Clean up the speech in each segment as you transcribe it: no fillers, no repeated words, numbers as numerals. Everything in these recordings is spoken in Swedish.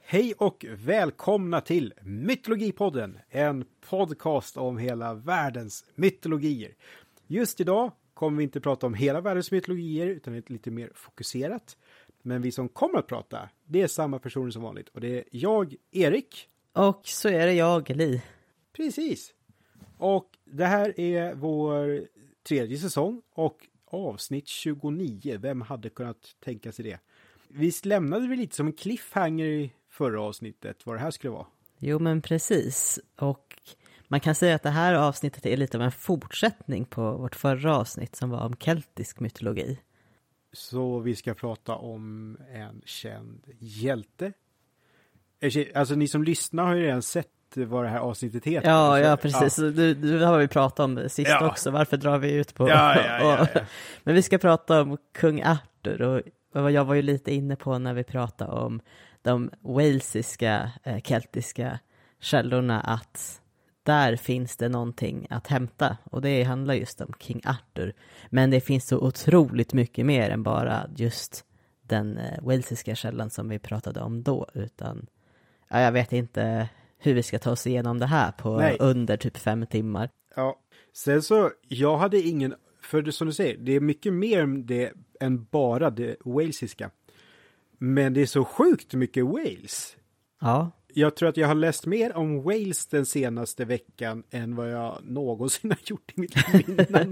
Hej och välkomna till Mytologipodden, en podcast om hela världens mytologier. Just idag kommer vi inte prata om hela världens mytologier utan lite mer fokuserat. Men vi som kommer att prata, det är samma personer som vanligt. Och det är jag, Erik. Och så är det jag, Li. Precis. Och det här är vår 3:e säsong och avsnitt 29. Vem hade kunnat tänka sig det? Vi lämnade väl lite som en cliffhanger i förra avsnittet, vad det här skulle vara. Jo, men precis. Och man kan säga att det här avsnittet är lite av en fortsättning på vårt förra avsnitt som var om keltisk mytologi. Så vi ska prata om en känd hjälte. Alltså ni som lyssnar har ju redan sett vad det här avsnittet heter. Ja, precis. Ja. Du har vi pratat om sist också. Varför drar vi ut på... Ja. Men vi ska prata om kung Arthur. Och jag var ju lite inne på när vi pratade om de walesiska, keltiska källorna att där finns det någonting att hämta. Och det handlar just om King Arthur. Men det finns så otroligt mycket mer än bara just den walesiska källan som vi pratade om då. Utan jag vet inte hur vi ska ta oss igenom det här på under typ 5 timmar. Ja, sen så jag hade ingen, för det som du säger, det är mycket mer det än bara det walesiska. Men det är så sjukt mycket Wales. Ja. Jag tror att jag har läst mer om Wales den senaste veckan än vad jag någonsin har gjort i mitt liv innan.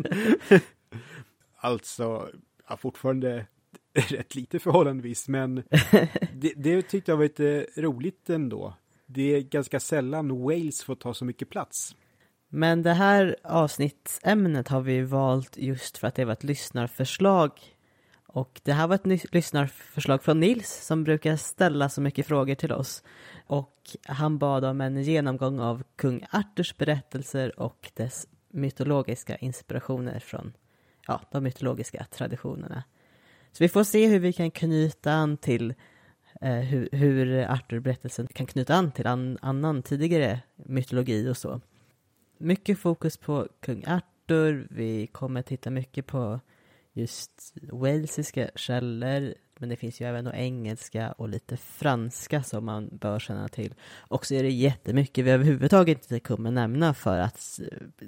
Alltså, fortfarande rätt lite förhållandevis, men det tyckte jag var lite roligt ändå. Det är ganska sällan Wales får ta så mycket plats. Men det här avsnittsämnet har vi valt just för att det var ett lyssnarförslag. Och det här var ett lyssnarförslag från Nils som brukar ställa så mycket frågor till oss. Och han bad om en genomgång av kung Arthurs berättelser och dess mytologiska inspirationer från de mytologiska traditionerna. Så vi får se hur vi kan knyta an till hur Arthur-berättelsen kan knyta an till annan tidigare mytologi och så. Mycket fokus på kung Arthur. Vi kommer titta mycket på just walesiska källor, men det finns ju även engelska och lite franska som man bör känna till. Och så är det jättemycket vi överhuvudtaget inte kommer nämna för att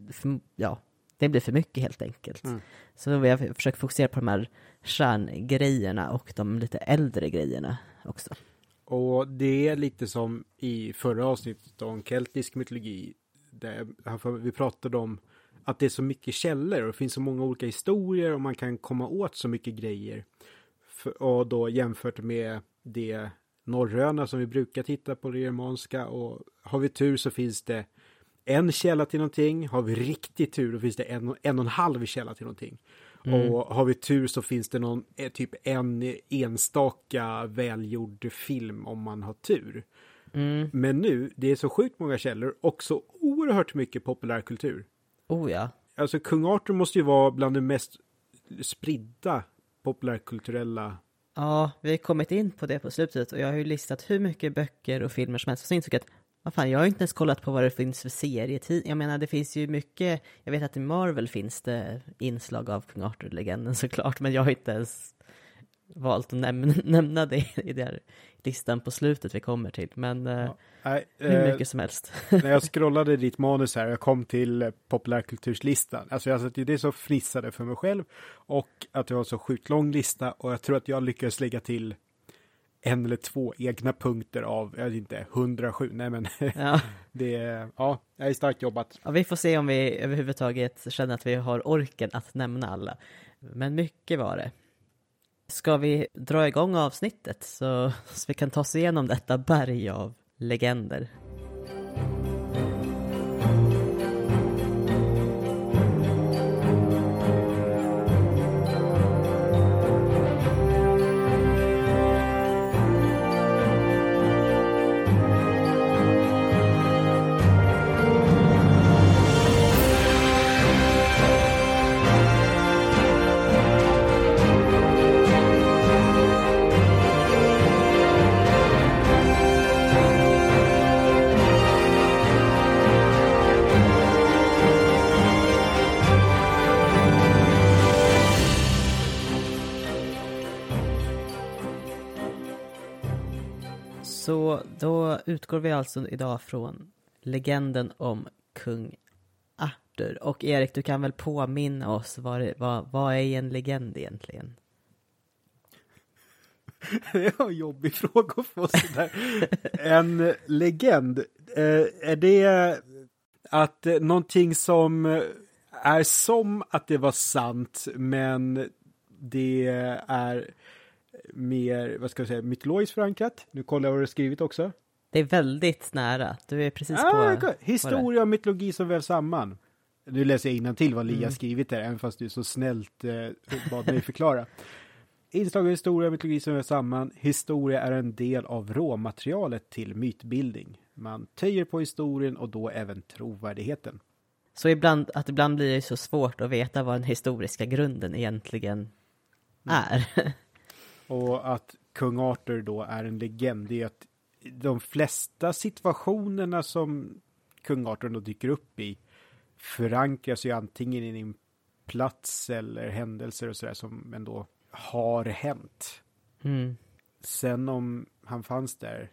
det blir för mycket helt enkelt. Så vi har försökt fokusera på de här kärngrejerna och de lite äldre grejerna också. Och det är lite som i förra avsnittet om keltisk mytologi där vi pratade om att det är så mycket källor och det finns så många olika historier och man kan komma åt så mycket grejer. Och då jämfört med det norröna som vi brukar titta på, det germanska, och har vi tur så finns det en källa till någonting. Har vi riktigt tur då finns det en och en halv källa till någonting. Och har vi tur så finns det typ en enstaka välgjord film om man har tur. Men nu, det är så sjukt många källor och så oerhört mycket populärkultur. Oh ja. Alltså kung Arthur måste ju vara bland de mest spridda populärkulturella. Ja, vi har kommit in på det på slutet och jag har ju listat hur mycket böcker och filmer som helst. Och så insåg jag att jag har inte ens kollat på vad det finns för serietid. Jag menar, det finns ju mycket, jag vet att i Marvel finns det inslag av kung Arthur-legenden såklart, men jag har inte ens valt att nämna det i den listan på slutet vi kommer till. Men hur mycket som helst. När jag scrollade ditt manus här, jag kom till populärkulturslistan. Alltså det är så fnissade för mig själv och att det var så sjukt lång lista och jag tror att jag lyckades lägga till 1 eller 2 egna punkter av, jag vet inte, 107. Nej men, det är starkt jobbat. Ja, vi får se om vi överhuvudtaget känner att vi har orken att nämna alla. Men mycket var det. Ska vi dra igång avsnittet så vi kan ta oss igenom detta berg av legender? Så då utgår vi alltså idag från legenden om kung Arthur. Och Erik, du kan väl påminna oss, vad är en legend egentligen? Det var en jobbig fråga att få sådär. En legend, är det att någonting som är som att det var sant, men det är mer, vad ska jag säga, mytologiskt förankrat? Nu kollar jag vad du har skrivit också. Det är väldigt nära, du är precis på... Historia och mytologi som väl samman. Nu läser jag innantill vad Lia skrivit där, även fast du så snällt bad mig förklara. Inslag av historia och mytologi som väl samman. Historia är en del av råmaterialet till mytbildning. Man töjer på historien och då även trovärdigheten. Så ibland blir det så svårt att veta vad den historiska grunden egentligen är. Och att kung Arthur då är en legend, det är att de flesta situationerna som kung Arthur då dyker upp i förankras ju antingen i en plats eller händelser och sådär som ändå har hänt. Sen om han fanns där,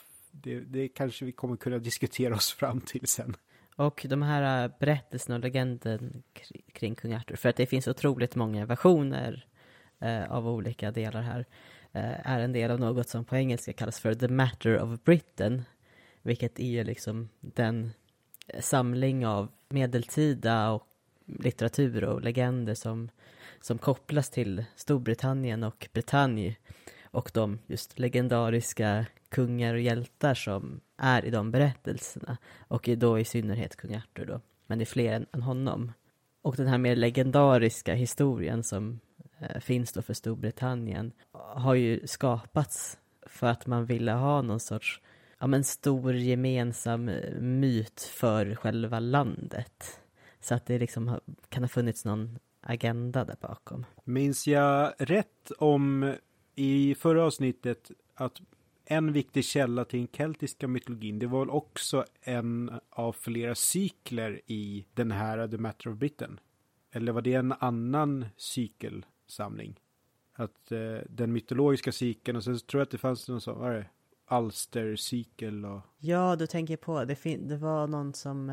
det kanske vi kommer kunna diskutera oss fram till sen. Och de här berättelserna och legenden kring kung Arthur, för att det finns otroligt många versioner av olika delar här, är en del av något som på engelska kallas för The Matter of Britain, vilket är liksom den samling av medeltida och litteratur och legender som kopplas till Storbritannien och Bretagne och de just legendariska kungar och hjältar som är i de berättelserna, och då i synnerhet kung Arthur då, men det är fler än honom. Och den här mer legendariska historien som finns då för Storbritannien har ju skapats för att man ville ha någon sorts stor gemensam myt för själva landet. Så att det liksom kan ha funnits någon agenda där bakom. Minns jag rätt om i förra avsnittet att en viktig källa till den keltiska mytologin, det var väl också en av flera cykler i den här The Matter of Britain? Eller var det en annan cykelsamling? Att den mytologiska cykeln, och sen tror jag att det fanns någon sån, var det Alster-cykel och... Ja, du tänker på, det var någon som,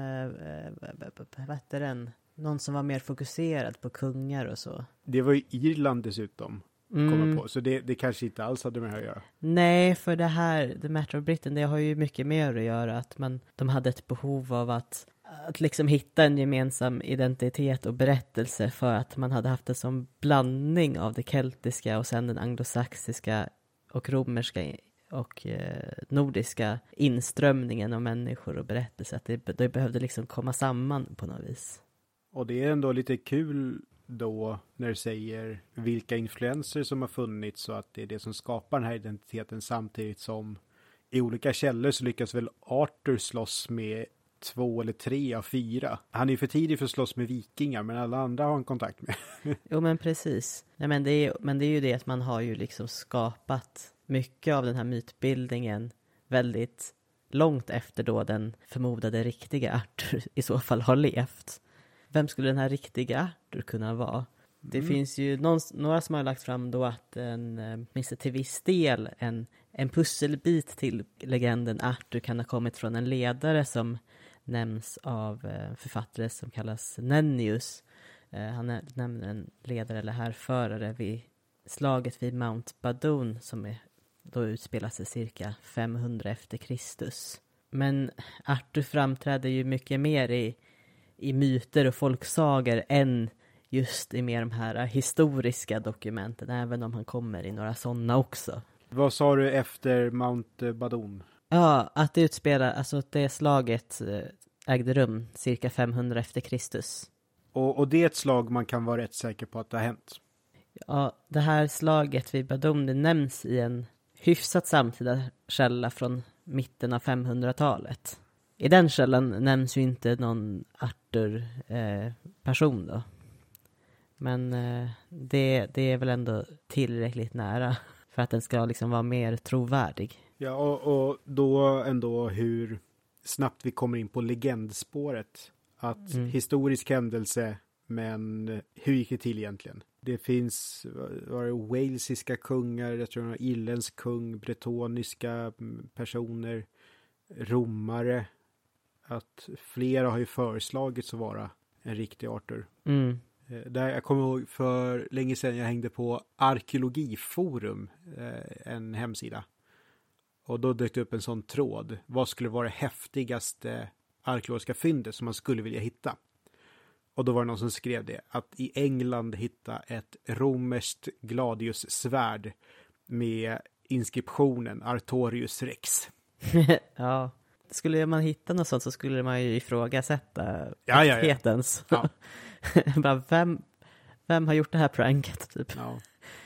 vad heter den? Någon som var mer fokuserad på kungar och så. Det var ju Irland dessutom, kommer på. Så det kanske inte alls hade med det att göra. Nej, för det här, The Matter of Britain, det har ju mycket mer att göra. Att de hade ett behov av att liksom hitta en gemensam identitet och berättelse, för att man hade haft en sån blandning av det keltiska och sen den anglosaxiska och romerska och nordiska inströmningen av människor och berättelser. Att det behövde liksom komma samman på något vis. Och det är ändå lite kul då när du säger vilka influenser som har funnits, så att det är det som skapar den här identiteten, samtidigt som i olika källor så lyckas väl Arthur slåss med 2 eller 3 av 4. Han är för tidig för att slåss med vikingar, men alla andra har en kontakt med. Jo, men precis. Ja, men det är ju det att man har ju liksom skapat mycket av den här mytbildningen väldigt långt efter då den förmodade riktiga Arthur i så fall har levt. Vem skulle den här riktiga Arthur kunna vara? Det finns ju några som har lagt fram då att minst till viss del en pusselbit till legenden Arthur kan ha kommit från en ledare nämns av författare som kallas Nennius. Han nämner en ledare eller härförare vid slaget vid Mount Badon som då utspelar sig cirka 500 efter Kristus. Men Arthur framträder ju mycket mer i myter och folksagor än just i mer de här historiska dokumenten, även om han kommer i några sådana också. Vad sa du efter Mount Badon? Ja, att det slaget ägde rum cirka 500 efter Kristus. Och det är ett slag man kan vara rätt säker på att det har hänt? Ja, det här slaget vid Badon, det nämns i en hyfsat samtida källa från mitten av 500-talet. I den källan nämns ju inte någon Arthur-person då. Men det är väl ändå tillräckligt nära för att den ska liksom vara mer trovärdig. Ja, och då ändå hur snabbt vi kommer in på legendspåret. Att historisk händelse, men hur gick det till egentligen? Det finns walesiska kungar, jag tror några irländsk kung, bretoniska personer, romare. Att flera har ju föreslagits att vara en riktig Arthur. Där jag kommer ihåg för länge sedan jag hängde på Arkeologiforum, en hemsida. Och då dök det upp en sån tråd. Vad skulle vara det häftigaste arkeologiska fyndet som man skulle vilja hitta? Och då var det någon som skrev det. Att i England hitta ett romerskt gladiussvärd med inskriptionen Artorius Rex. Ja. Skulle man hitta något sånt så skulle man ju ifrågasätta äkthetens. Ja. Bara, vem har gjort det här pranket typ? Ja.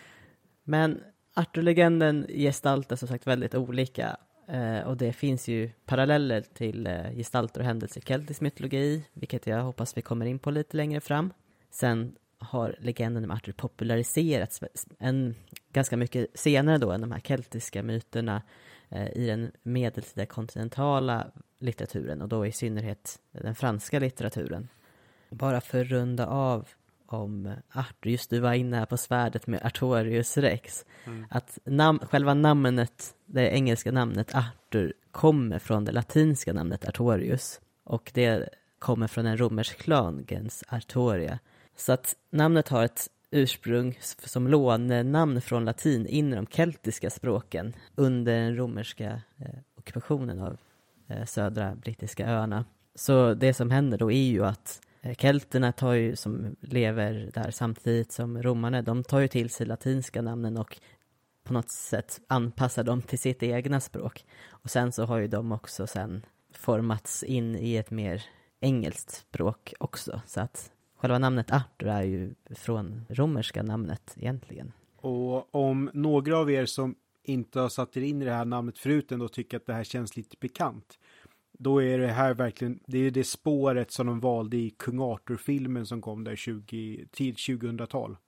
Men Arthur-legenden gestaltar som sagt väldigt olika. Och det finns ju paralleller till gestalter och händelser i keltisk mytologi, vilket jag hoppas vi kommer in på lite längre fram. Sen har legenden om Arthur populariserats ganska mycket senare då än de här keltiska myterna i den medeltida kontinentala litteraturen, och då i synnerhet den franska litteraturen. Bara för att runda av om Arthur, just du var inne här på svärdet med Artorius Rex, att själva namnet, det engelska namnet Arthur, kommer från det latinska namnet Artorius, och det kommer från en romersk klan, gens Artoria. Så att namnet har ett ursprung som lånenamn från latin in i de keltiska språken under den romerska ockupationen av södra brittiska öarna. Så det som händer då är ju att kelterna som lever där samtidigt som romarna, de tar ju till sig latinska namnen och på något sätt anpassar dem till sitt egna språk. Och sen så har ju de också sen formats in i ett mer engelskt språk också, så att själva namnet Arthur är ju från romerska namnet egentligen. Och om några av er som inte har satt er in i det här namnet förut ändå tycker att det här känns lite bekant, då är det här verkligen, det är det spåret som de valde i Kung Arthur-filmen som kom där till 2000-tal.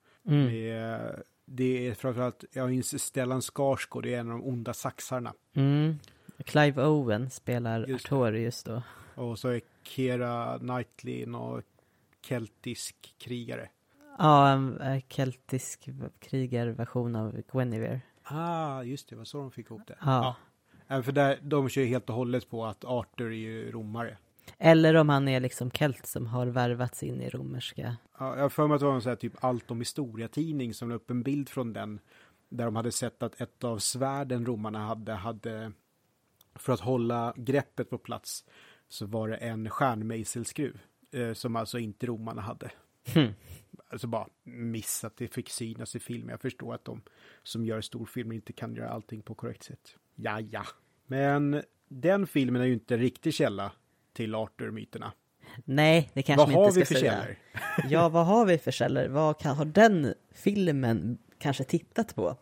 Det är framförallt, jag minns Stellan Skarsgård, det är en av de onda saxarna. Clive Owen spelar Artorius då. Och så är Keira Knightley och keltisk krigare. Ja, en keltisk krigarversion av Guinevere. Just det, var så de fick ihop det. Ja. För de kör helt och hållet på att Arthur är ju romare. Eller om han är liksom kelt som har värvats in i romerska. Ja, jag har för mig att det var en sån här typ Allt om historia-tidning som la upp en bild från den. Där de hade sett att ett av svärden romarna hade för att hålla greppet på plats, så var det en stjärnmejselskruv. Som alltså inte romarna hade. Alltså bara missat, det fick synas i film. Jag förstår att de som gör storfilmer inte kan göra allting på korrekt sätt. Ja. Men den filmen är ju inte en riktig källa till Arthur-myterna. Nej, det kanske man inte ska säga. Vad har vi för källor? Ja, vad har vi för källor? Vad har den filmen kanske tittat på?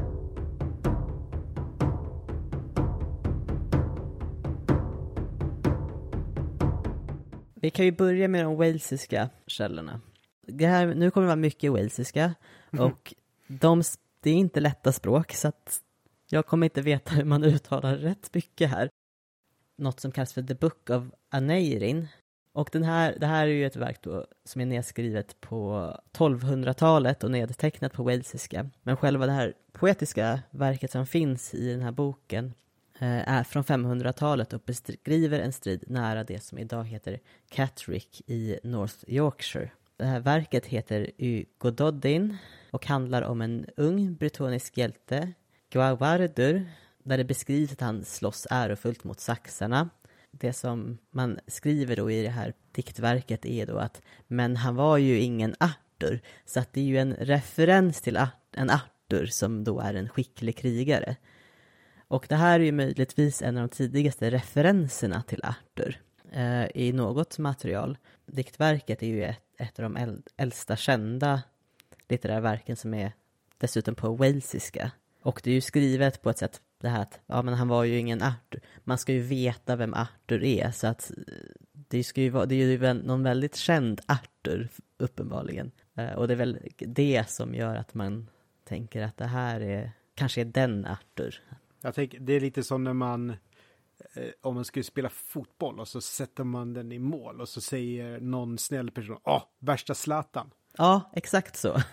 Vi kan ju börja med de walesiska källorna. Nu kommer det vara mycket walesiska. Och det är inte lätta språk, så att jag kommer inte veta hur man uttalar rätt mycket här. Något som kallas för The Book of Aneirin. Och det här är ju ett verk då som är nedskrivet på 1200-talet och nedtecknat på walesiska. Men själva det här poetiska verket som finns i den här boken är från 500-talet och beskriver en strid nära det som idag heter Catterick i North Yorkshire. Det här verket heter Y Gododin och handlar om en ung bretonisk hjälte, Gwawardur, där det beskrivs att han slåss ärofullt mot saxarna. Det som man skriver då i det här diktverket är då att men han var ju ingen Arthur, så att det är ju en referens till en Arthur som då är en skicklig krigare. Och det här är ju möjligtvis en av de tidigaste referenserna till Arthur i något material. Diktverket är ju ett av de äldsta kända litterära verken som är dessutom på walesiska. Och det är ju skrivet på ett sätt det här att men han var ju ingen Arthur. Man ska ju veta vem Arthur är, så att det är ju någon väldigt känd Arthur uppenbarligen. Och det är väl det som gör att man tänker att det här kanske är den Arthur. Jag tänker, det är lite som när man om man skulle spela fotboll och så sätter man den i mål och så säger någon snäll person, värsta Zlatan. Ja, exakt så.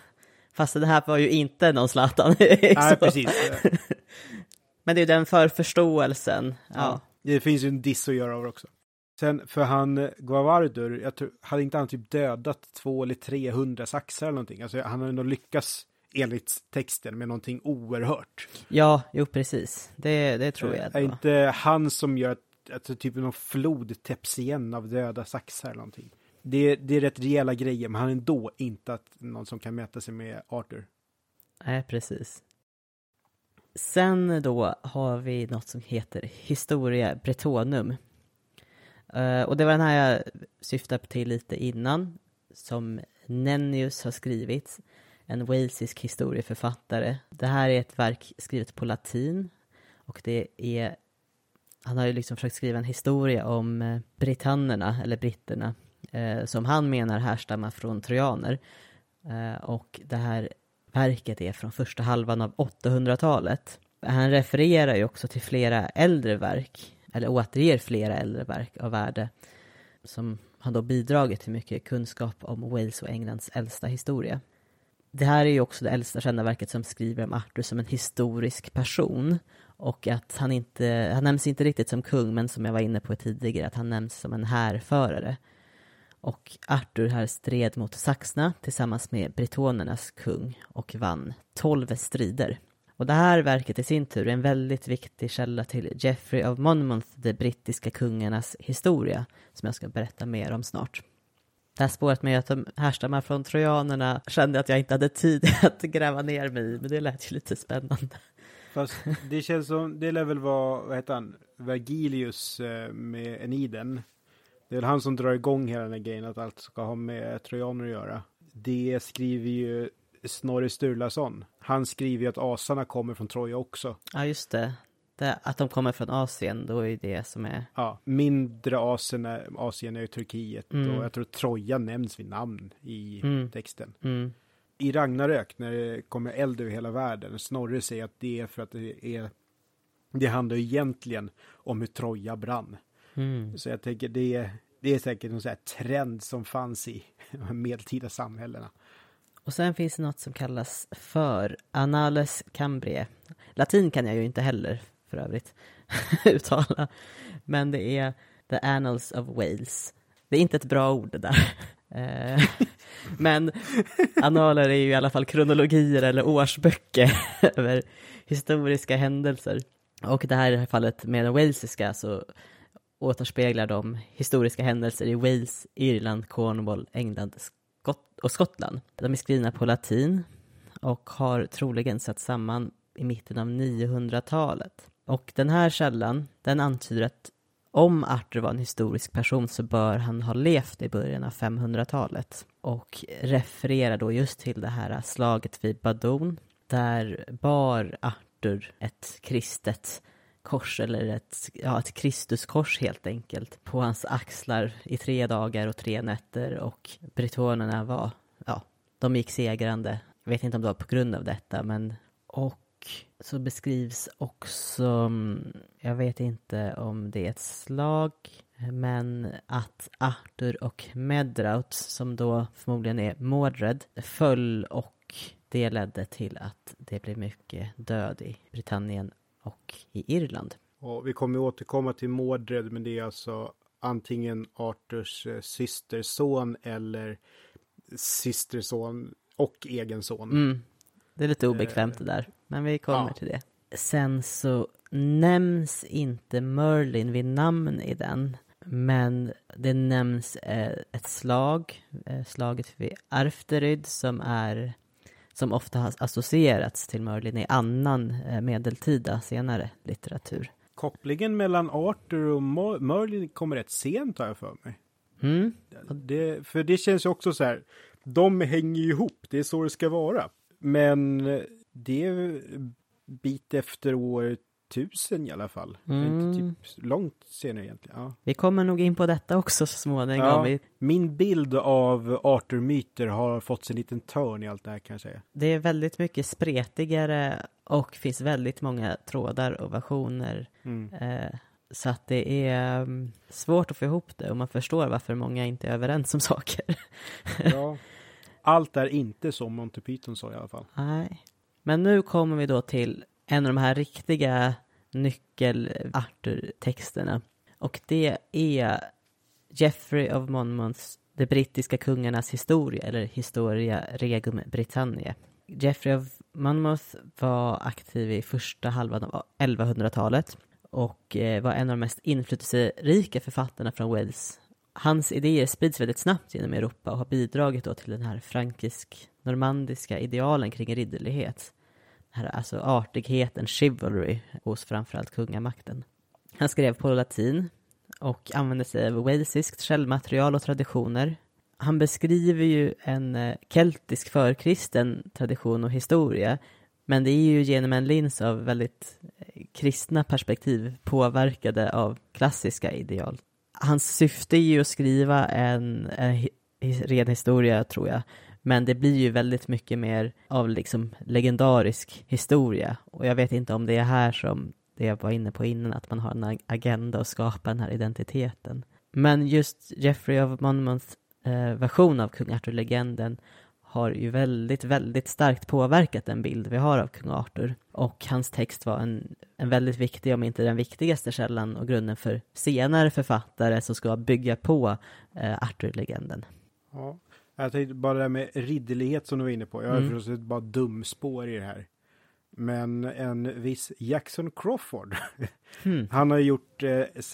Fast det här var ju inte någon Zlatan. Nej, precis. Men det är ju den förförståelsen. Ja. Det finns ju en diss att göra av också. Sen, för han, Guavardur, jag tror, hade inte han typ dödat 200 eller 300 saxar eller någonting. Alltså han hade nog lyckats enligt texten med någonting oerhört. Ja, jo precis. Det tror jag. Är inte han som gör att typ någon flod täpps igen av döda saxar eller någonting. Det är rätt rejäla grejer, men han är ändå inte någon som kan mäta sig med Arthur. Nej, precis. Sen då har vi något som heter Historia Bretonum. Och det var den här jag syftade till lite innan, som Nennius har skrivit, en walesisk historieförfattare. Det här är ett verk skrivet på latin, och han har ju liksom försökt skriva en historia om britannerna, eller britterna, som han menar härstammar från trojaner. Och det här verket är från första halvan av 800-talet. Han refererar ju också till flera äldre verk, eller återger flera äldre verk av värde, som har då bidragit till mycket kunskap om Wales och Englands äldsta historia. Det här är ju också det äldsta kända verket som skriver om Arthur som en historisk person, och att han nämns inte riktigt som kung, men som jag var inne på tidigare, att han nämns som en härförare. Och Arthur här stred mot saxarna tillsammans med britonernas kung och vann 12 strider. Och det här verket i sin tur är en väldigt viktig källa till Geoffrey of Monmouth, de brittiska kungarnas historia, som jag ska berätta mer om snart. Det här spåret med att de härstammar från trojanerna kände att jag inte hade tid att gräva ner mig i, men det lät ju lite spännande. Fast det känns som, det lär väl vara, vad heter han, Vergilius med Eniden. Det är väl han som drar igång hela den här grejen att allt ska ha med trojaner att göra. Det skriver ju Snorri Sturlason. Han skriver ju att asarna kommer från Troja också. Ja, just det. Att de kommer från Asien, då är det som är... Ja, mindre Asien är ju Turkiet. Och jag tror Troja nämns vid namn i texten. Mm. I Ragnarök, när det kommer eld över hela världen, Snorri säger att det är för att det handlar ju egentligen om hur Troja brann. Så jag tänker det är säkert en sån här trend som fanns i de medeltida samhällena. Och sen finns det något som kallas för Annales Cambriae. Latin kan jag ju inte heller för övrigt uttala. Men det är The Annals of Wales. Det är inte ett bra ord det där. Men annaler är ju i alla fall kronologier eller årsböcker över historiska händelser. Och det här fallet med den walesiska så återspeglar de historiska händelser i Wales, Irland, Cornwall, England och Skottland. De är skrivna på latin och har troligen satt samman i mitten av 900-talet. Och den här källan, den antyder att om Arthur var en historisk person så bör han ha levt i början av 500-talet. Och refererar då just till det här slaget vid Badon, där bar Arthur ett kristet kors, eller ett Kristuskors helt enkelt, på hans axlar i 3 dagar och 3 nätter, och britonerna de gick segrande. Jag vet inte om det var på grund av detta, men och så beskrivs också, jag vet inte om det är ett slag, men att Arthur och Medraut, som då förmodligen är Mordred, föll, och det ledde till att det blev mycket död i Britannien och i Irland. Och vi kommer återkomma till Mordred, men det är alltså antingen Arthurs systerson eller systerson och egen son. Det är lite obekvämt det där, men vi kommer till det. Sen så nämns inte Merlin vid namn i den, men det nämns ett slaget vid Arfteryd, som ofta har associerats till Merlin i annan medeltida senare litteratur. Kopplingen mellan Arthur och Merlin kommer rätt sent, har jag för mig. För det känns ju också så här, de hänger ju ihop, det är så det ska vara. Men det är bit efter år 1000 i alla fall. Inte typ långt senare egentligen. Ja. Vi kommer nog in på detta också så småningom. Ja, min bild av Arthur-myter har fått sig en liten törn i allt det här, kan jag säga. Det är väldigt mycket spretigare och finns väldigt många trådar och versioner. Så att det är svårt att få ihop det, och man förstår varför många inte är överens om saker. Ja. allt är inte som Monty Python sa i alla fall. Nej. Men nu kommer vi då till en av de här riktiga nyckel-Arthur-texterna. Och det är Geoffrey of Monmouths De brittiska kungarnas historia, eller Historia Regum Britanniae. Geoffrey of Monmouth var aktiv i första halvan av 1100-talet och var en av de mest inflytelserika författarna från Wales. Hans idéer sprids väldigt snabbt genom Europa och har bidragit då till den här frankisk-normandiska idealen kring ridderlighet. Den här alltså artigheten, chivalry hos framförallt kungamakten. Han skrev på latin och använde sig av walesiskt källmaterial och traditioner. Han beskriver ju en keltisk förkristen tradition och historia, men det är ju genom en lins av väldigt kristna perspektiv påverkade av klassiska ideal. Hans syfte är ju att skriva en ren historia, tror jag, men det blir ju väldigt mycket mer av liksom legendarisk historia, och jag vet inte om det är här som det jag var inne på innan, att man har en agenda att skapa den här identiteten. Men just Geoffrey of Monmouths version av kung Arthur-legenden har ju väldigt, väldigt starkt påverkat den bild vi har av kung Arthur. Och hans text var en väldigt viktig, om inte den viktigaste källan och grunden för senare författare som ska bygga på Arthur-legenden. Ja, jag tänkte bara det där med ridderlighet som du var inne på. Jag har förstås bara dumspår i det här. Men en viss Jackson Crawford. Han har gjort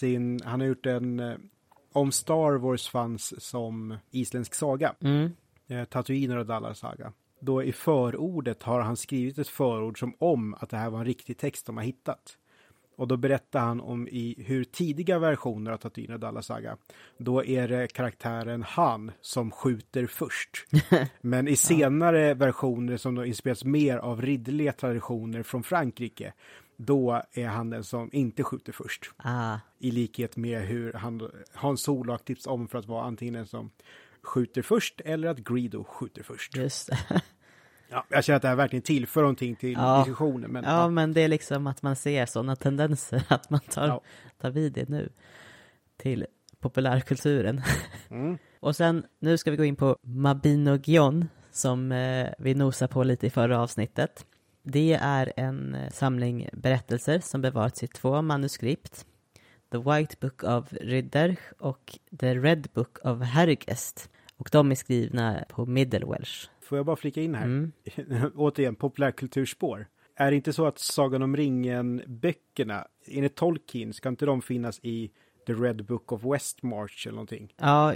en om Star Wars fanns som isländsk saga. Tatooine och Dalar saga. Då i förordet har han skrivit ett förord som om att det här var en riktig text de har hittat. Och då berättar han om i hur tidiga versioner av Tatooine och Dalar saga, då är det karaktären Han som skjuter först. Men i senare versioner som då inspireras mer av ridderliga traditioner från Frankrike, då är han den som inte skjuter först. I likhet med hur Hans Solo har tips om för att vara antingen den som skjuter först eller att Greedo skjuter först. Just det. Ja, jag känner att det här verkligen tillför någonting till diskussionen. Men, men det är liksom att man ser sådana tendenser, att man tar vid det nu till populärkulturen. Och sen, nu ska vi gå in på Mabinogion, som vi nosar på lite i förra avsnittet. Det är en samling berättelser som bevarats i 2 manuskript. The White Book of Ridderch och The Red Book of Hergest. Och de är skrivna på Middle-Welsh. Får jag bara flika in här? Återigen, populärkulturspår. Är det inte så att Sagan om ringen-böckerna, enligt Tolkien, ska inte de finnas i The Red Book of Westmarch eller någonting? Ja.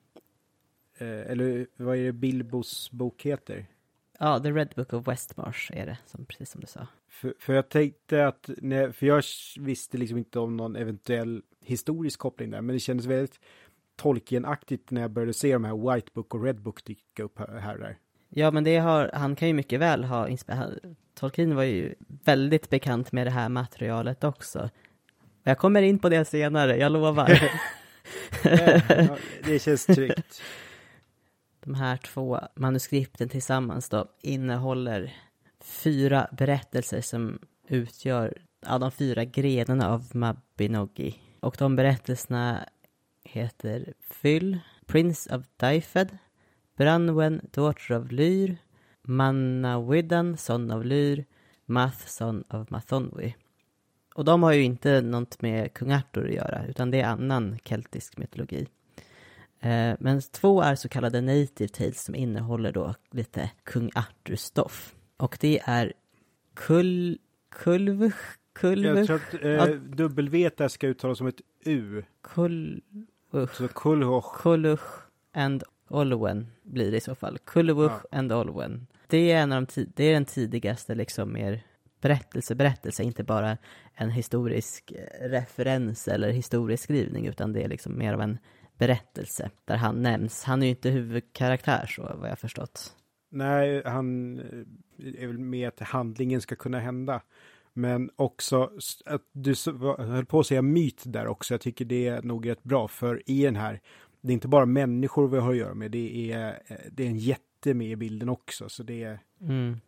Eller vad är det Bilbos bok heter? Ja, The Red Book of Westmarch är det, precis som du sa. För jag tänkte att, för jag visste liksom inte om någon eventuell historisk koppling där, men det kändes väldigt Tolkien-aktigt när jag började se de här White Book och Red Book dyka upp här och där. Ja, men han kan ju mycket väl ha Tolkien var ju väldigt bekant med det här materialet också. Jag kommer in på det senare, jag lovar. Ja, det känns tryggt. De här 2 manuskripten tillsammans då innehåller 4 berättelser som utgör de 4 grenarna av Mabinogi. Och de berättelserna heter Fyll, Prince of Dyfed, Branwen, Daughter of Lyr, Manawyddan, Son of Lyr, Math, Son of Mathonwy. Och de har ju inte något med kung Arthur att göra, utan det är annan keltisk mytologi. Men 2 är så kallade native tales som innehåller då lite kung Arthur-stoff. Och det är Kulvuch. Jag tror att W där ska uttalas som ett U. Så Kulvuch and Olwen blir det i så fall. Kulvuch and Olwen. Det är det är den tidigaste liksom mer berättelse, inte bara en historisk referens eller historisk skrivning, utan det är liksom mer av en berättelse där han nämns. Han är ju inte huvudkaraktär, så vad jag förstått. Nej, han är väl med att handlingen ska kunna hända. Men också att du höll på att säga myt där också. Jag tycker det är nog rätt bra, för i den här, det är inte bara människor vi har att göra med. Det är en jätte med i bilden också. Så det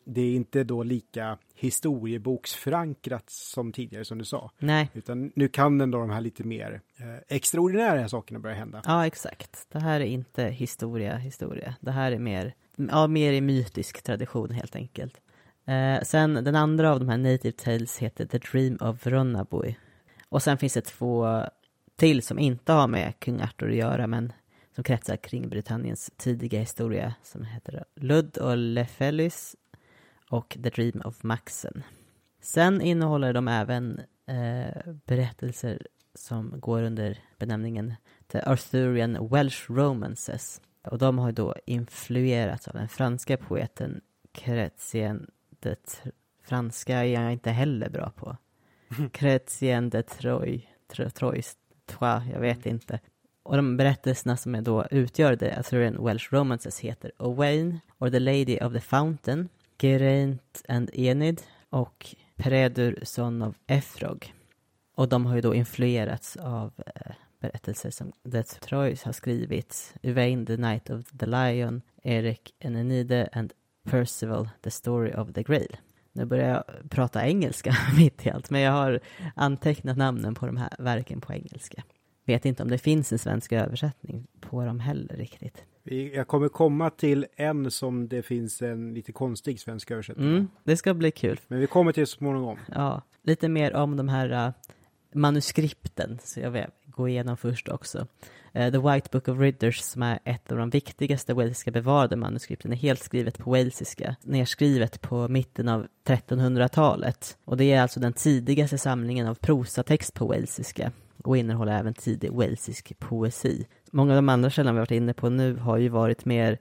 det är inte då lika historieboksförankrat som tidigare som du sa. Nej. Utan nu kan ändå de här lite mer extraordinära sakerna börja hända. Ja, exakt. Det här är inte historia. Det här är mer i mytisk tradition helt enkelt. Sen den andra av de här Native Tales heter The Dream of Rhonabwy. Och sen finns det 2 till som inte har med kung Arthur att göra, men som kretsar kring Britanniens tidiga historia, som heter Lud och Llefelys och The Dream of Maxen. Sen innehåller de även berättelser som går under benämningen The Arthurian Welsh Romances. Och de har då influerats av den franska poeten Chrétien de franska är jag inte heller bra på. Chrétien de Troyes, jag vet inte. Och de berättelserna som är då utgör The Arthurian Welsh Romances heter Owain, or The Lady of the Fountain, Geraint and Enid och Peredur, son of Efrog. Och de har ju då influerats av berättelser som The Troyes har skrivit, Yvain, The Knight of the Lion, Eric and Enide and Percival, The Story of the Grail. Nu börjar jag prata engelska mitt i allt, men jag har antecknat namnen på de här verken på engelska. Vet inte om det finns en svensk översättning på dem heller riktigt. Jag kommer komma till en som det finns en lite konstig svensk översättning. Det ska bli kul. Men vi kommer till det så småningom. Ja, lite mer om de här manuskripten, så jag vill gå igenom först också. The White Book of Ridders, som är ett av de viktigaste walesiska bevarade manuskripten, är helt skrivet på walesiska, nedskrivet på mitten av 1300-talet. Och det är alltså den tidigaste samlingen av prosatext på walesiska och innehåller även tidig walesisk poesi. Många av de andra källorna vi har varit inne på nu har ju varit mer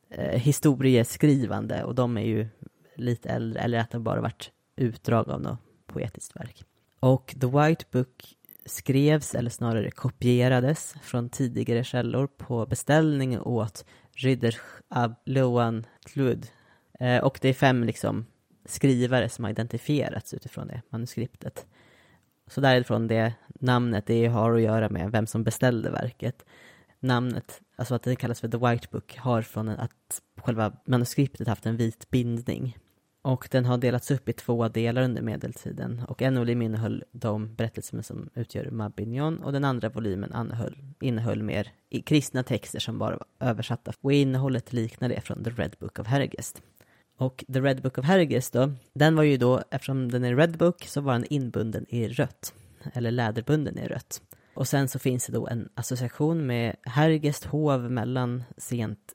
historieskrivande, och de är ju lite äldre, eller att de bara varit utdrag av något poetiskt verk. Och The White Book skrevs, eller snarare kopierades, från tidigare källor på beställning åt Ridder ab Loan Tlud. Och det är 5 skrivare som har identifierats utifrån det manuskriptet. Så därifrån det namnet, det har att göra med vem som beställde verket. Namnet, alltså att det kallas för The White Book, har från att själva manuskriptet haft en vit bindning. Och den har delats upp i 2 delar under medeltiden. Och en volym innehöll de berättelser som utgör Mabignon, och den andra volymen innehöll mer kristna texter som bara var översatta. Och innehållet liknar det från The Red Book of Hergest. Och The Red Book of Hergest då, den var ju då, eftersom den är Red Book, så var den inbunden i rött. Eller läderbunden i rött. Och sen så finns det då en association med Hergest hov mellan sent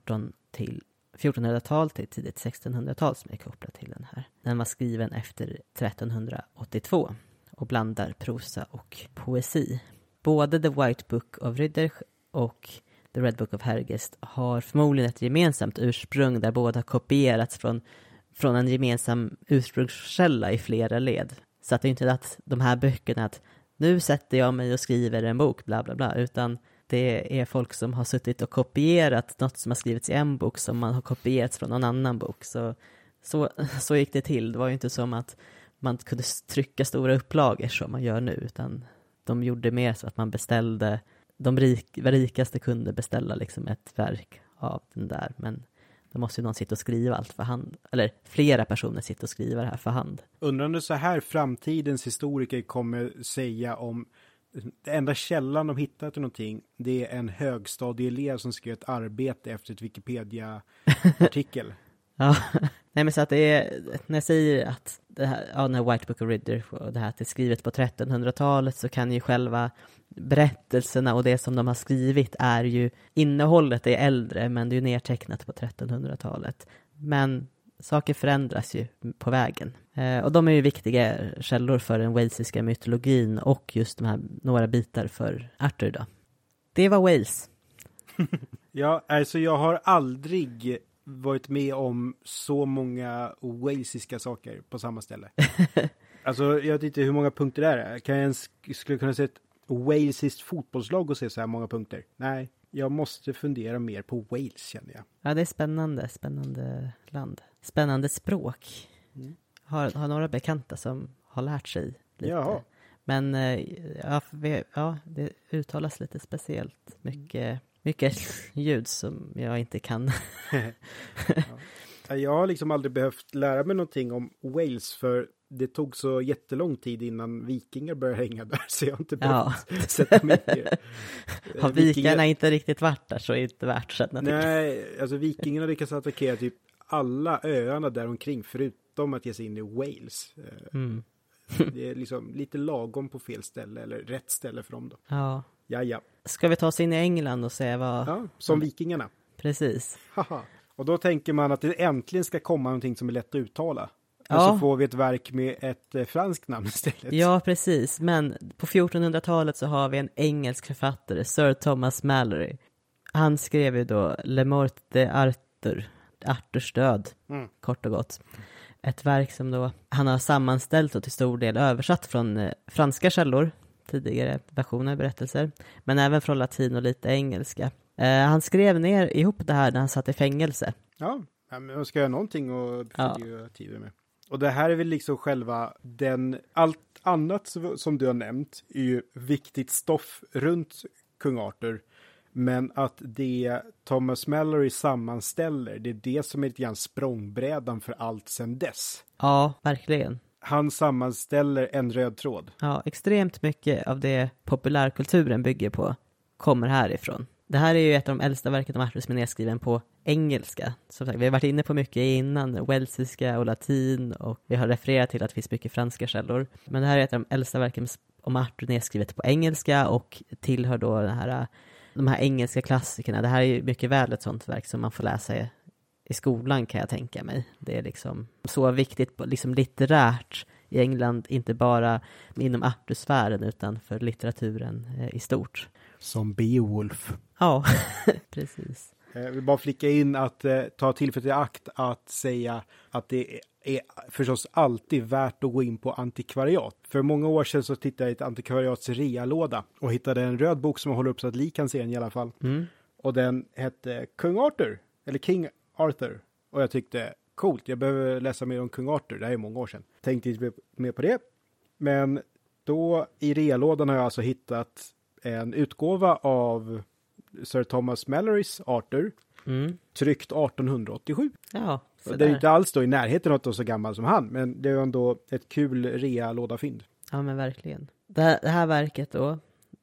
1400-tal till tidigt 1600-tal som är kopplat till den här. Den var skriven efter 1382 och blandar prosa och poesi. Både The White Book of Ridders och The Red Book of Hergest har förmodligen ett gemensamt ursprung där båda kopierats från en gemensam ursprungskälla i flera led. Så att det är inte att de här böckerna att nu sätter jag mig och skriver en bok bla bla bla, utan det är folk som har suttit och kopierat något som har skrivits i en bok som man har kopierat från någon annan bok. Så gick det till. Det var ju inte som att man kunde trycka stora upplagor som man gör nu, utan de gjorde mer så att man beställde, de rikaste kunde beställa ett verk av den där, men då måste ju någon sitta och skriva allt för hand, eller flera personer sitta och skriva det här för hand. Undrande så här framtidens historiker kommer säga om den enda källan de hittar till någonting, det är en högstadieelev som skrev ett arbete efter ett Wikipedia-artikel. Ja, nej men så att det är, när jag säger att det här, den här White Book of Ridders och det här att det är skrivet på 1300-talet, så kan ju själva berättelserna och det som de har skrivit är ju, innehållet är äldre, men det är ju nedtecknat på 1300-talet. Men saker förändras ju på vägen. Och de är ju viktiga källor för den walesiska mytologin och just de här några bitar för Arthur då. Det var Wales. Ja, alltså jag har aldrig varit med om så många walesiska saker på samma ställe. Alltså jag vet inte hur många punkter det är. Skulle jag kunna se ett walesiskt fotbollslag och se så här många punkter? Nej, jag måste fundera mer på Wales, känner jag. Ja, det är spännande land. Spännande språk. Har några bekanta som har lärt sig lite. Jaha. Men det uttalas lite speciellt. Mycket ljud som jag inte kan. Ja. Jag har liksom aldrig behövt lära mig någonting om Wales för det tog så jättelång tid innan vikingar började hänga där så jag har inte behövt sätta mig ner. Har vikingarna inte riktigt varit där så är det inte värt att sätta. Nej, alltså vikingarna lyckas attackera typ alla öarna där omkring förutom att ge sig in i Wales. Det är liksom lite lagom på fel ställe eller rätt ställe för dem då. Ja. Jaja. Ska vi ta oss in i England och se vad... Ja, som vikingarna. Precis. Haha. Och då tänker man att det äntligen ska komma någonting som är lätt att uttala. Ja. Och så får vi ett verk med ett franskt namn istället. Ja, precis. Men på 1400-talet så har vi en engelsk författare, Sir Thomas Malory. Han skrev ju då Le Mort de Arthur, Arthurs död, kort och gott. Ett verk som då han har sammanställt och till stor del översatt från franska källor, tidigare versioner, berättelser, men även från latin och lite engelska. Han skrev ner ihop det här när han satt i fängelse. Ja, men man ska göra någonting och följa tiden med. Och det här är väl liksom själva allt annat som du har nämnt är ju viktigt stoff runt kung Arthur. Men att det Thomas Malory sammanställer, det är det som är lite grann språngbrädan för allt sedan dess. Ja, verkligen. Han sammanställer en röd tråd. Ja, extremt mycket av det populärkulturen bygger på kommer härifrån. Det här är ju ett av de äldsta verken om Arthur som är nedskriven på engelska. Som sagt, vi har varit inne på mycket innan, walesiska och latin, och vi har refererat till att det finns mycket franska källor. Men det här är ett av de äldsta verken om Arthur nedskrivet på engelska och tillhör då de här engelska klassikerna. Det här är ju mycket väl ett sånt verk som man får läsa i skolan, kan jag tänka mig. Det är liksom så viktigt liksom litterärt i England, inte bara inom Arthur-sfären utan för litteraturen i stort. Som Beowulf. Ja, precis. Jag vill bara flicka in att ta tillfället i akt att säga att det är förstås alltid värt att gå in på antikvariat. För många år sedan så tittade jag i ett antikvariats realåda och hittade en röd bok som jag håller upp så att Li kan se den i alla fall. Och den hette Kung Arthur, eller King Arthur. Och jag tyckte, coolt, jag behöver läsa mer om Kung Arthur, det här är många år sedan. Tänkte inte mer på det. Men då i realådan har jag alltså hittat en utgåva av Sir Thomas Malorys Arthur, tryckt 1887. Ja, det är inte alls då i närheten av något så gammal som han, men det är ändå ett kul rea-lådafynd. Ja, men verkligen. Det här verket då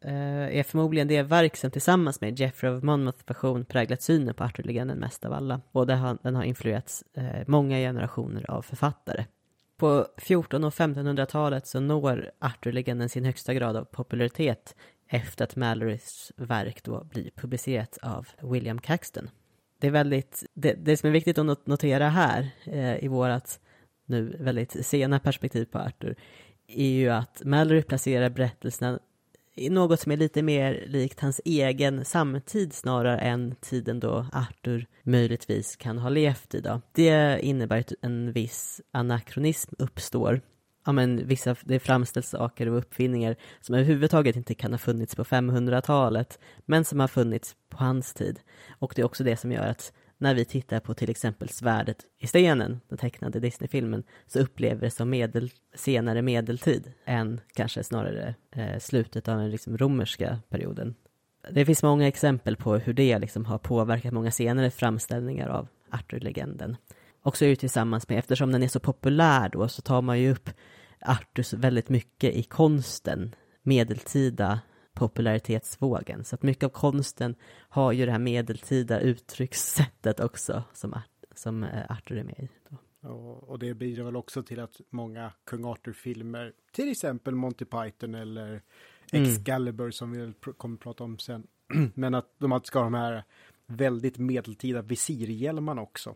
är förmodligen det verk som tillsammans med Geoffrey of Monmouth version präglat synen på Arthur-legenden mest av alla. Och den har influerats många generationer av författare. På 1400- och 1500-talet så når Arthur-legenden sin högsta grad av popularitet efter att Malorys verk då blir publicerat av William Caxton. Det är väldigt, det som är viktigt att notera här i vårat nu väldigt sena perspektiv på Arthur är ju att Malory placerar berättelserna i något som är lite mer likt hans egen samtid snarare än tiden då Arthur möjligtvis kan ha levt i då. Det innebär att en viss anakronism uppstår. Ja, men det framställs saker och uppfinningar som överhuvudtaget inte kan ha funnits på 500-talet men som har funnits på hans tid. Och det är också det som gör att när vi tittar på till exempel Svärdet i stenen, den tecknade Disney-filmen, så upplever det som senare medeltid än kanske snarare slutet av den liksom romerska perioden. Det finns många exempel på hur det liksom har påverkat många senare framställningar av Arthur-legenden. Och så är det tillsammans med, eftersom den är så populär då, så tar man ju upp Arthur väldigt mycket i konsten, medeltida popularitetsvågen. Så att mycket av konsten har ju det här medeltida uttryckssättet också som Arthur är med i då. Och det bidrar väl också till att många Kung Arthur-filmer, till exempel Monty Python eller Excalibur som vi kommer att prata om sen, men att de ska ha de här väldigt medeltida visirhjälmarna också.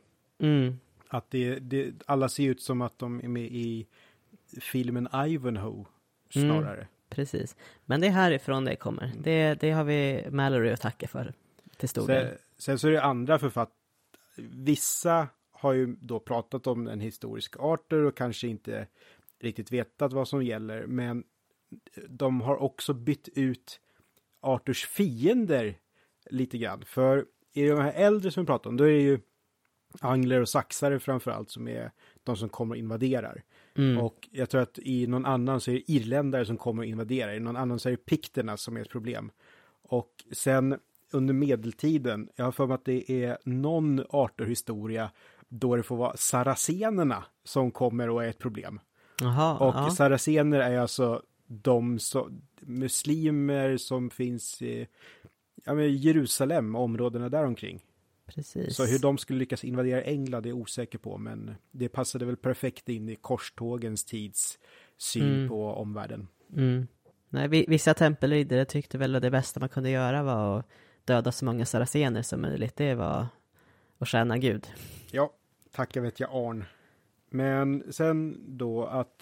Att alla ser ut som att de är med i filmen Ivanhoe snarare. Precis. Men det är härifrån det kommer. Det har vi Malory att tacka för till stor del. Sen så är det andra författare. Vissa har ju då pratat om en historisk Arthur och kanske inte riktigt vetat vad som gäller. Men de har också bytt ut Arthurs fiender lite grann. För i de här äldre som vi pratar om, då är det ju angler och saxare framförallt som är de som kommer och invaderar. Och jag tror att i någon annan så är det irländare som kommer och invaderar. I någon annan så är det pikterna som är ett problem. Och sen under medeltiden, jag har för mig att det är någon Arthur-historia då det får vara saracenerna som kommer och är ett problem. Aha, Och saracener är alltså de muslimer som finns i Jerusalem och områdena där omkring. Precis. Så hur de skulle lyckas invadera England är jag osäker på, men det passade väl perfekt in i korstågens tids syn på omvärlden. Nej, vissa tempelriddare tyckte väl att det bästa man kunde göra var att döda så många saracener som möjligt. Det var att tjäna Gud. Ja, tacka vet jag Arn. Men sen då att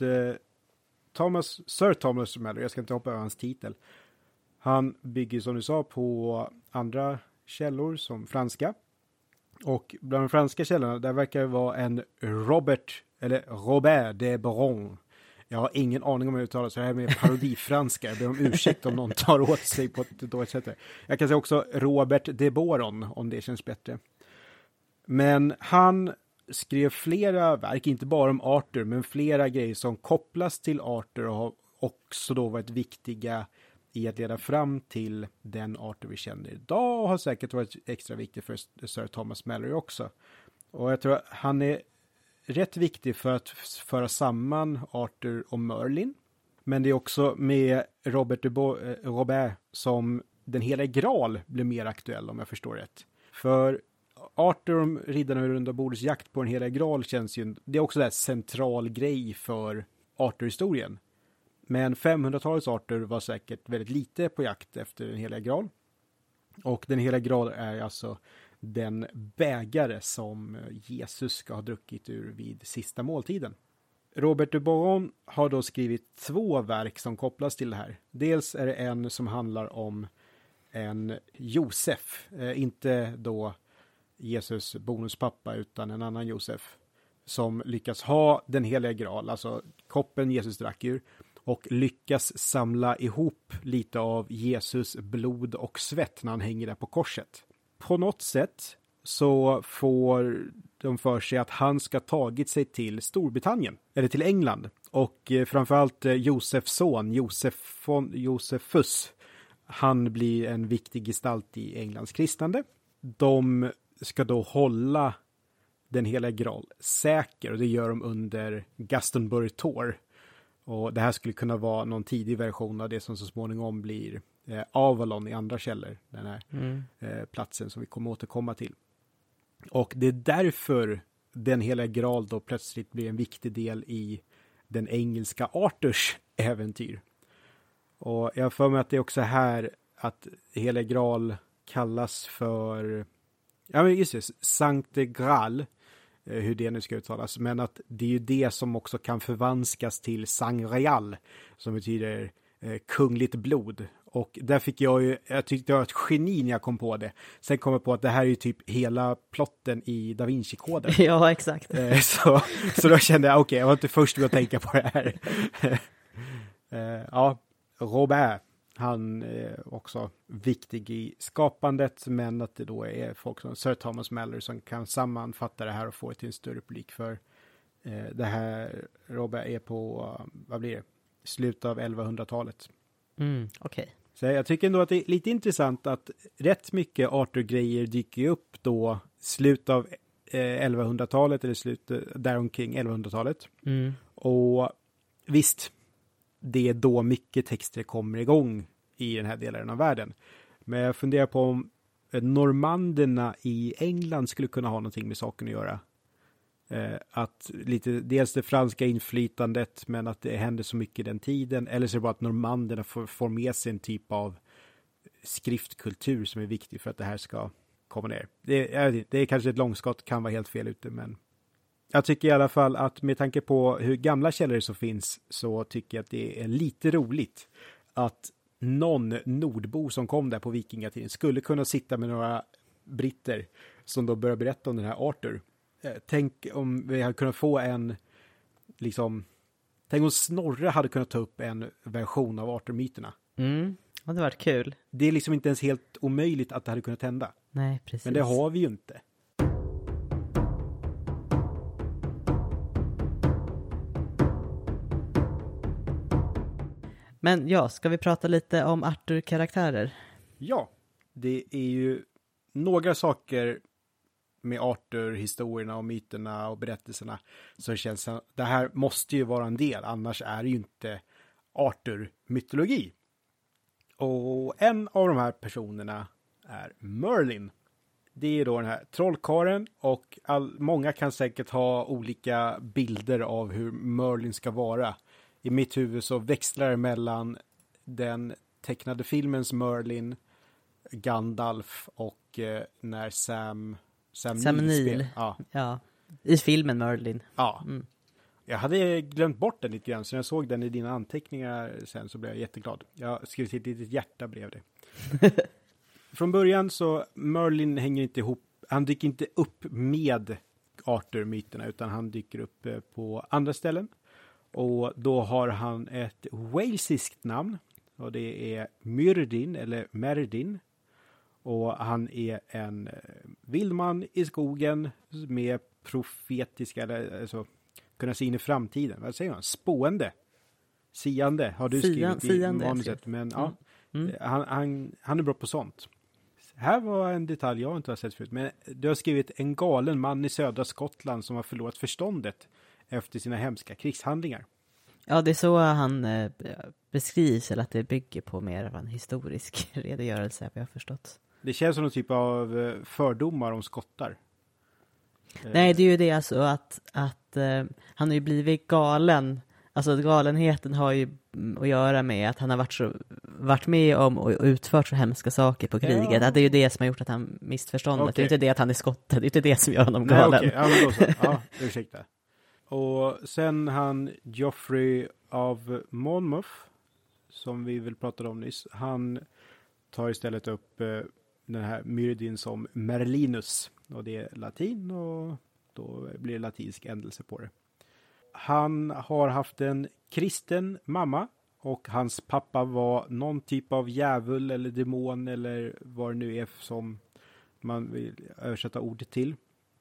Sir Thomas Mallory, jag ska inte hoppa över hans titel, han bygger som du sa på andra källor som franska. Och bland de franska källorna, där verkar det vara en Robert de Boron. Jag har ingen aning om hur det uttalas, så det här med parodifranska. Jag ber om ursäkt om någon tar åt sig på ett dåligt sätt. Jag kan säga också Robert de Boron, om det känns bättre. Men han skrev flera verk, inte bara om Arthur, men flera grejer som kopplas till Arthur och har också då varit viktiga i att leda fram till den Arthur vi känner idag, och har säkert varit extra viktig för Sir Thomas Mallory också. Och jag tror att han är rätt viktig för att föra samman Arthur och Merlin. Men det är också med Robert som den hela Graal blir mer aktuell, om jag förstår rätt. För Arthur och riddarna vid runda bordets jakt på den hela Graal känns ju, det är också en central grej för Arthur-historien. Men 500-talets Arthur var säkert väldigt lite på jakt efter den hela Graal. Och den hela Graal är alltså den bägare som Jesus ska ha druckit ur vid sista måltiden. Robert de Boron har då skrivit 2 verk som kopplas till det här. Dels är det en som handlar om en Josef, inte då Jesus bonuspappa utan en annan Josef, som lyckas ha den heliga Graal, alltså koppen Jesus drack ur, och lyckas samla ihop lite av Jesus blod och svett när han hänger där på korset. På något sätt så får de för sig att han ska tagit sig till Storbritannien, eller till England. Och framförallt Josefs son, Josefus, han blir en viktig gestalt i Englands kristnande. De ska då hålla den hela Graal säker, och det gör de under Glastonbury Tor. Och det här skulle kunna vara någon tidig version av det som så småningom blir Avalon i andra källor. Den här platsen som vi kommer återkomma till. Och det är därför den hela Graal då plötsligt blir en viktig del i den engelska Arthurs äventyr. Och jag har för mig att det är också här att hela Graal kallas för, ja men just det, Sancte Graal, hur det nu ska uttalas, men att det är ju det som också kan förvanskas till Sangreal, som betyder kungligt blod. Och där fick jag tyckte jag var ett geni när jag kom på det. Sen kom jag på att det här är ju typ hela plotten i Da Vinci-koden. Ja, exakt. Så då kände jag, okej, jag var inte först med att tänka på det här. Ja, Robert, han är också viktig i skapandet, men att det då är folk som Sir Thomas Mallory som kan sammanfatta det här och få det till en större publik, för det här Robert är på, vad blir det? Slutet av 1100-talet. Okej. Så jag tycker ändå att det är lite intressant att rätt mycket Arthur-grejer dyker upp då slutet av 1100-talet eller slutet däromkring 1100-talet. Och visst, det är då mycket texter kommer igång i den här delen av världen. Men jag funderar på om normanderna i England skulle kunna ha någonting med saken att göra. Att lite, dels det franska inflytandet, men att det händer så mycket i den tiden, eller så är det bara att normanderna får med sig en typ av skriftkultur som är viktig för att det här ska komma ner. Det är kanske ett långskott, kan vara helt fel ute, men jag tycker i alla fall att med tanke på hur gamla källor som finns, så tycker jag att det är lite roligt att någon nordbo som kom där på vikingatiden skulle kunna sitta med några britter som då börjar berätta om den här Arthur. Tänk om vi hade kunnat få en, liksom, tänk om Snorre hade kunnat ta upp en version av Arthur-myterna. Det hade varit kul. Det är liksom inte ens helt omöjligt att det hade kunnat hända. Nej, precis. Men det har vi ju inte. Men ja, ska vi prata lite om Arthur-karaktärer? Ja, det är ju några saker med Arthur-historierna och myterna och berättelserna, så känns det, det här måste ju vara en del, annars är det ju inte Arthur-mytologi. Och en av de här personerna är Merlin. Det är då den här trollkaren, och många kan säkert ha olika bilder av hur Merlin ska vara. I mitt huvud så växlar det mellan den tecknade filmens Merlin, Gandalf och när Sam Neill. Ja, i filmen Merlin. Ja. Mm. Jag hade glömt bort den lite grann, så när jag såg den i dina anteckningar sen så blev jag jätteglad. Jag skrev till ett litet hjärta bredvid det. Från början så Merlin hänger inte ihop, han dyker inte upp med Arthur-myterna, utan han dyker upp på andra ställen. Och då har han ett walesiskt namn, och det är Myrdin eller Merdin. Och han är en vildman i skogen med profetiska, alltså kunna se in i framtiden. Vad säger man? Spående. Siande har du skrivit i manuset. Men ja, han är bra på sånt. Här var en detalj jag inte har sett förut. Men du har skrivit en galen man i södra Skottland som har förlorat förståndet efter sina hemska krigshandlingar. Ja, det är så han beskrivs, eller att det bygger på mer av en historisk redogörelse, vi har förstått. Det känns som någon typ av fördomar om skottar. Nej, det är ju det alltså att han har ju blivit galen. Alltså galenheten har ju att göra med att han har varit med om och utfört så hemska saker på kriget. Ja. Att det är ju det som har gjort att han missförståndet. Okay. Det är inte det att han är skottad, det är inte det som gör honom galen. Nej, okay. Ja, men då så. Ja, ursäkta. Och sen han Joffrey av Monmouth, som vi väl pratade om nyss, han tar istället upp den här Myrdin som Merlinus. Och det är latin, och då blir det latinsk ändelse på det. Han har haft en kristen mamma, och hans pappa var någon typ av djävul eller demon eller vad det nu är som man vill översätta ordet till.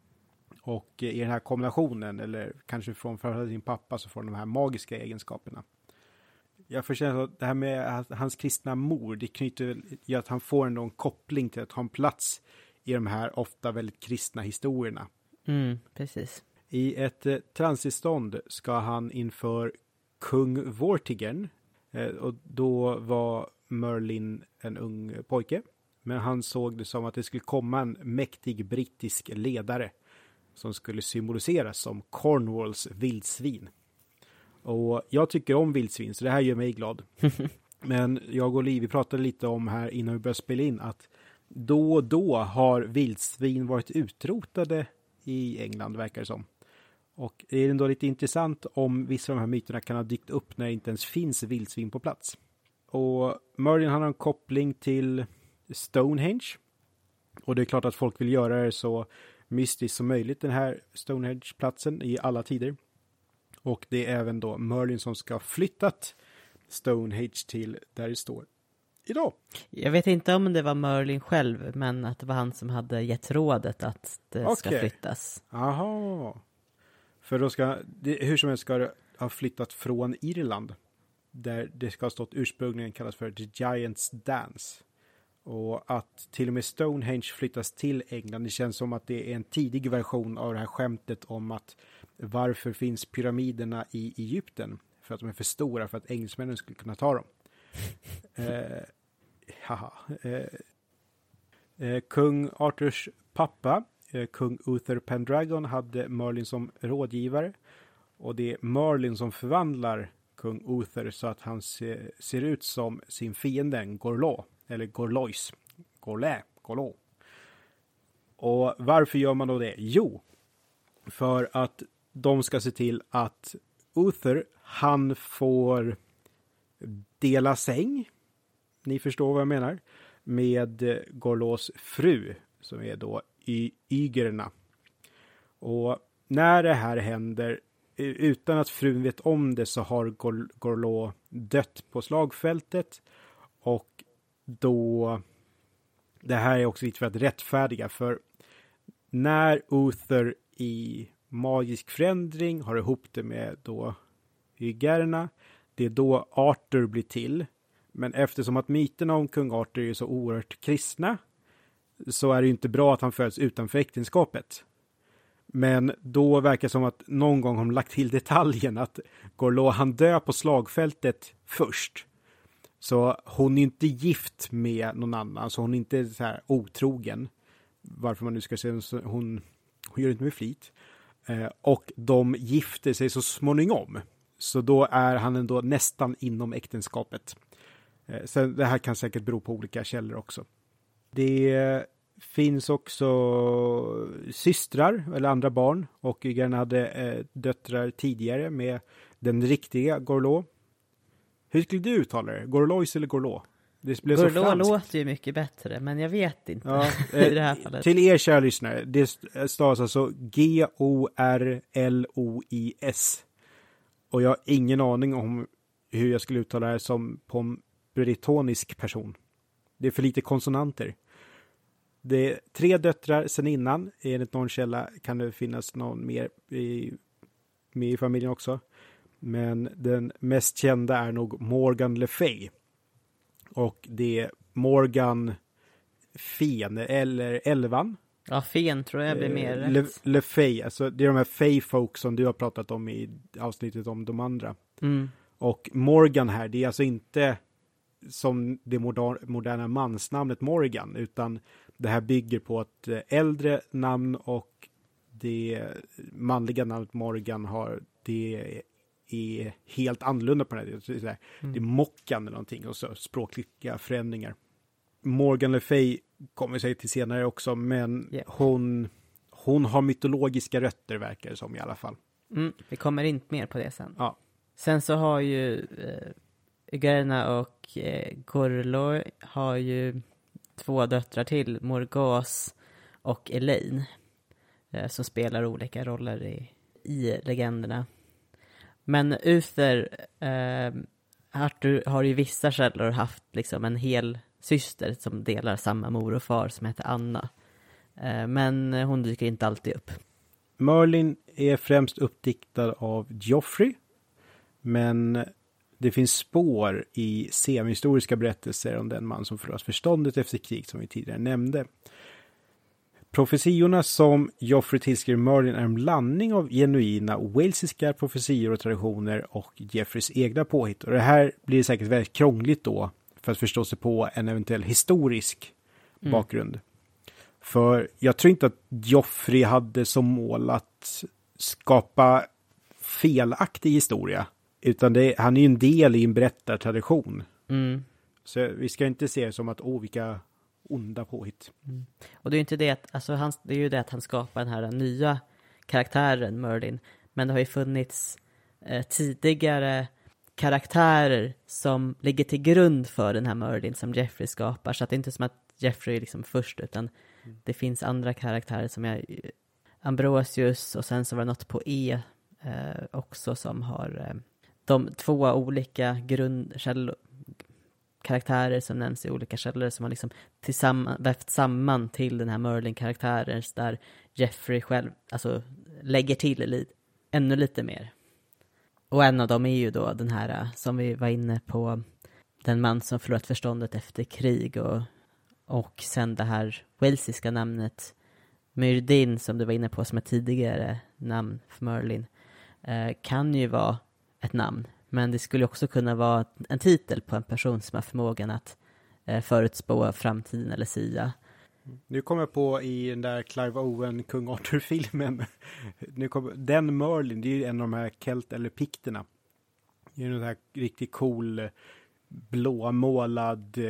Och i den här kombinationen, eller kanske från sin pappa, så får de här magiska egenskaperna. Jag förstår att det här med hans kristna mor, det knyter ju att han får en koppling till att ha en plats i de här ofta väldigt kristna historierna. Precis. I ett transistånd ska han inför kung Vortigern, och då var Merlin en ung pojke, men han såg det som att det skulle komma en mäktig brittisk ledare som skulle symboliseras som Cornwalls vildsvin. Och jag tycker om vildsvin, så det här gör mig glad. Men jag och Liv, vi pratade lite om här innan vi började spela in att då och då har vildsvin varit utrotade i England, verkar det som. Och det är ändå lite intressant om vissa av de här myterna kan ha dykt upp när det inte ens finns vildsvin på plats. Och Merlin har en koppling till Stonehenge. Och det är klart att folk vill göra det så mystiskt som möjligt, den här Stonehenge-platsen i alla tider. Och det är även då Merlin som ska flyttat Stonehenge till där det står idag. Jag vet inte om det var Merlin själv, men att det var han som hade gett rådet att det ska flyttas. Aha. För då ska hur som helst ska det ha flyttat från Irland, där det ska ha stått ursprungligen kallas för The Giant's Dance. Och att till och med Stonehenge flyttas till England, det känns som att det är en tidig version av det här skämtet om att varför finns pyramiderna i Egypten? För att de är för stora för att engelsmännen skulle kunna ta dem. Kung Arthurs pappa, kung Uther Pendragon, hade Merlin som rådgivare. Och det är Merlin som förvandlar kung Uther så att han ser ut som sin fiende Gorlå. Eller Gorlois. Gorlå. Och varför gör man då det? Jo, för att de ska se till att Uther, han får dela säng. Ni förstår vad jag menar. Med Gorlås fru, som är då Ygerna. Och när det här händer, utan att frun vet om det, så har Gorlå dött på slagfältet. Och då, det här är också lite för att rättfärdiga, för när Uther i magisk förändring har ihop det med då Ygerna, det är då Arthur blir till. Men eftersom att myterna om kung Arthur är så oerhört kristna, så är det ju inte bra att han föds utanför äktenskapet. Men då verkar det som att någon gång har de lagt till detaljen att Gorlo han dör på slagfältet först. Så hon är inte gift med någon annan, så hon är inte så här otrogen. Varför man nu ska säga, hon gör det inte med flit. Och de gifter sig så småningom. Så då är han ändå nästan inom äktenskapet. Sen det här kan säkert bero på olika källor också. Det finns också systrar eller andra barn. Och Ygern hade döttrar tidigare med den riktiga Gorlo. Hur skulle du uttala det? Gorlois eller Gorlo? Det blev Gorlo så franskt. låter ju mycket bättre, men jag vet inte i det här fallet. Till er kära lyssnare, det stavas alltså Gorlois. Och jag har ingen aning om hur jag skulle uttala det här som på en britonisk person. Det är för lite konsonanter. Det är 3 döttrar sen innan. Enligt någon källa kan det finnas någon mer med i familjen också. Men den mest kända är nog Morgan Le Fay. Och det är Morgan Fen eller Elvan. Ja, Fen tror jag blir mer rätt. Le Fay, alltså det är de här Fay-folk som du har pratat om i avsnittet om de andra. Mm. Och Morgan här, det är alltså inte som det moderna mansnamnet Morgan, utan det här bygger på ett äldre namn och det manliga namnet Morgan det är helt annorlunda på det här. Det är Mockan eller någonting och så språkliga förändringar. Morgan Le Fay kommer säkert till senare också, men hon har mytologiska rötter verkar det som i alla fall. Vi kommer inte mer på det sen. Ja. Sen så har ju Ygerne och Gorlo har ju 2 döttrar till, Morgause och Elaine, som spelar olika roller i legenderna. Men Uther, Arthur har ju vissa källor haft liksom en hel syster som delar samma mor och far som heter Anna. Men hon dyker inte alltid upp. Merlin är främst uppdiktad av Joffrey, men det finns spår i semihistoriska berättelser om den man som förlorat förståndet efter krig som vi tidigare nämnde. Profetiorna som Joffrey tillskriver Merlin är en blandning av genuina walesiska profetior och traditioner och Jeffreys egna påhitt. Och det här blir säkert väldigt krångligt då för att förstå sig på en eventuell historisk bakgrund. För jag tror inte att Joffrey hade som mål att skapa felaktig historia. Utan han är ju en del i en berättartradition. Så vi ska inte se det som att vilka onda påhitt. Och det är ju inte det att, alltså det är ju det att han skapar den här nya karaktären Merlin. Men det har ju funnits tidigare karaktärer som ligger till grund för den här Merlin som Jeffrey skapar. Så att det är inte som att Jeffrey är liksom först, utan det finns andra karaktärer som Ambrosius, och sen så var det något på också som har de 2 olika karaktärer som nämns i olika källor som har liksom vävt samman till den här Merlin-karaktären, där Jeffrey själv alltså lägger till ännu lite mer. Och en av dem är ju då den här som vi var inne på, den man som förlorat förståndet efter krig, och sen det här walesiska namnet Myrdin som du var inne på som ett tidigare namn för Merlin, kan ju vara ett namn. Men det skulle också kunna vara en titel på en person som har förmågan att förutspå framtiden eller sia. Nu kommer jag på i den där Clive Owen Kung Arthur-filmen. Den Merlin, det är ju en av de här Kelt eller Pikterna. Det är en här riktigt cool blåmålad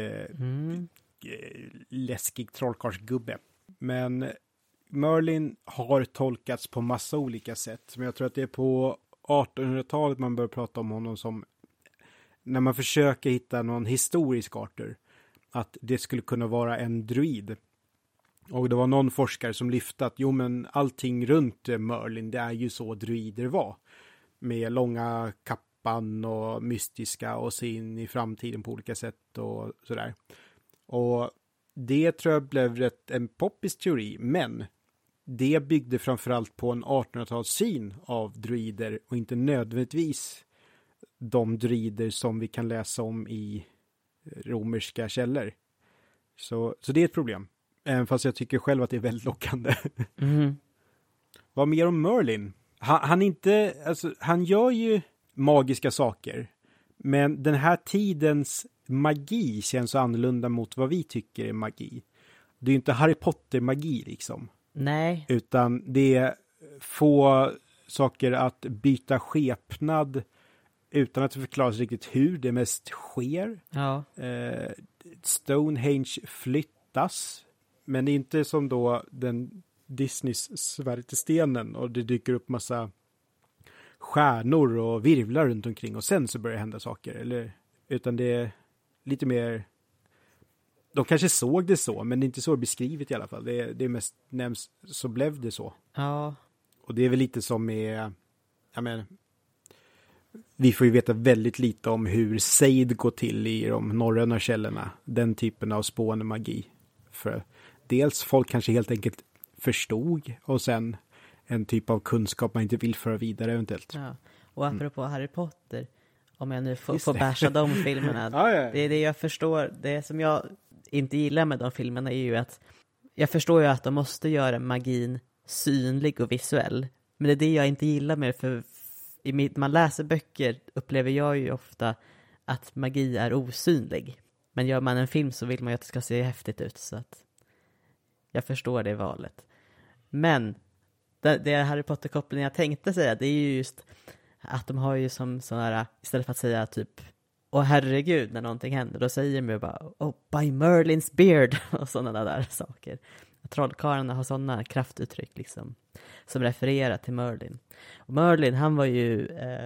läskig trollkarlsgubbe. Men Merlin har tolkats på massa olika sätt. Men jag tror att det är på 1800-talet man börjar prata om honom som, när man försöker hitta någon historisk Arthur, att det skulle kunna vara en druid. Och det var någon forskare som lyfte att men allting runt Merlin, det är ju så druider var. Med långa kappan och mystiska och se in i framtiden på olika sätt och sådär. Och det tror jag blev en poppis teori, men det byggde framförallt på en 1800-talssyn av druider och inte nödvändigtvis de druider som vi kan läsa om i romerska källor. Så det är ett problem. Även fast jag tycker själv att det är väldigt lockande. Mm. Vad mer om Merlin? Han gör ju magiska saker. Men den här tidens magi känns så annorlunda mot vad vi tycker är magi. Det är ju inte Harry Potter-magi liksom. Nej. Utan det är få saker att byta skepnad utan att det förklaras riktigt hur det mest sker. Ja. Stonehenge flyttas. Men det är inte som då den Disneys svärd till stenen och det dyker upp massa stjärnor och virvlar runt omkring och sen så börjar det hända saker. Utan det är lite mer... De kanske såg det så, men det är inte så beskrivet i alla fall. Det är mest nämns så blev det så. Ja. Och det är väl lite som med... vi får ju veta väldigt lite om hur sejd går till i de norröna källorna. Den typen av spående magi. För dels folk kanske helt enkelt förstod och sen en typ av kunskap man inte vill föra vidare eventuellt. Ja. Och apropå Harry Potter, om jag nu får basha de filmerna. Ja. Det är det jag förstår. Det som jag inte gillar med de filmerna är ju att jag förstår ju att de måste göra magin synlig och visuell. Men det är det jag inte gillar med, för man läser böcker upplever jag ju ofta att magi är osynlig. Men gör man en film så vill man ju att det ska se häftigt ut, så att jag förstår det valet. Men det Harry Potter-kopplingen jag tänkte säga, det är ju just att de har ju som sådana här, istället för att säga typ åh herregud när någonting händer, då säger de ju bara oh by Merlins beard och sådana där saker. Trollkarlarna har sådana kraftuttryck liksom som refererar till Merlin. Och Merlin, han var ju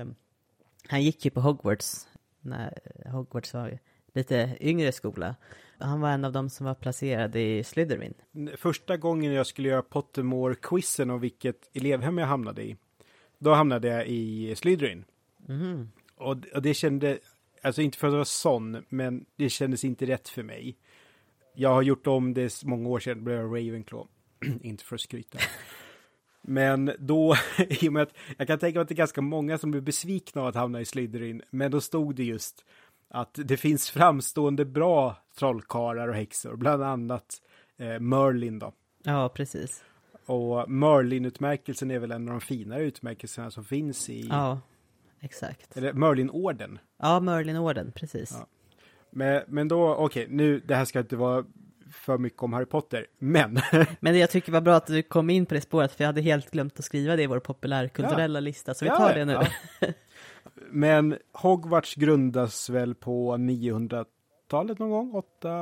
han gick ju på Hogwarts när Hogwarts var lite yngre skola. Han var en av dem som var placerad i Slytherin. Första gången jag skulle göra Pottermore-quizen och vilket elevhem jag hamnade i, då hamnade jag i Slytherin. Mm. Och det kände, alltså inte för att vara sån, men det kändes inte rätt för mig. Jag har gjort om det många år sedan, blev jag Ravenclaw. Inte för att skryta. Men då, i och med att jag kan tänka mig att det är ganska många som blir besvikna av att hamna i Slytherin, men då stod det just att det finns framstående bra trollkarlar och häxor, bland annat Merlin då. Ja, precis. Och Merlin-utmärkelsen är väl en av de finare utmärkelserna som finns i... Ja, exakt. Eller Merlin-orden. Ja, Merlin-orden, precis. Ja. Men då, okej, nu, det här ska inte vara för mycket om Harry Potter, men... Men jag tycker det var bra att du kom in på det spåret, för jag hade helt glömt att skriva det i vår populärkulturella lista, så vi tar det nu. Ja. Men Hogwarts grundas väl på 900-talet någon gång?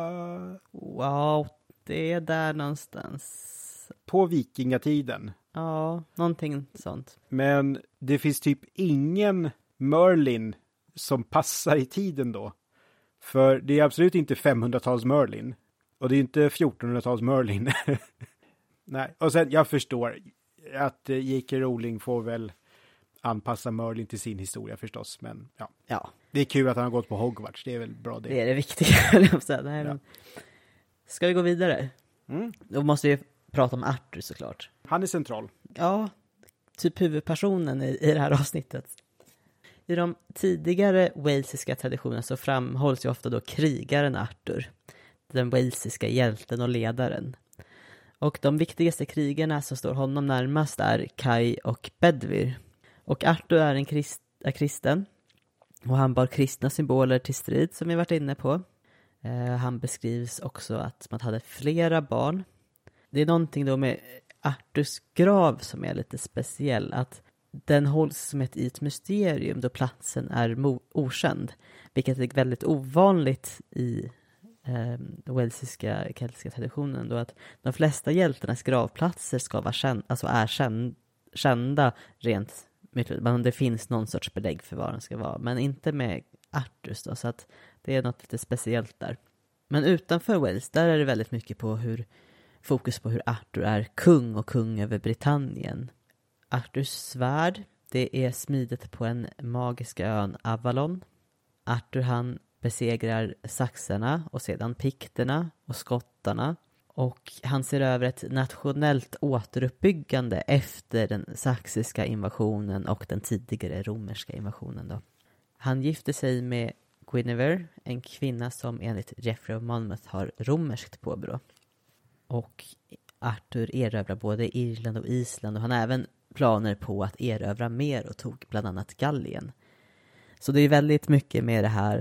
Wow, det är där någonstans. På vikingatiden. Ja, någonting sånt. Men det finns typ ingen Merlin som passar i tiden då. För det är absolut inte 500-tals Merlin. Och det är inte 1400-tals Merlin. Nej, och sen jag förstår att J.K. Rowling får väl anpassa Merlin till sin historia förstås. Men ja. Det är kul att han har gått på Hogwarts. Det är väl bra det. Det är det viktiga. Nej, men... Ska vi gå vidare? Då måste vi prata om Arthur såklart. Han är central. Ja, typ huvudpersonen i det här avsnittet. I de tidigare walesiska traditionerna så framhålls ju ofta då krigaren Arthur, den walesiska hjälten och ledaren. Och de viktigaste krigarna som står honom närmast är Kai och Bedwyr. Och Arthur är kristen och han bar kristna symboler till strid som vi varit inne på. Han beskrivs också att man hade flera barn. Det är någonting då med Arthurs grav som är lite speciell, att den hålls som ett mysterium då platsen är okänd, vilket är väldigt ovanligt i walesiska keltiska traditionen då, att de flesta hjältarnas gravplatser ska vara kända rent men det finns någon sorts belägg för vad den ska vara, men inte med Arthurs då, så att det är något lite speciellt där. Men utanför Wales, där är det väldigt mycket på fokus på hur Arthur är kung och kung över Britannien. Arthurs svärd, det är smidet på en magiska ön Avalon. Arthur han besegrar saxarna och sedan pikterna och skottarna. Och han ser över ett nationellt återuppbyggande efter den saxiska invasionen och den tidigare romerska invasionen då. Han gifter sig med Guinevere, en kvinna som enligt Geoffrey of Monmouth har romerskt påbrå. Och Arthur erövrar både Irland och Island och han har även planer på att erövra mer och tog bland annat Gallien. Så det är väldigt mycket med det här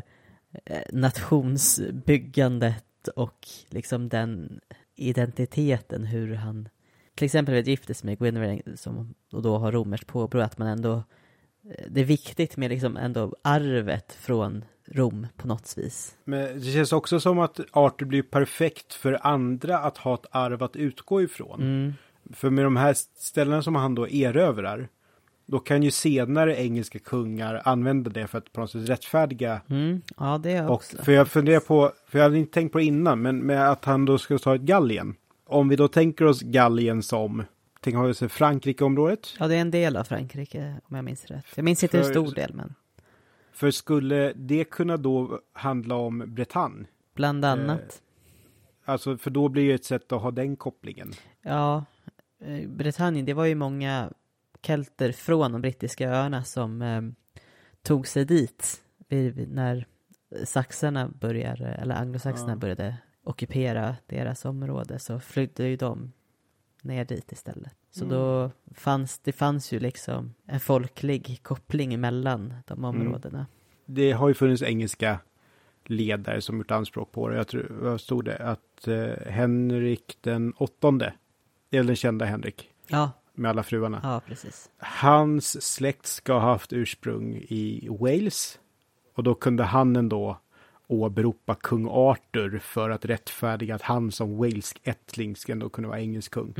nationsbyggandet och liksom den identiteten, hur han till exempel gifte sig med Guinevere som och då har romerskt påbrå, att man ändå det är viktigt med liksom ändå arvet från Rom på något vis. Men det känns också som att Arthur blir perfekt för andra att ha ett arv att utgå ifrån. För med de här ställena som han då erövrar, då kan ju senare engelska kungar använda det för att på något sätt rättfärdiga. Ja, det är också. Och för jag funderar på, för jag hade inte tänkt på det innan, men med att han då ska ta ett Gallien. Om vi då tänker oss Gallien som, tänker vi Frankrike-området? Ja, det är en del av Frankrike om jag minns rätt. Jag minns inte hur stor del, men. För skulle det kunna då handla om Bretagne? Bland annat. Alltså, för då blir det ett sätt att ha den kopplingen. Ja, Bretagne, det var ju många kelter från de brittiska öarna som tog sig dit när saxarna började, eller anglosaxarna började ockupera deras område, så flydde ju de ner dit istället. Så då fanns ju liksom en folklig koppling mellan de områdena. Det har ju funnits engelska ledare som gjort anspråk på det. Jag tror, vad stod det? Att Henrik den 8:e, det är den kända Henrik. Ja. Med alla fruarna. Ja, precis. Hans släkt ska ha haft ursprung i Wales. Och då kunde han ändå åberopa kung Arthur för att rättfärdiga att han som walesk ättling ska ändå kunna vara engelsk kung.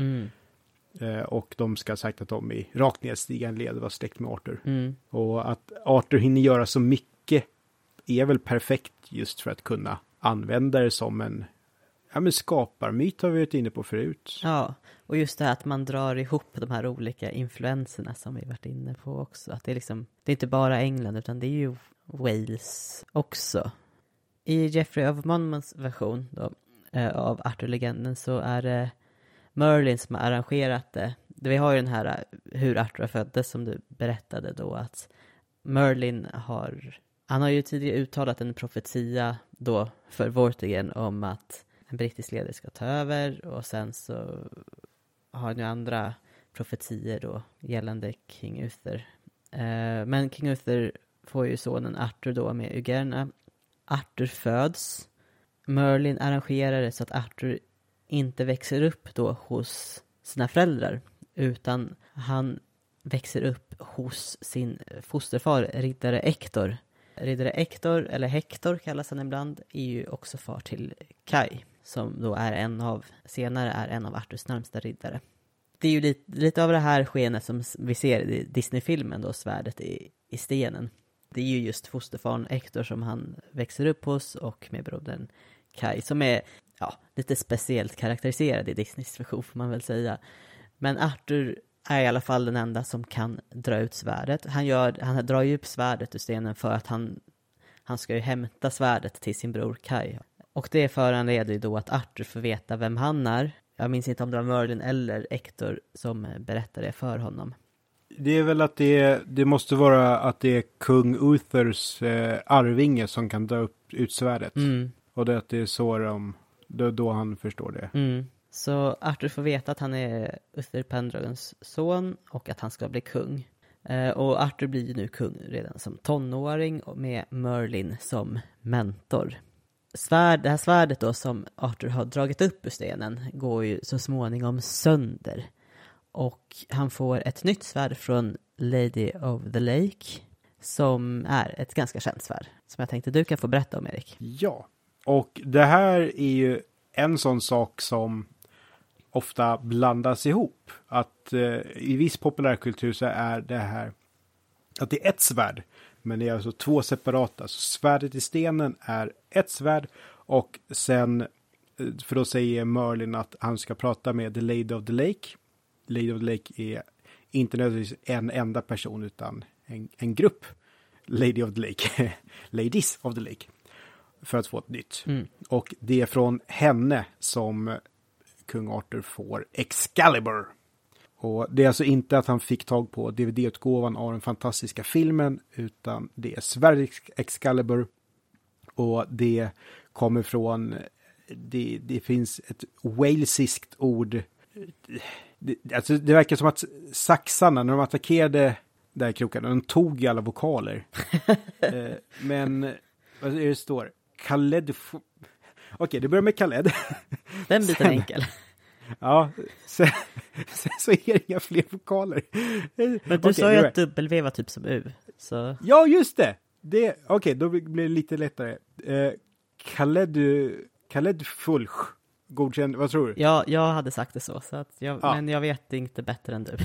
Och de ska ha sagt att de i rakt nedstigande led var släkt med Arthur. Och att Arthur hinner göra så mycket är väl perfekt just för att kunna använda det som en skaparmyt har vi varit inne på förut. Ja, och just det här att man drar ihop de här olika influenserna som vi varit inne på också. Att det är liksom, det är inte bara England utan det är ju Wales också. I Geoffrey of Monmouths version då, av Arthur-legenden så är det Merlin som har arrangerat det. Vi har ju den här hur Arthur föddes som du berättade då, att Merlin han har ju tidigare uttalat en profetia då för Vortigern om att en brittisk ledare ska ta över, och sen så har han ju andra profetier då gällande King Uther. Men King Uther får ju sonen Arthur då med Ugerna. Arthur föds. Merlin arrangerar det så att Arthur inte växer upp då hos sina föräldrar, utan han växer upp hos sin fosterfar, riddare Hector. Riddare Hector, eller Hector kallas han ibland, är ju också far till Kai, som då är senare är en av Arthurs närmsta riddare. Det är ju lite av det här skenet som vi ser i Disney-filmen då, svärdet i stenen. Det är ju just fosterfaren Hector som han växer upp hos, och med brodern Kai, som är lite speciellt karaktäriserad i Disneys version får man väl säga. Men Arthur är i alla fall den enda som kan dra ut svärdet. Han drar ju upp svärdet ur stenen för att han ska ju hämta svärdet till sin bror Kai. Och det föranleder ju då att Arthur får veta vem han är. Jag minns inte om det var Merlin eller Hector som berättar det för honom. Det är väl att det måste vara att det är kung Uthers arvinge som kan dra upp ut svärdet. Och det är så då han förstår det. Så Arthur får veta att han är Uther Pendragons son och att han ska bli kung. Och Arthur blir ju nu kung redan som tonåring med Merlin som mentor. Det här svärdet då som Arthur har dragit upp ur stenen går ju så småningom sönder. Och han får ett nytt svärd från Lady of the Lake som är ett ganska känt svärd. Som jag tänkte du kan få berätta om, Erik. Ja, och det här är ju en sån sak som ofta blandas ihop. Att i viss populärkultur så är det här att det är ett svärd, men det är alltså två separata. Så svärdet i stenen är ett svärd, och sen, för då säger Merlin att han ska prata med The Lady of the Lake. Lady of the Lake är inte nödvändigtvis en enda person utan en grupp Lady of the Lake. Ladies of the Lake. För att få ett nytt. Och det är från henne som kung Arthur får Excalibur. Och det är alltså inte att han fick tag på DVD-utgåvan av den fantastiska filmen, utan det är svärdet Excalibur. Och det kommer från det finns ett walesiskt ord. Alltså det verkar som att saxarna, när de attackerade där krokarna, de tog alla vokaler. Men vad är det står? Khaled. Okej, det börjar med Khaled. Den biten är enkel. Ja, sen så är det inga fler vokaler. Men du sa ju att W var typ som U. Så. Ja, just det. Okej, då blir det lite lättare. Khaled Fulch. Godkänd, vad tror du? Ja, jag hade sagt det så att men jag vet inte bättre än du.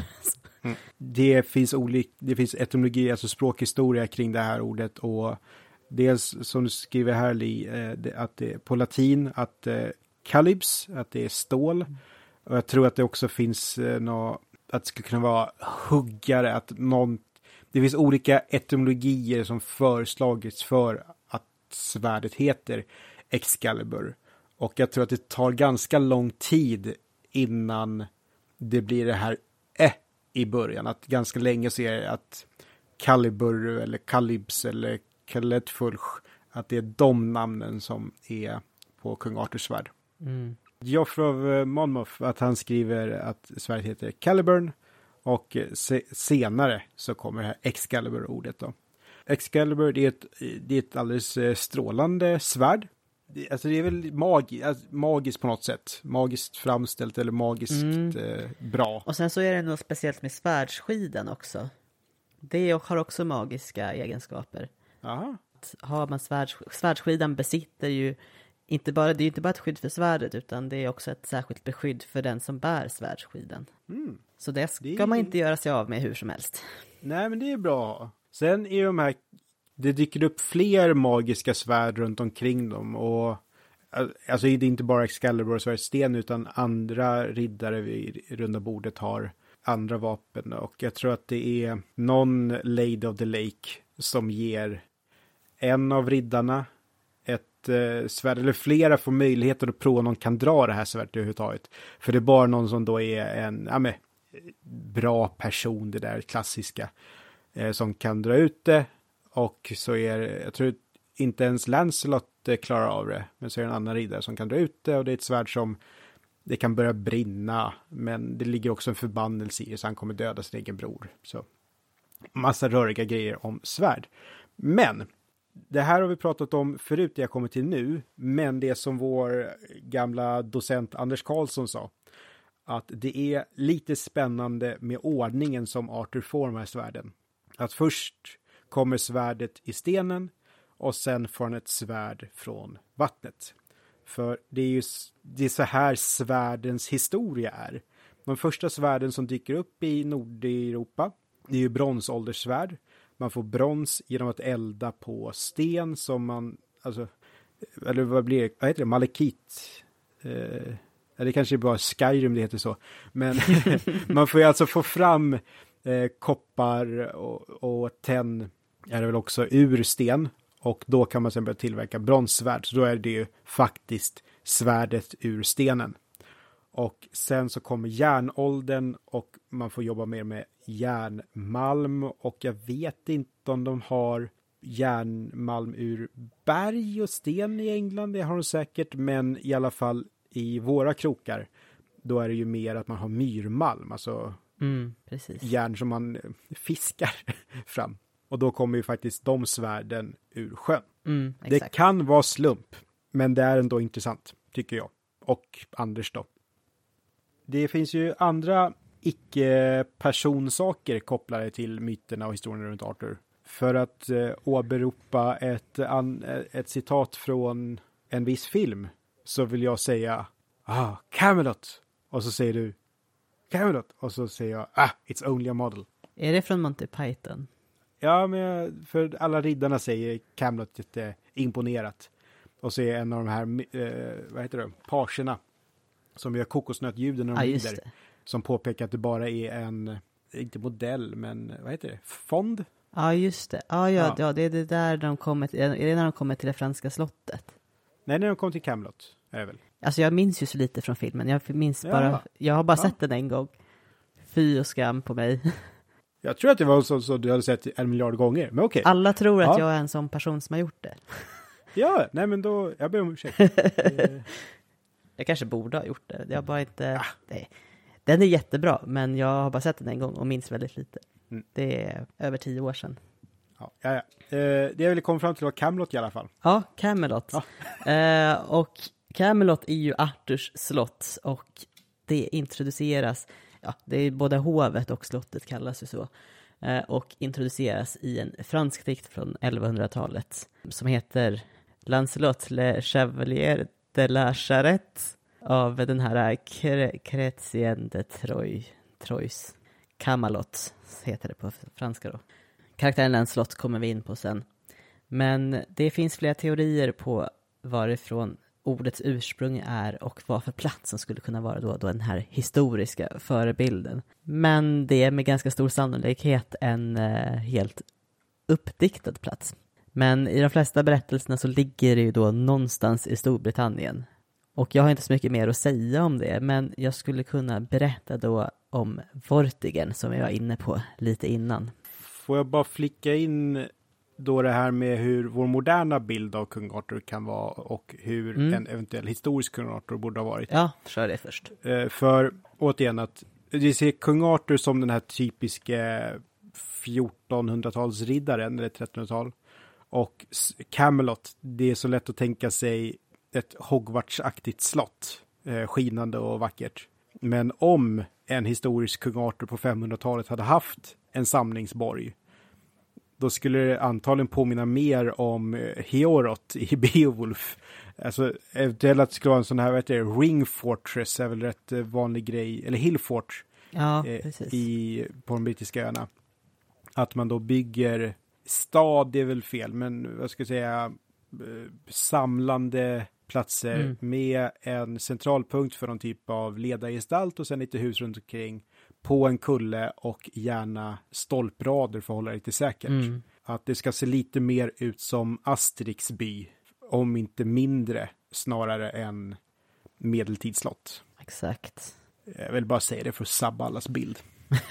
Det finns etymologi, alltså språkhistoria kring det här ordet, och dels som du skriver här att det är på latin att kalibs, att det är stål, och jag tror att det också finns att det skulle kunna vara huggare, att det finns olika etymologier som föreslagits för att svärdet heter Excalibur. Och jag tror att det tar ganska lång tid innan det blir det här i början. Att ganska länge så är det att Calibur eller Calibs eller Kaledfulch, att det är de namnen som är på kung Arthurs svärd. Joffrey of Monmouth, att han skriver att svärdet heter Caliburn, och senare så kommer det här Excalibur-ordet då. Excalibur, det är ett alldeles strålande svärd. Alltså det är väl magiskt på något sätt. Magiskt framställt eller magiskt bra. Och sen så är det något speciellt med svärdsskiden också. Det har också magiska egenskaper. Aha. Har man svärdsskidan besitter ju det är inte bara ett skydd för svärdet, utan det är också ett särskilt beskydd för den som bär svärdsskiden. Så det ska man inte göra sig av med hur som helst. Nej, men det är bra. Sen är det dyker upp fler magiska svärd runt omkring dem, och alltså det är inte bara Excalibur och svärdsten, utan andra riddare vid runda bordet har andra vapen, och jag tror att det är någon Lady of the Lake som ger en av riddarna ett svärd, eller flera får möjligheten att prova någon kan dra det här svärdet överhuvudtaget. För det är bara någon som då är en bra person, det där klassiska, som kan dra ut det. Och så jag tror inte ens Lancelot klarar av det, men så är det en annan riddare som kan dra ut det, och det är ett svärd som det kan börja brinna, men det ligger också en förbannelse i det, så han kommer döda sin egen bror. Så massa röriga grejer om svärd. Men det här har vi pratat om förut, det jag kommer till nu, men det som vår gamla docent Anders Karlsson sa, att det är lite spännande med ordningen som Arthur formar svärden. Att först kommer svärdet i stenen, och sen får han ett svärd från vattnet. För det är så här svärdens historia är. De första svärden som dyker upp i Nordeuropa, det är ju bronsålderssvärd. Man får brons genom att elda på sten som man, alltså, eller vad heter det? Malekit. Eller kanske bara Skyrim det heter så. Men man får ju alltså få fram koppar och tenn är det väl också ur sten. Och då kan man sen börja tillverka bronssvärd. Så då är det ju faktiskt svärdet ur stenen. Och sen så kommer järnåldern, och man får jobba mer med järnmalm. Och jag vet inte om de har järnmalm ur berg och sten i England. Det har de säkert, men i alla fall i våra krokar, då är det ju mer att man har myrmalm. Alltså precis. Järn som man fiskar fram. Och då kommer ju faktiskt de svärden ur sjön. Det kan vara slump, men det är ändå intressant, tycker jag. Och Anders då. Det finns ju andra icke-personsaker kopplade till myterna och historien runt Arthur. För att åberopa ett citat från en viss film, så vill jag säga Camelot. Och så säger du Camelot. Och så säger jag it's only a model. Är det från Monty Python? Ja, men för alla riddarna säger Camelot lite imponerat. Och så är en av de här, vad heter det, pagerna som gör kokosnötljuden när de rider. Som påpekar att det bara är en, inte modell, men vad heter det, fond? Ja, just det. Ja, det är det där de kommer till, är det när de kommer till det franska slottet? Nej, när de kommer till Camelot, är det väl. Alltså jag minns ju så lite från filmen. Jag minns bara, jag har bara sett den en gång. Fy och skam på mig. Jag tror att det var så du hade sett 1 miljard gånger, men okej. Alla tror att jag är en sån person som har gjort det. Ja, nej men då, jag ber om ursäkt. Jag kanske borde ha gjort det. Jag har bara inte... Den är jättebra, men jag har bara sett den en gång och minns väldigt lite. Det är över 10 år sedan. Ja. Det jag ville komma fram till var Camelot i alla fall. Ja, Camelot. Ja. Och Camelot är ju Arthurs slott och det introduceras, det är både hovet och slottet kallas ju så, och introduceras i en fransk dikt från 1100-talet som heter Lancelot le Chevalier de la Charrette av den här Chrétien de Troyes. Camelot heter det på franska då. Karaktären Lancelot kommer vi in på sen. Men det finns flera teorier på varifrån ordets ursprung är och vad för plats som skulle kunna vara då den här historiska förebilden. Men det är med ganska stor sannolikhet en helt uppdiktad plats. Men i de flesta berättelserna så ligger det ju då någonstans i Storbritannien. Och jag har inte så mycket mer att säga om det, men jag skulle kunna berätta då om Vortigern som jag var inne på lite innan. Får jag bara flicka in då det här med hur vår moderna bild av kung Arthur kan vara och hur en eventuell historisk kung Arthur borde ha varit. Ja, kör det först. För återigen att vi ser kung Arthur som den här typiska 1400-talsriddaren eller 1300-tal. Och Camelot, det är så lätt att tänka sig ett Hogwarts-aktigt slott, skinande och vackert. Men om en historisk kung Arthur på 500-talet hade haft en samlingsborg, då skulle det antagligen påminna mer om Heorot i Beowulf. Alltså eventuellt att det skulle vara en sån här, vad heter det, Ring Fortress är väl rätt vanlig grej, eller Hill Fort på de brittiska öarna. Att man då bygger stad, det är väl fel, men vad ska jag säga, samlande platser med en centralpunkt för någon typ av ledargestalt och sen lite hus runt omkring på en kulle och gärna stolprader för att hålla det lite säkert. Att det ska se lite mer ut som Asterix by, om inte mindre, snarare än medeltidsslott. Exakt. Jag vill bara säga det för att sabba allas bild.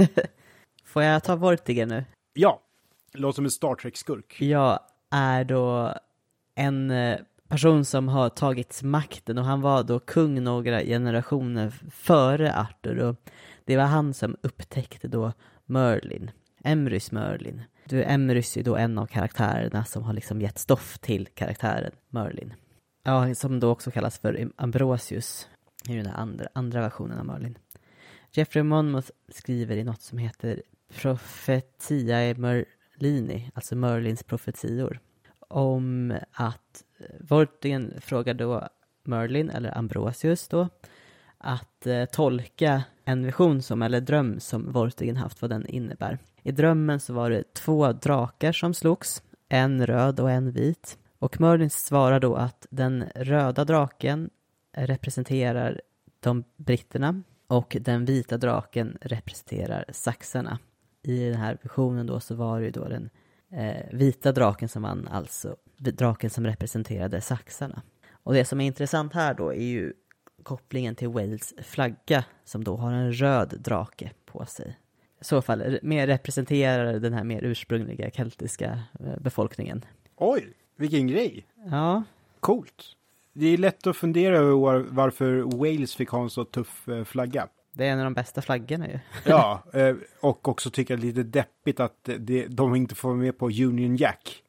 Får jag ta Vortigern nu? Ja, låter som en Star Trek-skurk. Jag är då en person som har tagit makten och han var då kung några generationer före Arthur och det var han som upptäckte då Merlin, Emrys Merlin. Emrys är då en av karaktärerna som har liksom gett stoff till karaktären Merlin. Ja, som då också kallas för Ambrosius i den här andra versionen av Merlin. Geoffrey Monmouth skriver i något som heter Prophetiae Merlini, alltså Merlins profetior, om att Vortigern frågar då Merlin, eller Ambrosius då, att tolka en vision som, eller dröm som Vortigern haft, vad den innebär. I drömmen så var det 2 drakar som slogs, en röd och en vit. Och Merlin svarar då att den röda draken representerar de britterna och den vita draken representerar saxarna. I den här visionen då så var det ju då den vita draken som vann, alltså draken som representerade saxarna. Och det som är intressant här då är ju kopplingen till Wales flagga som då har en röd drake på sig. I så fall mer representerar den här mer ursprungliga keltiska befolkningen. Oj, vilken grej! Ja. Coolt. Det är lätt att fundera över varför Wales fick ha en så tuff flagga. Det är en av de bästa flaggorna ju. Ja, och också tycker jag lite deppigt att de inte får vara med på Union Jack.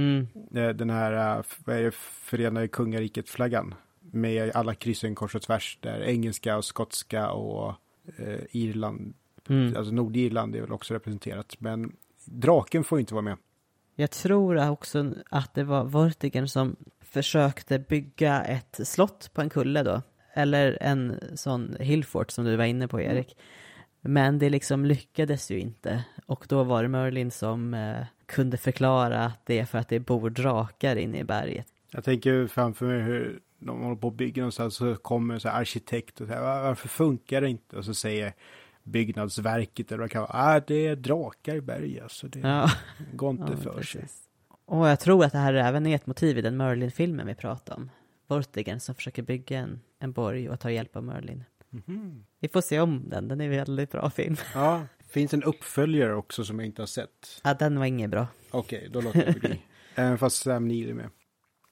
Den här förenade kungariket-flaggan. Med alla kryssen kors och tvärs. Där engelska och skotska och Irland. Alltså Nordirland är väl också representerat. Men draken får inte vara med. Jag tror också att det var Vortigern som försökte bygga ett slott på en kulle då. Eller en sån hillfort som du var inne på, Erik. Men det liksom lyckades ju inte. Och då var det Merlin som kunde förklara att det är för att det bor drakar inne i berget. Jag tänker framför mig hur de håller på att bygga någonstans, så kommer en så här arkitekt och säger, varför funkar det inte? Och så säger byggnadsverket eller vad kan vara, det är drakar i berget, så det går inte för sig. Och jag tror att det här även är ett motiv i den Merlin-filmen vi pratade om. Vortigern som försöker bygga en borg och ta hjälp av Merlin. Vi får se om den är en väldigt bra film. Ja, finns en uppföljare också som jag inte har sett. Ja, den var inget bra. Okej, då låter det bli. Även fast Sam Neill är med.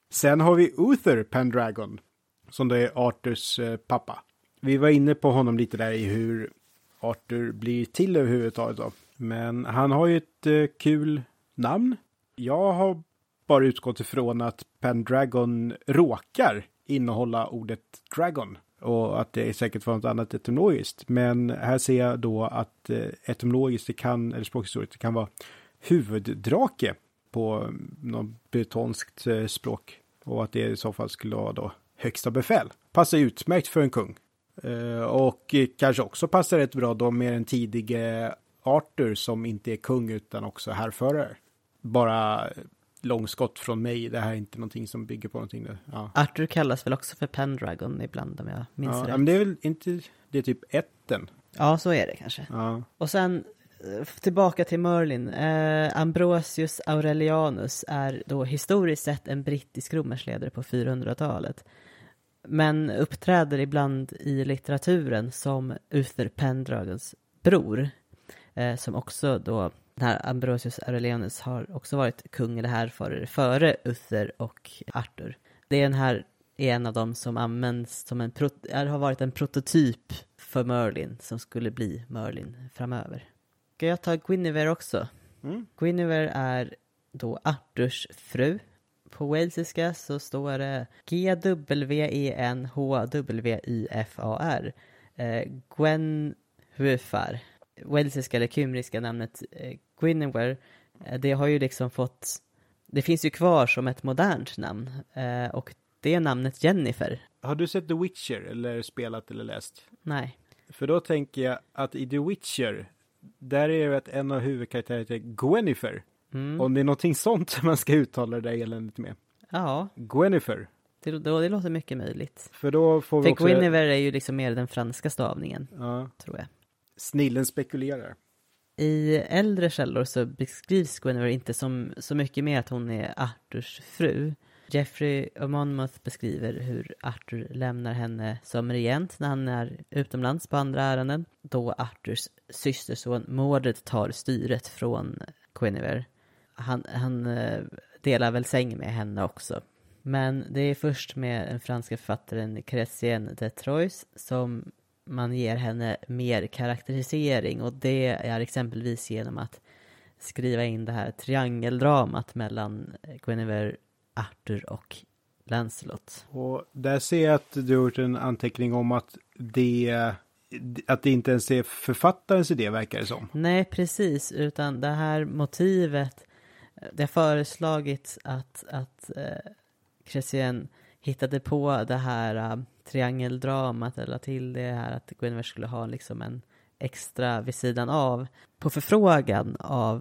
Sen har vi Uther Pendragon, som det är Arthurs pappa. Vi var inne på honom lite där i hur Arthur blir till överhuvudtaget då. Men han har ju ett kul namn. Jag har bara utgått ifrån att Pendragon råkar innehålla ordet dragon. Och att det är säkert var något annat etymologiskt. Men här ser jag då att etymologiskt eller språkhistoriskt det kan vara huvuddrake på något bretonskt språk. Och att det i så fall skulle vara då högsta befäl. Passar utmärkt för en kung. Och kanske också passar rätt bra då med en tidig Arthur som inte är kung utan också härförare. Bara långskott från mig. Det här är inte någonting som bygger på någonting. Ja. Arthur kallas väl också för Pendragon ibland om jag minns rätt. Men det är väl inte, det är typ ätten. Ja, så är det kanske. Ja. Och sen tillbaka till Merlin. Ambrosius Aurelianus är då historiskt sett en brittisk romersledare på 400-talet. Men uppträder ibland i litteraturen som Uther Pendragons bror. Som också då, den här Ambrosius Aurelianus har också varit kung eller härförare före Uther och Arthur. Det är den här en av dem som används som har varit en prototyp för Merlin som skulle bli Merlin framöver. Ska jag ta Guinevere också? Guinevere är då Arthurs fru. På walesiska så står det Gwenhwyfar. Gwenhwyfar. Walesiska eller kymriska namnet Guinevere. Det har ju liksom fått... Det finns ju kvar som ett modernt namn. Och det är namnet Jennifer. Har du sett The Witcher eller spelat eller läst? Nej. För då tänker jag att i The Witcher, där är det att en av huvudkaraktärerna heter Gwenifer. Om det är någonting sånt man ska uttala det där eländet med. Ja. Gwenifer. Det låter mycket möjligt. För då får vi också... Guinevere är ju liksom mer den franska stavningen, tror jag. Snillen spekulerar. I äldre källor så beskrivs Guinevere inte som så mycket mer att hon är Arthurs fru. Geoffrey of Monmouth beskriver hur Arthur lämnar henne som regent när han är utomlands på andra ärenden. Då Arthurs systerson Mordred tar styret från Guinevere. Han delar väl säng med henne också. Men det är först med den franska författaren Chrétien de Troyes som man ger henne mer karaktärisering. Och det är exempelvis genom att skriva in det här triangeldramat mellan Guinevere, Arthur och Lancelot. Och där ser jag att du har gjort en anteckning om att det inte ens är författarens idé, verkar det som. Nej, precis. Utan det här motivet, det har föreslagits att Chrétien hittade på det här triangeldramat eller till det här att Guinevere skulle ha liksom en extra vid sidan av på förfrågan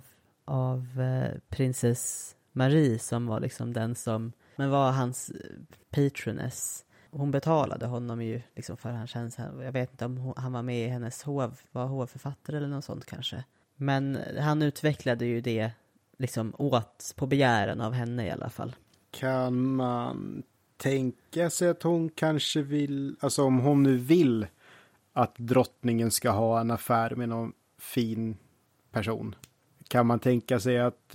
av prinsess Marie som var liksom den som var hans patroness. Hon betalade honom ju liksom för hans tjänst. Jag vet inte om han var med i hennes var hovförfattare eller något sånt kanske. Men han utvecklade ju det liksom på begäran av henne i alla fall. Kan man tänka sig att hon kanske vill, alltså om hon nu vill att drottningen ska ha en affär med någon fin person. Kan man tänka sig att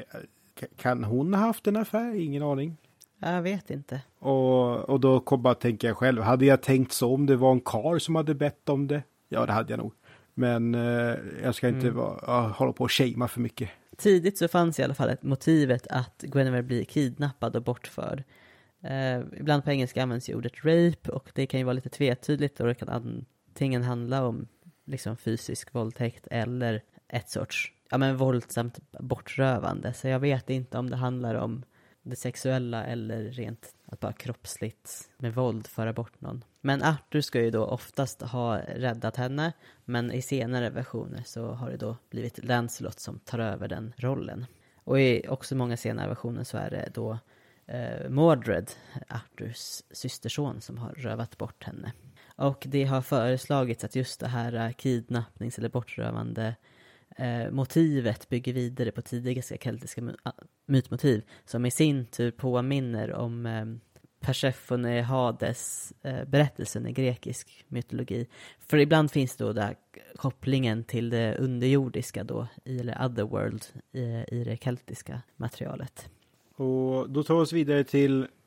kan hon ha haft en affär? Ingen aning. Jag vet inte. Och då kommer jag tänka jag själv. Hade jag tänkt så om det var en karl som hade bett om det? Ja, det hade jag nog. Men jag ska inte hålla på och shamea för mycket. Tidigt så fanns i alla fall ett motivet att Guinevere blir kidnappad och bortförd. Ibland på engelska används ju ordet rape och det kan ju vara lite tvetydigt och det kan antingen handla om liksom fysisk våldtäkt eller ett sorts våldsamt bortrövande. Så jag vet inte om det handlar om det sexuella eller rent att bara kroppsligt med våld föra bort någon. Men Arthur ska ju då oftast ha räddat henne, men i senare versioner så har det då blivit Lancelot som tar över den rollen. Och i också många senare versioner så är det då Mordred, Arthurs systerson, som har rövat bort henne. Och det har föreslagits att just det här kidnappnings- eller bortrövande motivet bygger vidare på tidigaste keltiska mytmotiv som i sin tur påminner om Persephone Hades berättelsen i grekisk mytologi. För ibland finns då där kopplingen till det underjordiska då, eller otherworld i det keltiska materialet. Och då tar vi oss vidare till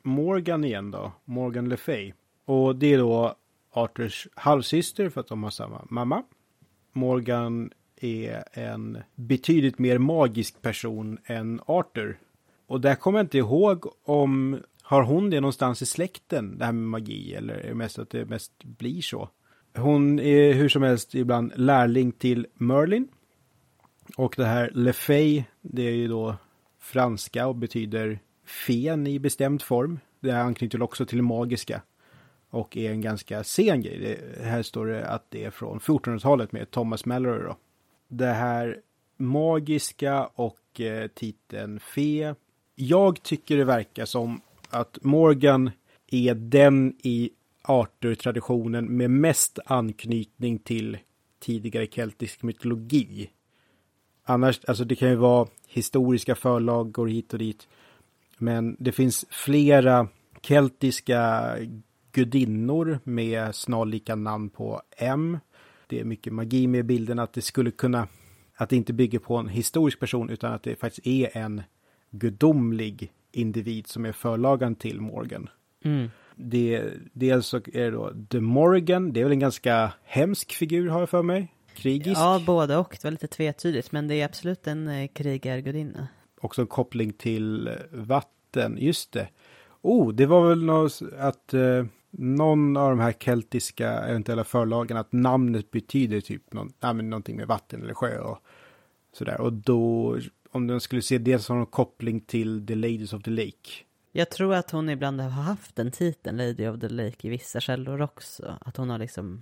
Morgan igen då. Morgan Le Fay. Och det är då Arthurs halvsyster för att de har samma mamma. Morgan är en betydligt mer magisk person än Arthur. Och där kommer jag inte ihåg om har hon det någonstans i släkten, det här med magi, eller är det mest att det mest blir så? Hon är hur som helst ibland lärling till Merlin. Och det här Le Fay, det är ju då franska och betyder fen i bestämd form. Det här anknyter också till det magiska. Och är en ganska sen grej. Här står det att det är från 1400-talet med Thomas Mallory då. Det här magiska och titeln fe. Jag tycker det verkar som att Morgan är den i Arthur-traditionen med mest anknytning till tidigare keltisk mytologi. Annars, alltså det kan ju vara historiska förlagor hit och dit. Men det finns flera keltiska gudinnor med snarlika namn på M. Det är mycket magi med bilden att det skulle kunna, att det inte bygger på en historisk person utan att det faktiskt är en gudomlig individ som är förlagan till Morgan. Mm. Dels så är det då The Morgan, det är väl en ganska hemsk figur har jag för mig. Krigisk. Ja, både och. Det var lite tvetydigt, men det är absolut en krigargudinna. Också en koppling till vatten, just det. Det var väl något att någon av de här keltiska eventuella förlagen att namnet betyder typ någonting med vatten eller sjö och sådär. Och då, om den skulle se det som en koppling till The Ladies of the Lake. Jag tror att hon ibland har haft den titeln, Lady of the Lake, i vissa källor också. Att hon har liksom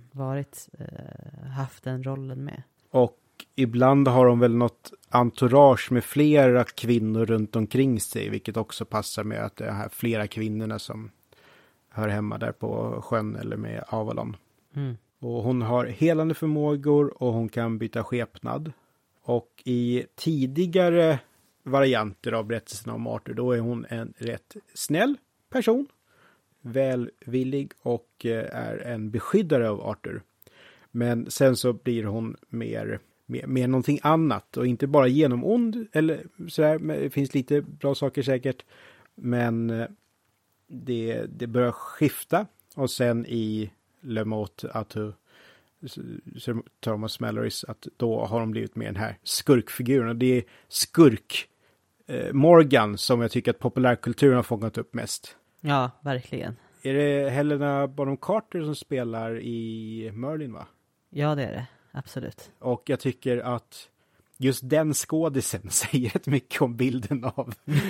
haft den rollen med. Och ibland har de väl något entourage med flera kvinnor runt omkring sig. Vilket också passar med att det är här flera kvinnorna som hör hemma där på sjön eller med Avalon. Mm. Och hon har helande förmågor och hon kan byta skepnad. Och i tidigare varianter av berättelsen om Arthur, då är hon en rätt snäll person. Välvillig och är en beskyddare av Arthur. Men sen så blir hon mer någonting annat. Och inte bara genomond eller sådär. Men det finns lite bra saker säkert. Men det börjar skifta. Och sen i Le Mot Arthur, Thomas Mallorys, att då har de blivit med den här skurkfiguren. Och det är skurk Morgan som jag tycker att populärkulturen har fångat upp mest. Ja, verkligen. Är det Helena Bonham Carter som spelar i Merlin, va? Ja, det är det. Absolut. Och jag tycker att just den skådisen säger rätt mycket om bilden av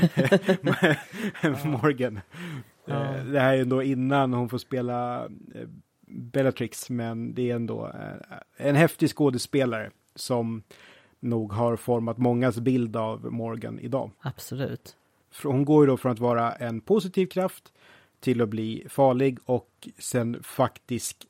Morgan. Ja. Det här är ändå innan hon får spela Bellatrix, men det är ändå en häftig skådespelare som nog har format mångas bild av Morgan idag. Absolut. Hon går ju då från att vara en positiv kraft till att bli farlig och sen faktiskt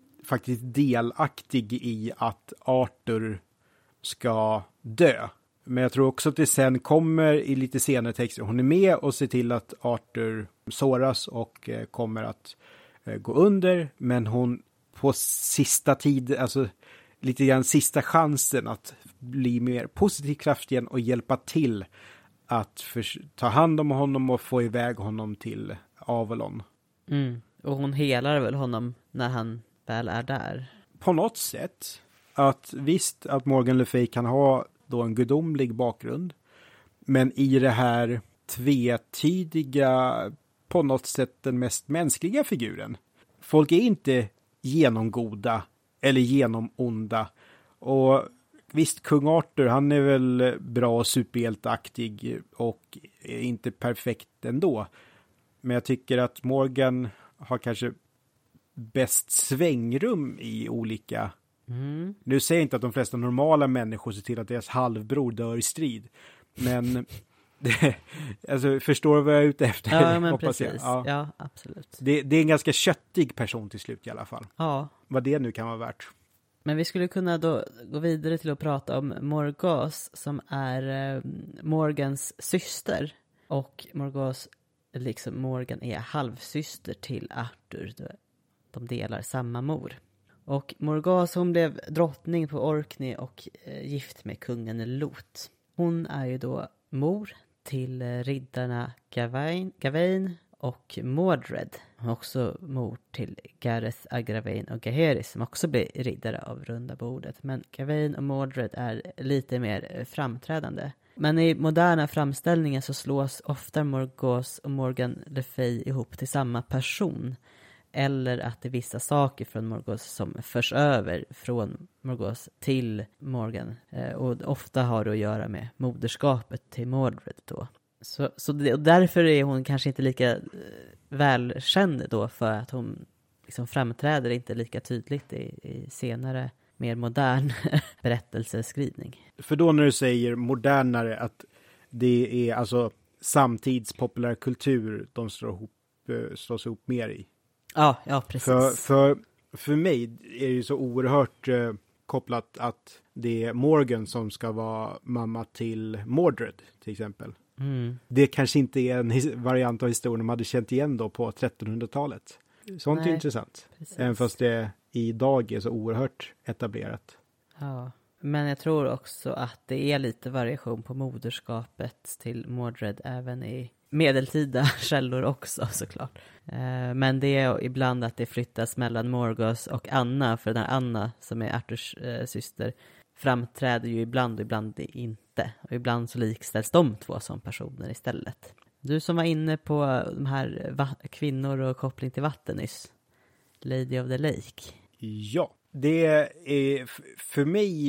delaktig i att Arthur ska dö. Men jag tror också att det sen kommer i lite senare texter. Hon är med och ser till att Arthur såras och kommer att gå under. Men hon på sista tid, alltså lite grann sista chansen att bli mer positiv kraft igen och hjälpa till att ta hand om honom och få iväg honom till Avalon. Mm. Och hon helar väl honom när han väl är där. På något sätt. Att visst att Morgan Le Fay kan ha då en gudomlig bakgrund. Men i det här tvetydiga, på något sätt den mest mänskliga figuren. Folk är inte genomgoda eller genomonda. Och visst, kung Arthur, han är väl bra och superhjälteaktig och är inte perfekt ändå. Men jag tycker att Morgan har kanske bäst svängrum i olika... Mm. Nu säger jag inte att de flesta normala människor ser till att deras halvbror dör i strid. Men alltså, förstår du vad jag är ute efter? Ja, men precis. Ja, absolut. Det är en ganska köttig person till slut i alla fall. Ja. Vad det nu kan vara värt. Men vi skulle kunna då gå vidare till att prata om Morgause som är Morgans syster. Och Morgause, liksom Morgan, är halvsyster till Arthur. De delar samma mor. Och Morgause, hon blev drottning på Orkney och gift med kungen Lot. Hon är ju då mor till riddarna Gawain och Mordred. Hon är också mor till Gareth, Agravain och Gaheris som också blir riddare av runda bordet. Men Gawain och Mordred är lite mer framträdande. Men i moderna framställningar så slås ofta Morgause och Morgan Le Fay ihop till samma person. Eller att det är vissa saker från Morgause som förs över från Morgause till Morgan. Och ofta har det att göra med moderskapet till Mordred då. Och därför är hon kanske inte lika välkänd då, för att hon liksom framträder inte lika tydligt i senare, mer modern berättelseskrivning. För då när du säger modernare, att det är alltså samtidspopulär kultur de slås ihop mer i. Ja, precis. För mig är det ju så oerhört kopplat att det är Morgan som ska vara mamma till Mordred till exempel. Mm. Det kanske inte är en variant av historien de hade känt igen då på 1300-talet. Sånt är intressant. Precis. Även fast det idag är så oerhört etablerat. Ja, men jag tror också att det är lite variation på moderskapet till Mordred även i medeltida källor också såklart. Men det är ibland att det flyttas mellan Morgause och Anna, för den här Anna som är Arthurs syster framträder ju ibland och ibland inte. Och ibland så likställs de två som personer istället. Du som var inne på de här kvinnor och koppling till vatten nyss. Lady of the Lake. Ja. Det är för mig,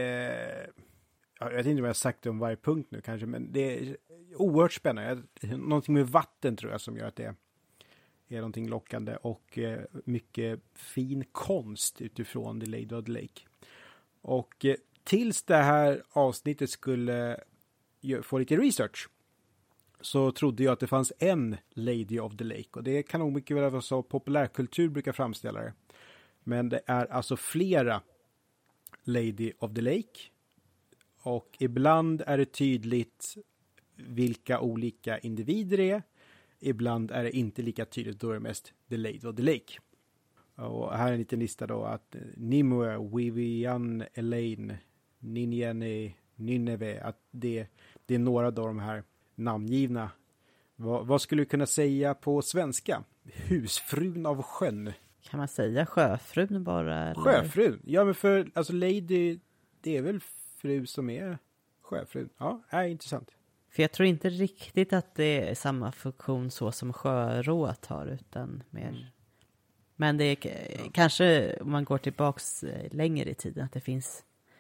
jag vet inte om jag har sagt det om varje punkt nu kanske, men det är oerhört spännande. Någonting med vatten tror jag som gör att det är någonting lockande och mycket fin konst utifrån The Lady of the Lake. Och tills det här avsnittet skulle få lite research så trodde jag att det fanns en Lady of the Lake, och det kan nog mycket väl vara så populärkultur brukar framställa det. Men det är alltså flera Lady of the Lake. Och ibland är det tydligt vilka olika individer det är. Ibland är det inte lika tydligt, då är det mest The Lady of the Lake. Och här är en liten lista då att Nimue, Vivian, Elaine, Ninjane, Nineve. Att det är några av de här namngivna. Vad skulle du kunna säga på svenska? Husfrun av sjön. Kan man säga sjöfrun bara? Eller? Sjöfrun? Ja, men för alltså Lady, det är väl fru som är sjöfrun. Ja, är intressant. För jag tror inte riktigt att det är samma funktion så som sjörået har, utan mer. Mm. Men det är kanske, om man går tillbaks längre i tiden, att det finns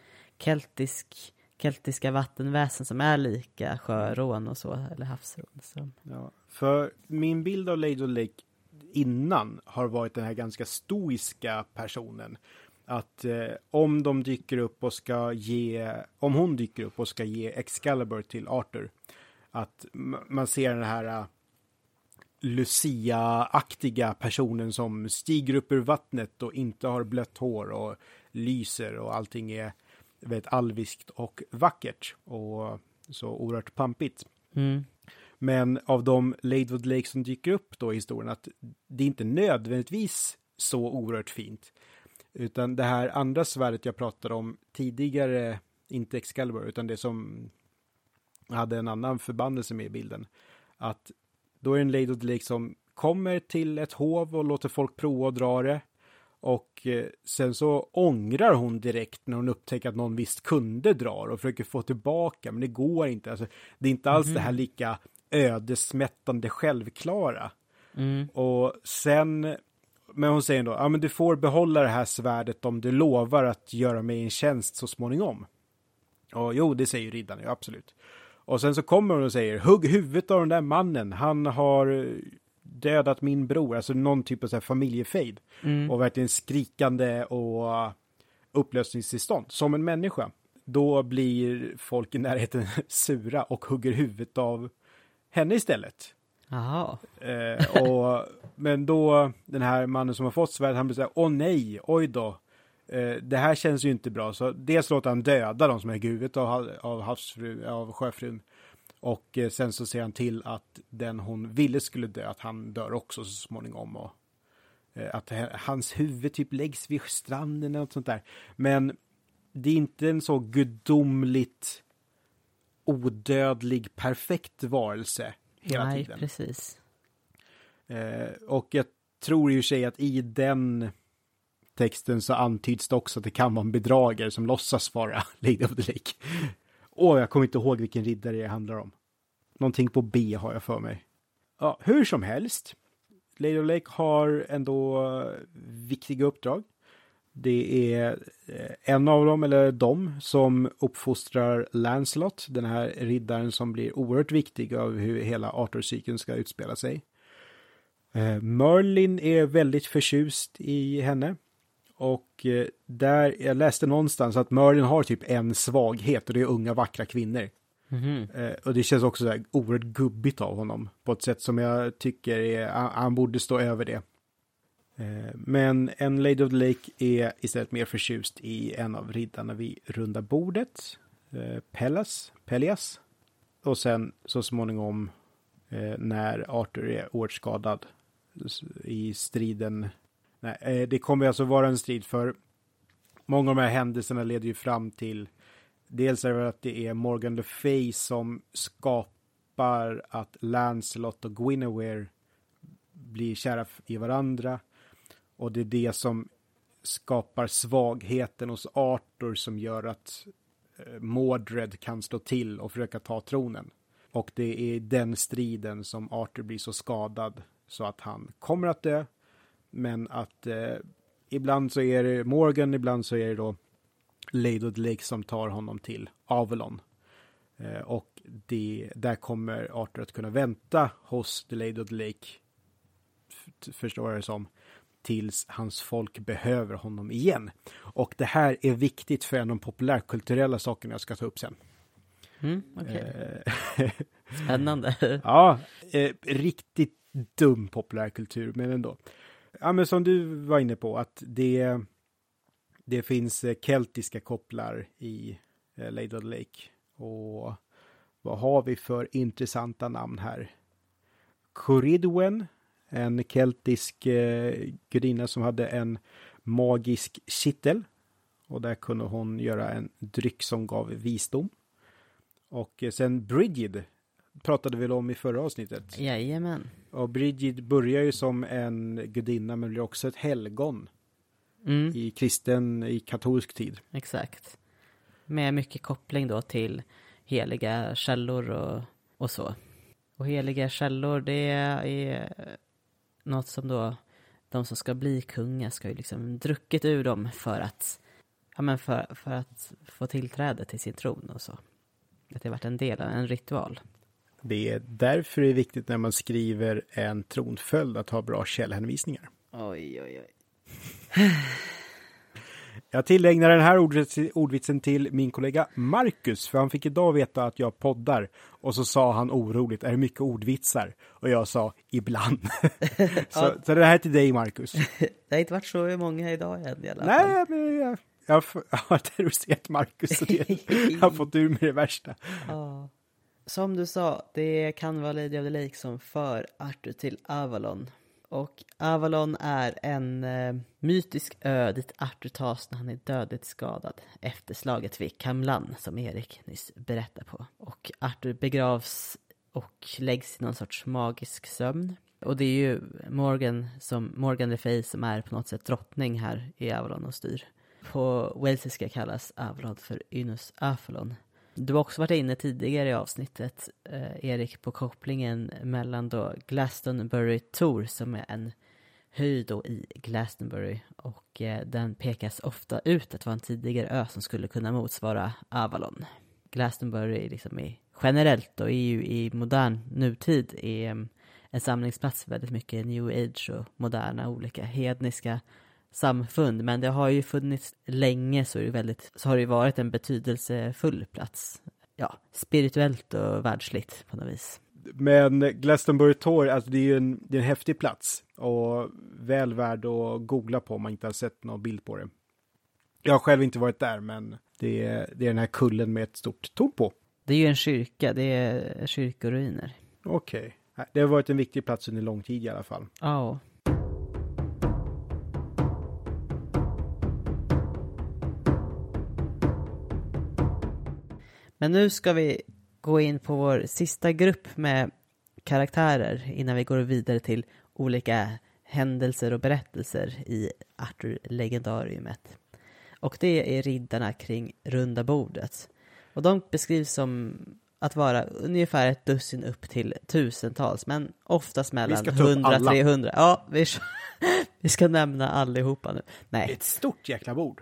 keltiska vattenväsen som är lika sjörån och så, eller havsrån. Så. Ja, för min bild av Lady of the Lake innan har varit den här ganska stoiska personen. Att om de dyker upp och om hon dyker upp och ska ge Excalibur till Arthur, att man ser den här Lucia-aktiga personen som stiger upp ur vattnet och inte har blött hår och lyser och allting är väldigt alviskt och vackert och så oerhört pampigt. Mm. Men av de Lady of the Lake som dyker upp då i historien, att det inte nödvändigtvis så oerhört fint. Utan det här andra svärdet jag pratade om tidigare, inte Excalibur, utan det som hade en annan förbannelse med i bilden. Att då är en Lady of the Lake som kommer till ett hov och låter folk prova och dra det. Och sen så ångrar hon direkt när hon upptäcker att någon visst kunde dra och försöker få tillbaka, men det går inte. Alltså, det är inte alls det här lika ödesmättande självklara. Mm. Och sen, men hon säger då, ja men du får behålla det här svärdet om du lovar att göra mig en tjänst så småningom. Och jo, det säger riddaren, ja absolut. Och sen så kommer hon och säger, hugg huvudet av den där mannen, han har dödat min bror, alltså någon typ av så här familjefejd. Och verkligen skrikande och upplösningstillstånd som en människa. Då blir folk i närheten sura och hugger huvudet av henne istället. Jaha. Men då den här mannen som har fått svärd, han blir såhär, åh nej, oj då. Det här känns ju inte bra. Så dels låter han döda de som är huvudet av sjöfrun. Och sen så ser han till att den hon ville skulle dö, att han dör också så småningom. Och att hans huvud typ läggs vid stranden eller något sånt där. Men det är inte en så gudomligt odödlig, perfekt varelse hela tiden. Nej, precis. Och jag tror i och för sig att i den texten så antyds det också att det kan vara en bedragare som låtsas vara Lady of the Lake. Jag kommer inte ihåg vilken riddare det handlar om. Någonting på B har jag för mig. Ja, hur som helst. Lady of the Lake har ändå viktiga uppdrag. Det är en av dem, eller de, som uppfostrar Lancelot, den här riddaren som blir oerhört viktig av hur hela Arthur-cykeln ska utspela sig. Merlin är väldigt förtjust i henne. Och där, jag läste någonstans att Merlin har typ en svaghet och det är unga vackra kvinnor. Och det känns också så här oerhört gubbigt av honom på ett sätt som jag tycker han borde stå över det. Men en Lady of the Lake är istället mer förtjust i en av riddarna vid runda bordet, Pelias. Och sen så småningom när Arthur är oerhört skadad i striden. Det kommer alltså vara en strid, för många av de här händelserna leder ju fram till, dels är det att det är Morgan Le Fay som skapar att Lancelot och Guinevere blir kära i varandra. Och det är det som skapar svagheten hos Arthur som gör att Mordred kan slå till och försöka ta tronen. Och det är den striden som Arthur blir så skadad så att han kommer att dö. Men att ibland så är det Morgan, ibland så är det då Lady of the Lake som tar honom till Avalon. Och där kommer Arthur att kunna vänta hos The Lady of the Lake, förstår jag det som, tills hans folk behöver honom igen. Och det här är viktigt för en av de populärkulturella sakerna jag ska ta upp sen. Okay. Spännande. Ja, riktigt dum populärkultur, men ändå. Ja, men som du var inne på, att det finns keltiska kopplar i Lady of the Lake. Och vad har vi för intressanta namn här? Coridwen, en keltisk gudinna som hade en magisk kittel. Och där kunde hon göra en dryck som gav visdom. Och sen Brigid pratade vi om i förra avsnittet. Jajamän. Och Brigid börjar ju som en gudinna men blir också ett helgon. I katolsk tid. Exakt. Med mycket koppling då till heliga källor och så. Och heliga källor, det är något som då de som ska bli kungar ska ju liksom druckit ur dem för att för att få tillträde till sin tron och så. Att det har varit en del av en ritual. Det är därför det är viktigt när man skriver en tronföljd att ha bra källhänvisningar. Oj. Jag tillägnar den här ordvitsen till min kollega Marcus, för han fick idag veta att jag poddar. Och så sa han oroligt, är det mycket ordvitsar? Och jag sa, ibland. så det här är till dig, Marcus. Det har inte varit så många idag än i alla fall. Nej, men jag har terroriserat Marcus och jag har fått ur med det värsta. Ja. Som du sa, det kan vara Lady of the Lake som för Arthur till Avalon. Och Avalon är en mytisk ö dit Arthur tas när han är dödligt skadad efter slaget vid Camlan som Erik nyss berättade på. Och Arthur begravs och läggs i någon sorts magisk sömn. Och det är ju Morgan Le Fay som är på något sätt drottning här i Avalon och styr. På walesiska kallas Avalon för Ynys Afalon. Du har också varit inne tidigare i avsnittet, Erik, på kopplingen mellan då Glastonbury Tor som är en höjd då i Glastonbury. Och den pekas ofta ut att vara en tidigare ö som skulle kunna motsvara Avalon. Glastonbury liksom generellt och i modern nutid är en samlingsplats för väldigt mycket new age och moderna olika hedniska samfund, men det har ju funnits länge så har det varit en betydelsefull plats. Ja, spirituellt och världsligt på något vis. Men Glastonbury Tor, alltså det är en häftig plats och väl värd att googla på om man inte har sett någon bild på det. Jag har själv inte varit där, men det är den här kullen med ett stort torn på. Det är ju en kyrka, det är kyrkoruiner. Okej. Det har varit en viktig plats under lång tid i alla fall. Ja. Men nu ska vi gå in på vår sista grupp med karaktärer innan vi går vidare till olika händelser och berättelser i Arthur-legendariumet. Och det är riddarna kring runda bordet. Och de beskrivs som att vara ungefär ett dussin upp till tusentals, men oftast mellan 100-300. Ja, vi ska nämna allihopa nu. Nej. Ett stort jäkla bord.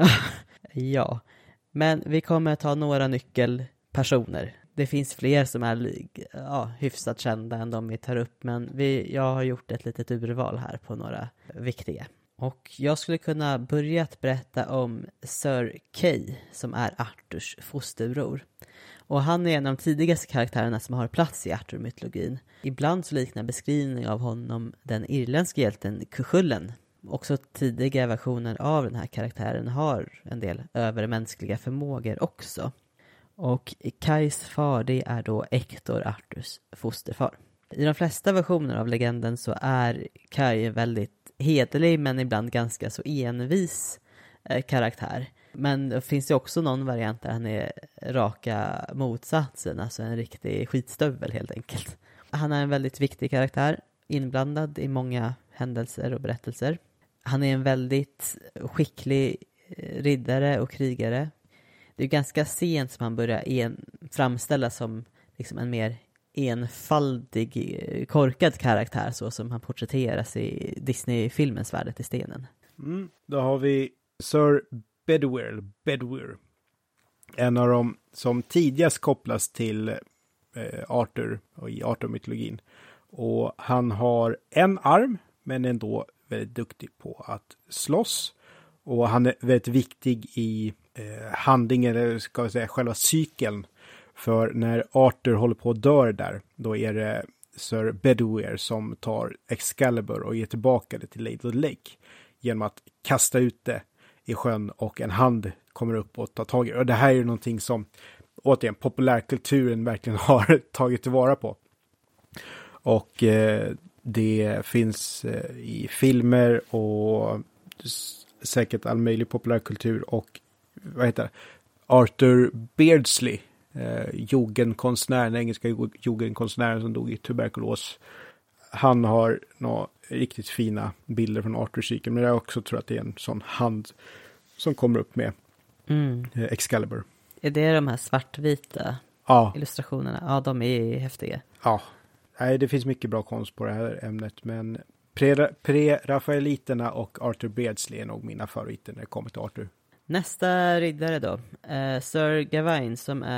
Ja, men vi kommer ta några nyckelpersoner. Det finns fler som är hyfsat kända än de vi tar upp, men jag har gjort ett litet urval här på några viktiga. Och jag skulle kunna börja att berätta om Sir Kay, som är Arthurs fosterbror. Och han är en av de tidigaste karaktärerna som har plats i Arthur-mytologin. Ibland så liknar beskrivning av honom den irländska hjälten Cuchulainn. Också tidiga versioner av den här karaktären har en del övermänskliga förmågor också. Och Kays far, det är då Hector, Arthurs fosterfar. I de flesta versioner av legenden så är Kay väldigt hederlig men ibland ganska så envis karaktär. Men det finns ju också någon variant där han är raka motsatsen, alltså en riktig skitstövel helt enkelt. Han är en väldigt viktig karaktär, inblandad i många händelser och berättelser. Han är en väldigt skicklig riddare och krigare. Det är ganska sent som han börjar framställas som liksom en mer enfaldig, korkad karaktär, så som han porträtteras i Disney-filmen Svärdet i stenen. Då har vi Sir Bedwyr. En av dem som tidigast kopplas till Arthur och i Arthur-mytologin. Och han har en arm, men ändå väldigt duktig på att slåss. Och han är väldigt viktig i handlingen, eller ska jag säga själva cykeln. För när Arthur håller på att dö där, då är det Sir Bedwyr som tar Excalibur och ger tillbaka det till Lady of the Lake genom att kasta ut det i sjön och en hand kommer upp och tar tag i det. Och det här är ju någonting som återigen populärkulturen verkligen har tagit tillvara på. Och det finns i filmer och säkert all möjlig populärkultur. Och vad heter det? Arthur Beardsley, jugendkonstnären, den engelska jugendkonstnären som dog i tuberkulos. Han har några riktigt fina bilder från Arthur-cykeln, men jag också tror att det är en sån hand som kommer upp med Excalibur. Är det de här svartvita illustrationerna? Ja, de är häftiga. Ja, nej, det finns mycket bra konst på det här ämnet, men pre-Rafaeliterna och Arthur Beardsley är nog mina favoriter när det kommer till Arthur. Nästa riddare då, Sir Gawain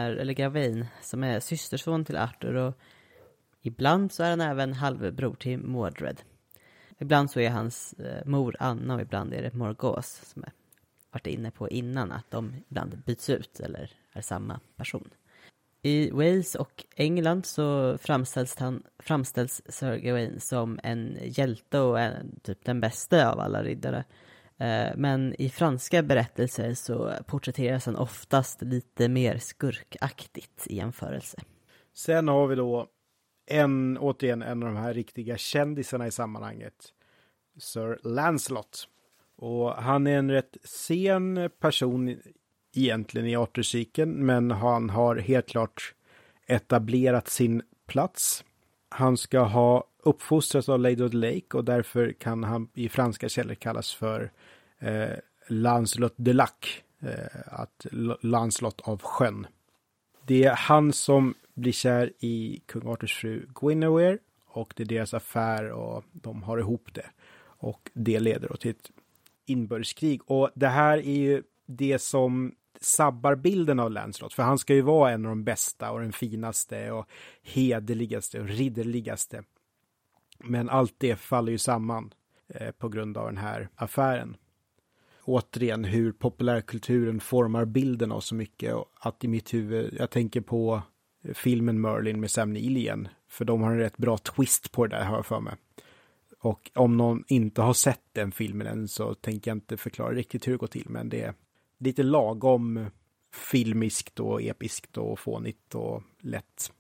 som är systerson till Arthur, och ibland så är han även halvbror till Mordred. Ibland så är hans mor Anna och ibland är det Morgause som jag varit inne på innan, att de ibland byts ut eller är samma person. I Wales och England så framställs Sir Gawain som en hjälte och typ den bästa av alla riddare. Men i franska berättelser så porträtteras han oftast lite mer skurkaktigt i jämförelse. Sen har vi då återigen en av de här riktiga kändisarna i sammanhanget, Sir Lancelot. Och han är en rätt sen person egentligen i Arthur-cykeln, men han har helt klart etablerat sin plats. Han ska ha uppfostrats av Lady of the Lake och därför kan han i franska källor kallas för Lancelot de Lac, att Lancelot av sjön. Det är han som blir kär i kung Arthurs fru Guinevere och det är deras affär och de har ihop det. Och det leder då till ett inbördeskrig. Och det här är ju det som sabbar bilden av Lancelot. För han ska ju vara en av de bästa och den finaste och hederligaste och ridderligaste. Men allt det faller ju samman på grund av den här affären. Återigen hur populärkulturen formar bilden av så mycket. Och att i mitt huvud, jag tänker på filmen Merlin med Sam Neill igen. För de har en rätt bra twist på det där, har jag för mig. Och om någon inte har sett den filmen än så tänker jag inte förklara riktigt hur det går till. Men det är lite lagom filmiskt och episkt och fånigt och lätt.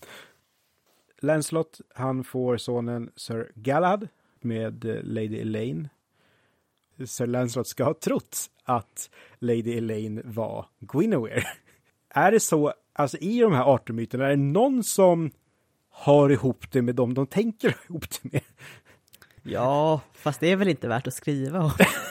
Lancelot, han får sonen Sir Galahad med Lady Elaine. Sir Lancelot ska ha trott att Lady Elaine var Guinevere. Är det så, alltså i de här Arthur-myterna, är det någon som har ihop det med dem de tänker ihop det med? Ja, fast det är väl inte värt att skriva om.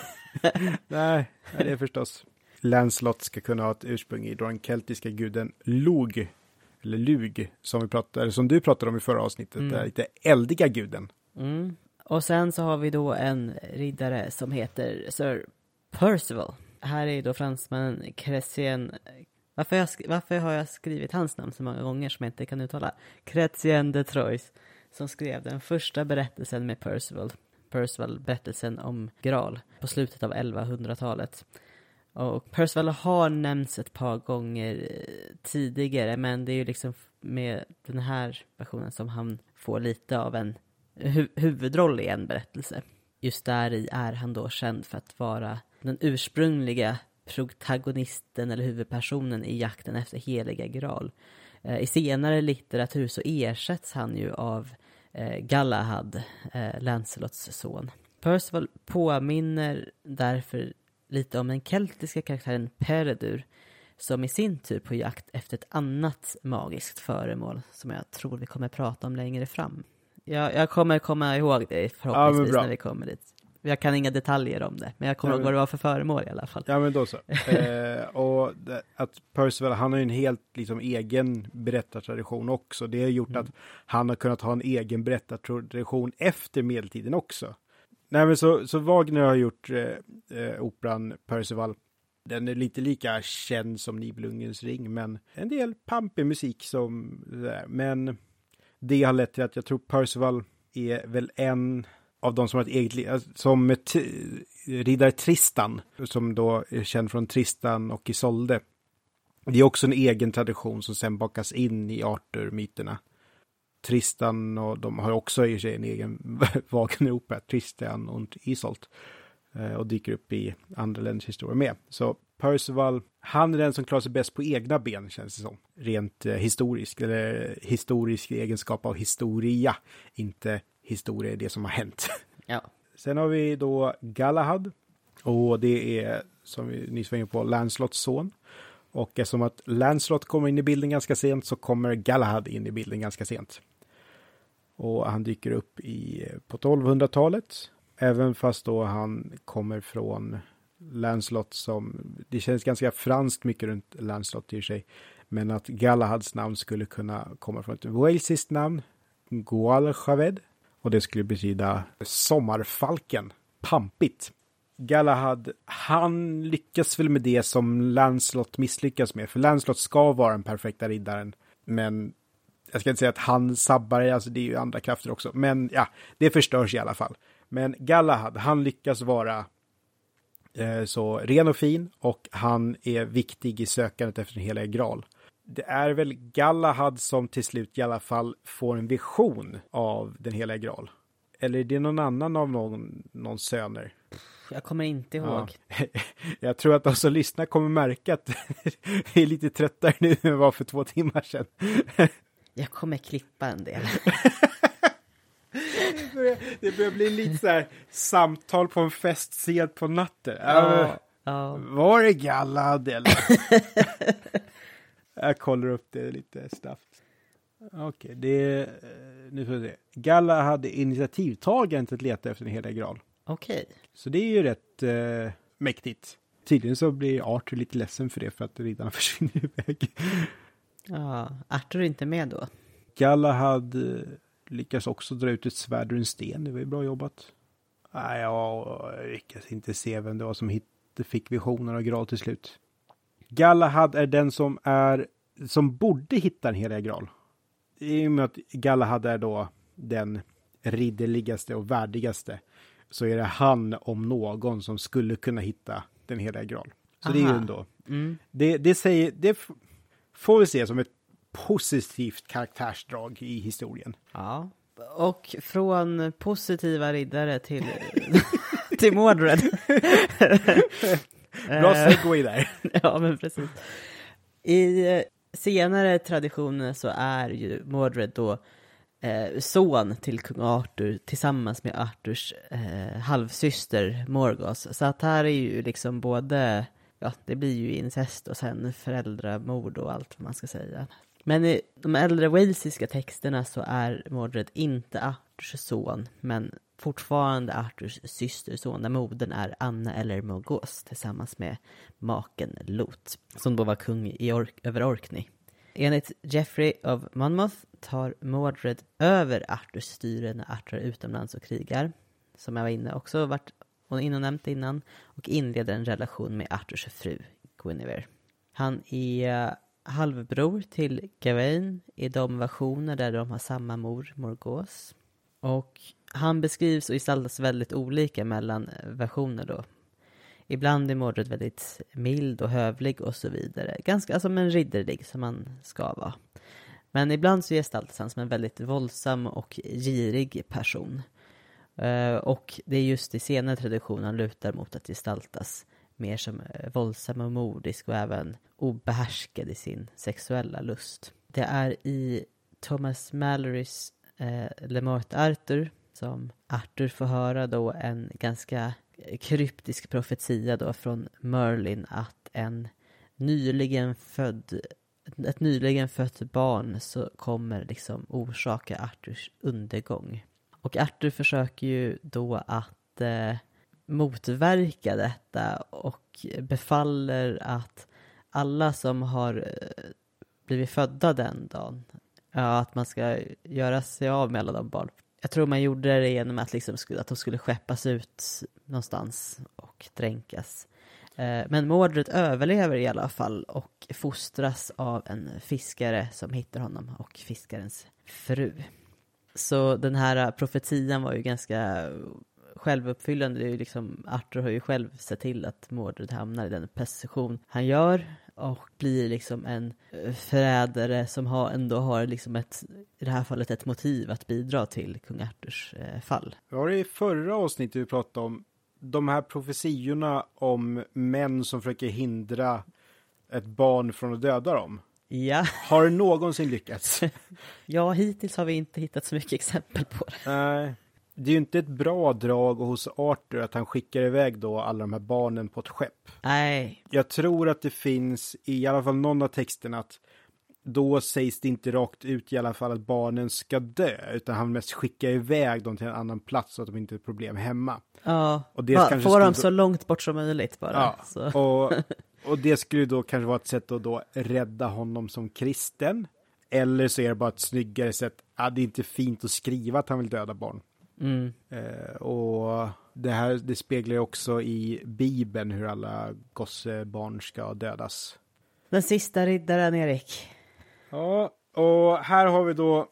Nej, det är förstås. Lancelot ska kunna ha ett ursprung i då den keltiska guden Lug, eller Lug, som du pratade om i förra avsnittet, den lite eldiga guden. Mm. Och sen så har vi då en riddare som heter Sir Percival. Här är då fransmannen Chrétien. Varför har jag skrivit hans namn så många gånger som jag inte kan uttala? Chrétien de Troyes, som skrev den första berättelsen med Percival, berättelsen om Graal, på slutet av 1100-talet. Och Percival har nämnts ett par gånger tidigare, men det är ju liksom med den här versionen som han får lite av en huvudroll i en berättelse. Just där i är han då känd för att vara den ursprungliga protagonisten eller huvudpersonen i jakten efter heliga Graal. I senare litteratur så ersätts han ju av Galahad, Lancelots son. Percival påminner därför lite om den keltiska karaktären Peredur, som i sin tur på jakt efter ett annat magiskt föremål som jag tror vi kommer prata om längre fram. Jag kommer komma ihåg det förhoppningsvis när vi kommer dit. Jag kan inga detaljer om det, men jag kommer ihåg vad det var för föremål i alla fall. Ja, men då så. Och att Percival, han har ju en helt liksom egen berättartradition också. Det har gjort att han har kunnat ha en egen berättartradition efter medeltiden också. Nej, men så Wagner har gjort operan Percival. Den är lite lika känd som Nibelungens ring, men en del pampig musik som där. Men det har lett till att jag tror Percival är väl en av de som har ett eget liv, som riddare Tristan, som då är känd från Tristan och Isolde. Det är också en egen tradition som sen bakas in i Arthur-myterna. Tristan och de har också i sig en egen Wagner-opera, Tristan och Isolt, och dyker upp i andra länders historia med. Så Percival, han är den som klarar sig bäst på egna ben, känns det som. Rent historisk, eller historisk egenskap av historia, inte historia är det som har hänt. Ja. Sen har vi då Galahad, och det är, som vi nyss var inne på, Lancelots son. Och eftersom att Lancelot kommer in i bilden ganska sent, så kommer Galahad in i bilden ganska sent. Och han dyker upp på 1200-talet. Även fast då han kommer från Lancelot, som det känns ganska franskt mycket runt Lancelot i sig. Men att Galahads namn skulle kunna komma från ett walesiskt namn, Gualchaved. Och det skulle betyda sommarfalken, pampigt. Galahad, han lyckas väl med det som Lancelot misslyckas med. För Lancelot ska vara den perfekta riddaren. Men jag ska inte säga att han sabbar, alltså det är ju andra krafter också. Men ja, det förstörs i alla fall. Men Galahad, han lyckas vara så ren och fin. Och han är viktig i sökandet efter en helig Graal. Det är väl Galahad som till slut i alla fall får en vision av den heliga Graal. Eller är det någon annan av någon söner? Jag kommer inte ihåg. Ja. Jag tror att de som lyssnar kommer märka att vi är lite tröttare nu än vad var för 2 timmar sedan. Jag kommer klippa en del. Det börjar bli lite så här samtal på en fest sent på natten. Ja. Var det Galahad eller? Jag kollar upp det lite snabbt. Okej, nu får vi se. Galahad är initiativtagaren till att leta efter en helig Graal. Okej. Så det är ju rätt mäktigt. Tydligen så blir Arthur lite ledsen för det, för att riddarna försvinner iväg. Ja, Arthur är inte med då. Galahad lyckas också dra ut ett svärd ur en sten. Det var ju bra jobbat. Nej, jag lyckas inte se vem det var som fick visionen av Graal till slut. Galahad är den som borde hitta en helig Graal. I och med att Galahad är då den ridderligaste och värdigaste, så är det han om någon som skulle kunna hitta den heliga Graal. Så det är ju ändå. Det får vi se som ett positivt karaktärsdrag i historien. Ja. Och från positiva riddare till till Mordred. Bra segway där. Ja, men precis. I senare traditioner så är ju Mordred då son till kung Arthur tillsammans med Arthurs halvsyster Morgause. Så att här är ju liksom både, ja, det blir ju incest och sen föräldramord och allt vad man ska säga. Men i de äldre walesiska texterna så är Mordred inte Arthurs son, men fortfarande Arthurs systerson, där modern är Anna eller Morgause tillsammans med maken Lot, som då var kung över Orkney. Enligt Geoffrey of Monmouth tar Mordred över Arthurs styre när Arthur är utomlands och krigar, som jag var inne också varit nämnt innan, och inleder en relation med Arthurs fru Guinevere. Han är halvbror till Gawain i de versioner där de har samma mor, Morgause. Och han beskrivs och gestaltas väldigt olika mellan versioner då. Ibland är Mordred väldigt mild och hövlig och så vidare. Ganska som en ridderlig som man ska vara. Men ibland så gestaltas han som en väldigt våldsam och girig person. Och det är just i senare traditionen han lutar mot att gestaltas mer som våldsam och mordisk och även obehärskad i sin sexuella lust. Det är i Thomas Mallorys Le Morte Arthur som Arthur får höra då en ganska kryptisk profetia då från Merlin att ett nyligen fött barn så kommer liksom orsaka Arthurs undergång. Och Arthur försöker ju då att motverka detta och befaller att alla som har blivit födda den dagen, att man ska göra sig av med alla de barn. Jag tror man gjorde det genom att, liksom, att de skulle skeppas ut någonstans och dränkas. Men Mordred överlever i alla fall och fostras av en fiskare som hittar honom och fiskarens fru. Så den här profetian var ju ganska självuppfyllande. Det är ju liksom, Arthur har ju själv sett till att Mordred hamnar i den position han gör och blir liksom en förrädare som ändå har liksom i det här fallet ett motiv att bidra till kung Arthurs fall. Det var det i förra avsnittet vi pratade om de här profetiorna om män som försöker hindra ett barn från att döda dem. Ja. Har det någonsin lyckats? Ja, hittills har vi inte hittat så mycket exempel på det. Nej, det är ju inte ett bra drag hos Arthur att han skickar iväg då alla de här barnen på ett skepp. Nej. Jag tror att det finns i alla fall någon av texterna att då sägs det inte rakt ut i alla fall att barnen ska dö, utan han mest skickar iväg dem till en annan plats så att de inte är ett problem hemma. Ja, och det får dem så långt bort som möjligt bara. Ja, så. Och det skulle då kanske vara ett sätt att då rädda honom som kristen. Eller så är det bara ett snyggare sätt. Det är inte fint att skriva att han vill döda barn. Mm. Och det speglar ju också i Bibeln hur alla gossebarn ska dödas. Den sista riddaren, Erik. Ja, och här har vi då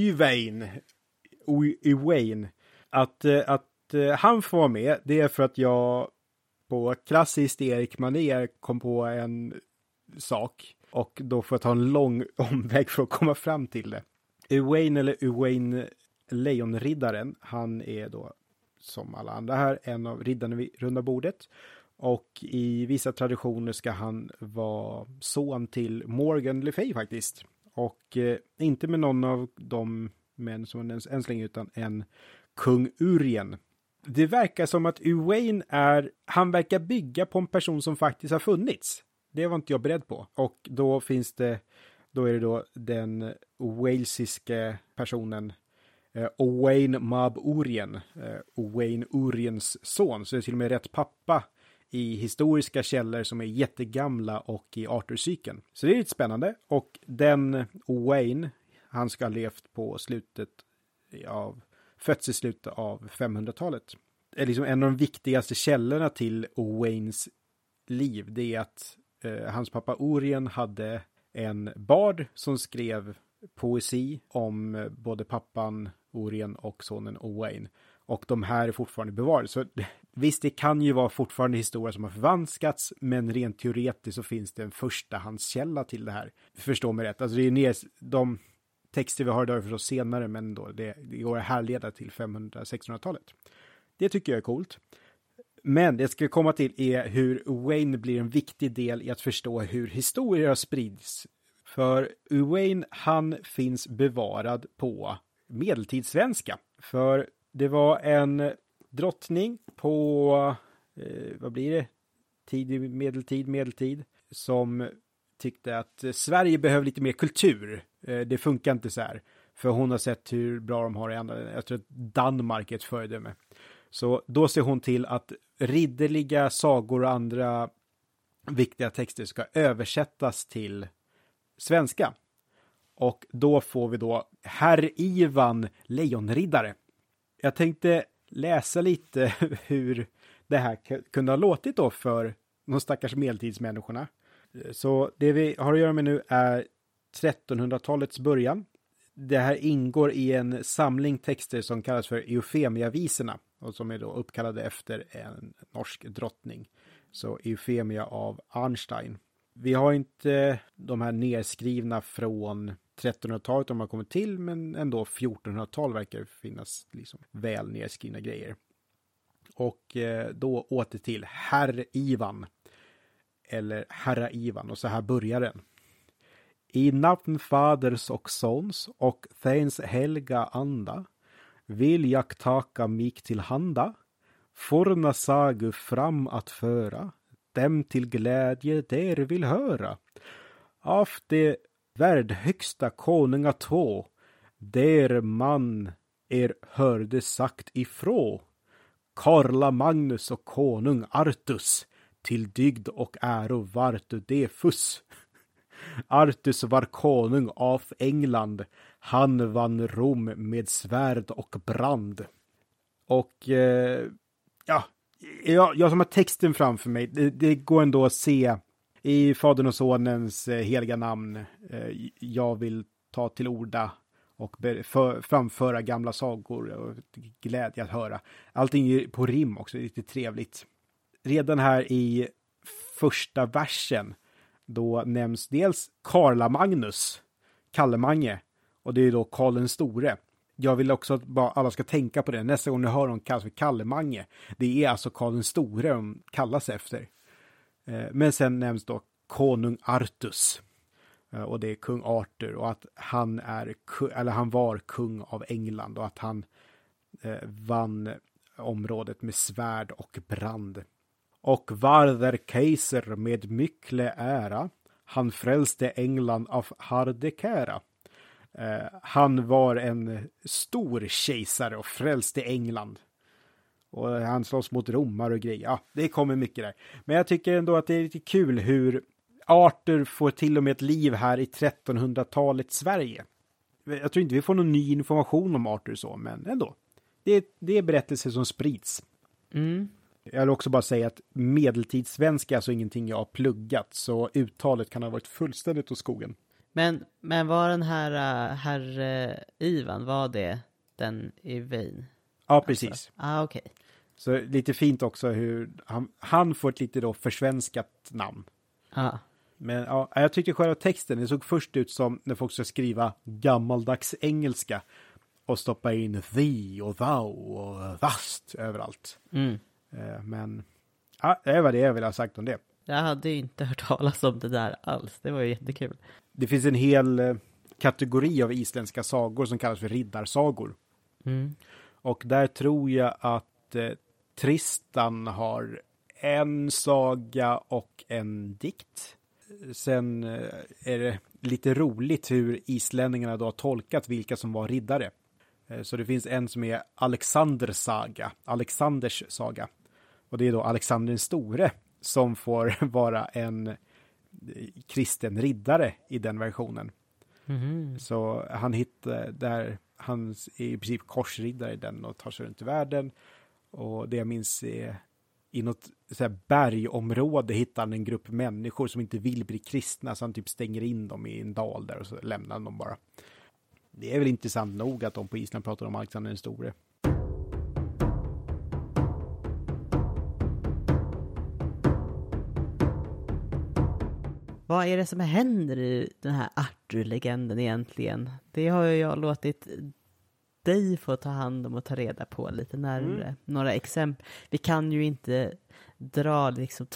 Yvain. Att han får vara med, det är för att jag på klassiskt Erik-manér kom på en sak. Och då får jag ta en lång omväg för att komma fram till det. Yvain Lejonriddaren, han är då som alla andra här en av riddarna vid runda bordet. Och i vissa traditioner ska han vara son till Morgan Le Fay faktiskt. Och inte med någon av de män som han än så länge utan en kung Urien. Det verkar som att Yvain han verkar bygga på en person som faktiskt har funnits. Det var inte jag beredd på. Och då är det då den walesiska personen Owain Mab Urien. Owain Uriens son. Så det är till och med rätt pappa i historiska källor som är jättegamla och i Arthur-cykeln. Så det är lite spännande. Och den Owain, han ska ha levt på fötts i slutet av 500-talet. Det är liksom en av de viktigaste källorna till Owains liv. Det är att hans pappa Urien hade en bard som skrev poesi om både pappan Urien och sonen Owain. Och de här är fortfarande bevarade. Så visst, det kan ju vara fortfarande historia som har förvanskats, men rent teoretiskt så finns det en förstahandskälla till det här. Förstå mig rätt. Alltså det är de texter vi har idag förstås senare, men då det går att härleda till 500-1600-talet. Det tycker jag är coolt. Men det jag ska komma till är hur Owain blir en viktig del i att förstå hur historier sprids. För Owain, han finns bevarad på medeltidssvenska. För det var en drottning på, vad blir det? Tidig medeltid, som tyckte att Sverige behöver lite mer kultur. Det funkar inte så här. För hon har sett hur bra de har i andra. Jag tror att Danmark är ett föredöme. Så då ser hon till att ridderliga sagor och andra viktiga texter ska översättas till svenska. Och då får vi då Herr Ivan Lejonriddare. Jag tänkte läsa lite hur det här kunde ha låtit då för de stackars medeltidsmänniskorna. Så det vi har att göra med nu är 1300-talets början. Det här ingår i en samling texter som kallas för Eufemia-visorna och som är då uppkallade efter en norsk drottning. Så Eufemia av Arnstein. Vi har inte de här nedskrivna från 1300-talet de har kommit till, men ändå 1400-tal verkar finnas liksom väl nedskrivna grejer. Och då åter till Herr Ivan eller Herra Ivan, och så här börjar den. I namn faders och sons och Thens helga anda vill jag taka mig till handa, forna sagu fram att föra, dem till glädje der vill höra. Av det värdhögsta konunga två, der man hörde sagt ifrå, Karla Magnus och konung Artus, till dygd och äro vartu defus. Artus var konung av England, han vann Rom med svärd och brand. Och jag som har texten framför mig, det går ändå att se i Fadern och Sonens heliga namn. Jag vill ta till orda och framföra gamla sagor och glädje att höra. Allting är på rim också, lite trevligt. Redan här i första versen då nämns dels Karla Magnus, Kalle Mange, och det är då Karl den store. Jag vill också att bara alla ska tänka på det. Nästa gång ni hör dem kallas för Kalle Mange, det är alltså Karl den store de kallas efter. Men sen nämns då konung Artus, och det är kung Arthur, och att han var kung av England och att han vann området med svärd och brand. Och var där kejser med myckle ära, han frälste England av Hardekära. Han var en stor kejsare och frälste England. Och han slåss mot romar och grejer. Ja, det kommer mycket där. Men jag tycker ändå att det är lite kul hur Arthur får till och med ett liv här i 1300-talets Sverige. Jag tror inte vi får någon ny information om Arthur så, men ändå. Det är berättelser som sprids. Mm. Jag vill också bara säga att medeltidssvenska är alltså ingenting jag har pluggat, så uttalet kan ha varit fullständigt åt skogen. Men var den här herr Ivan, var det den i Wien? Ja, precis. Alltså, okej. Så lite fint också hur han får ett lite då försvenskat namn. Ja. Men ja, jag tyckte själva texten, det såg först ut som när folk ska skriva gammaldags engelska och stoppa in thee och thou och thust överallt. Mm. Men ja, det var det jag ville ha sagt om det. Jag hade ju inte hört talas om det där alls. Det var ju jättekul. Det finns en hel kategori av isländska sagor som kallas för riddarsagor. Mm. Och där tror jag att Tristan har en saga och en dikt. Sen är det lite roligt hur islänningarna då har tolkat vilka som var riddare. Så det finns en som är Alexanders saga. Och det är då Alexander den store som får vara en kristen riddare i den versionen. Mm. Så han hittar där, han är i princip korsriddare i den och tar sig runt i världen. Och det jag minns är i något så här bergområde hittar han en grupp människor som inte vill bli kristna, så han typ stänger in dem i en dal där och så lämnar de bara. Det är väl intressant nog att de på Island pratar om Alexander den store. Vad är det som händer i den här Arthur-legenden egentligen? Det har ju jag låtit dig få ta hand om och ta reda på lite närmare. Några exempel. Vi kan ju inte dra liksom